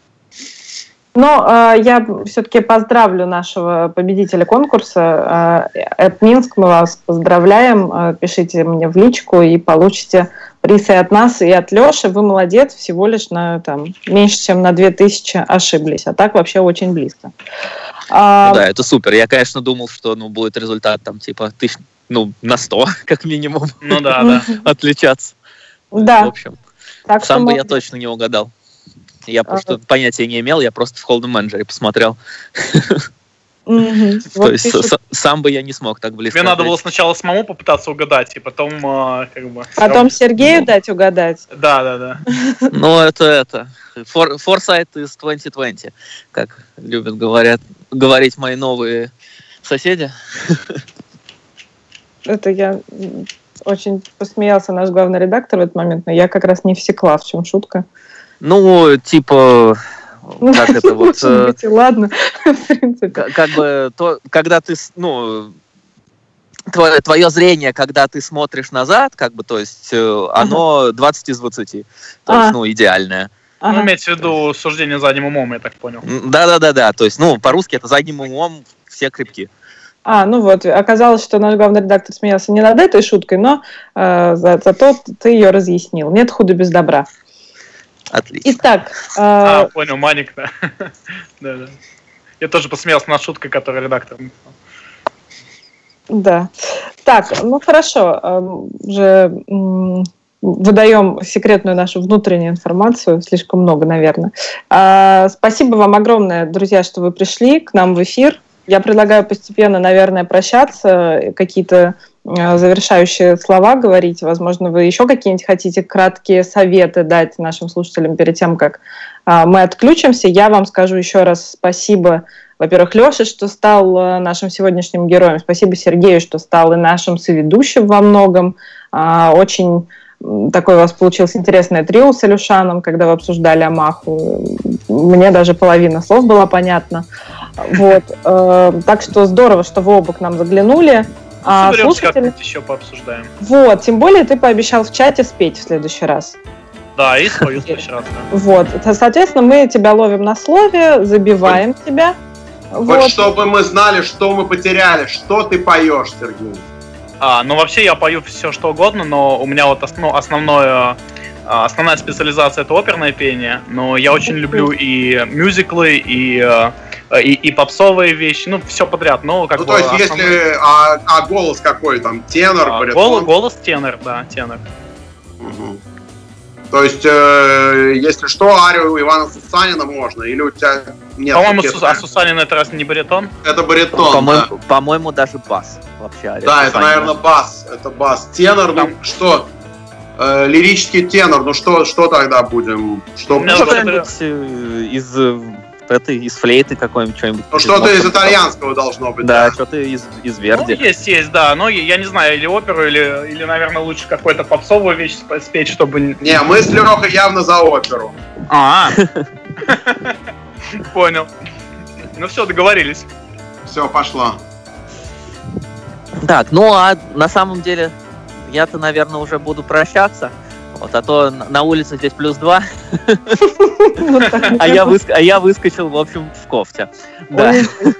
Но я все-таки поздравлю нашего победителя конкурса. Минск, мы вас поздравляем. Пишите мне в личку и получите приз и от нас, и от Леши. Вы молодец, всего лишь меньше, чем на 2000 ошиблись. А так вообще очень близко. Да, это супер. Я, конечно, думал, что будет результат на 100, как минимум. Ну да. Отличаться. Да. В общем, сам бы я точно не угадал. Я просто понятия не имел, я просто в Hold'em Manager посмотрел. То есть сам бы я не смог так близко. Мне надо было сначала самому попытаться угадать, и потом Потом Сергею дать угадать? Да. Это. Foresight из 2020, как любят говорить мои новые соседи. Это я очень посмеялся наш главный редактор в этот момент, но я как раз не всекла, в чем шутка. Как это вот... Ладно, в принципе. Как бы, когда ты, твое зрение, когда ты смотришь назад, то есть, оно 20 из 20. То есть, идеальное. Имеется в виду суждение задним умом, я так понял. Да. То есть, по-русски это задним умом все крепки. Оказалось, что наш главный редактор смеялся не над этой шуткой, но зато ты ее разъяснил. Нет худа без добра. Отлично. Итак. Понял, Маник, да. Да. Я тоже посмеялся над шуткой, которую редактор написал. Да. Так, хорошо. Уже выдаем секретную нашу внутреннюю информацию. Слишком много, наверное. Спасибо вам огромное, друзья, что вы пришли к нам в эфир. Я предлагаю постепенно, наверное, прощаться, какие-то завершающие слова говорить. Возможно, вы еще какие-нибудь хотите краткие советы дать нашим слушателям перед тем, как мы отключимся. Я вам скажу еще раз спасибо, во-первых, Леше, что стал нашим сегодняшним героем. Спасибо Сергею, что стал и нашим соведущим во многом. Очень такой у вас получился интересный трио с Илюшаном, когда вы обсуждали Амаху. Мне даже половина слов была понятна. Так что здорово, что вы оба к нам заглянули. Слушатели еще пообсуждаем. Тем более ты пообещал в чате спеть в следующий раз. Да, и спою в следующий раз. Да. Соответственно, мы тебя ловим на слове, забиваем тебя. Чтобы мы знали, что мы потеряли, что ты поешь, Сергей. Вообще я пою все, что угодно, но у меня основная специализация — это оперное пение, но я очень люблю и мюзиклы, и попсовые вещи, все подряд. То есть, если... голос какой там? Тенор, баритон? Голос тенор, да, тенор. Угу. То есть, если что, арию Ивана Сусанина можно, или у тебя нет... По-моему, Сусанин это раз не баритон? Это баритон, По-моему, даже бас вообще. Ария да, Сусанина. это, наверное, бас. Это бас. Тенор, ну что... лирический тенор, ну что тогда будем? Что-нибудь из флейты какой-нибудь, что-нибудь. Ну что-то из итальянского должно быть. Да, что-то из Верди. Ну, есть, да. Но я не знаю, или оперу, или, наверное, лучше какую-то попсовую вещь спеть, чтобы... Не, мы с Лерохой явно за оперу. Понял. Ну все, договорились. Все, пошло. Так, ну а на самом деле я-то, наверное, уже буду прощаться. Вот, а то на улице здесь +2. А я выскочил, в общем, в кофте. Да.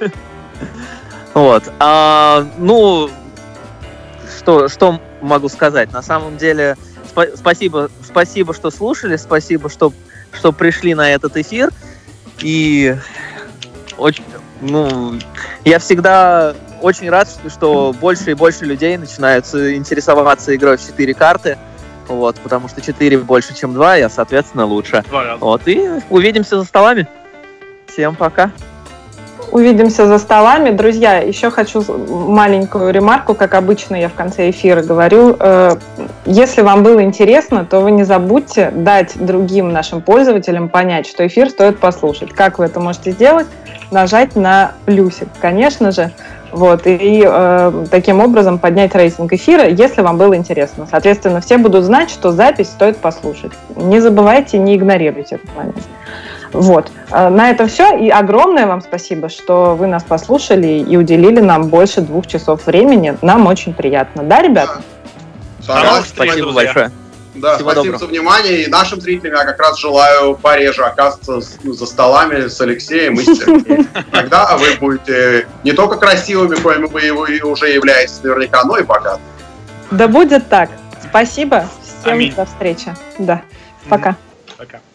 Вот. Ну, что могу сказать? На самом деле, спасибо, что слушали, спасибо, что пришли на этот эфир. И очень, я всегда очень рад, что больше и больше людей начинают интересоваться игрой в 4 карты. Вот, потому что 4 больше, чем 2, я, соответственно, лучше. Вот, и увидимся за столами. Всем пока. Увидимся за столами. Друзья, еще хочу маленькую ремарку, как обычно я в конце эфира говорю. Если вам было интересно, то вы не забудьте дать другим нашим пользователям понять, что эфир стоит послушать. Как вы это можете сделать? Нажать на плюсик, конечно же. Вот, и таким образом поднять рейтинг эфира, если вам было интересно. Соответственно, все будут знать, что запись стоит послушать. Не забывайте, не игнорируйте этот момент. Вот. На этом все. И огромное вам спасибо, что вы нас послушали и уделили нам больше 2 часов времени. Нам очень приятно. Да, ребята? Спасибо большое. Да, всего спасибо доброго. за внимание. И нашим зрителям я как раз желаю пореже оказываться за столами с Алексеем и с Сергеем. Тогда вы будете не только красивыми, коими вы уже являетесь наверняка, но и богатыми. Да будет так. Спасибо. Всем Аминь. до встречи. Да. Пока. Пока.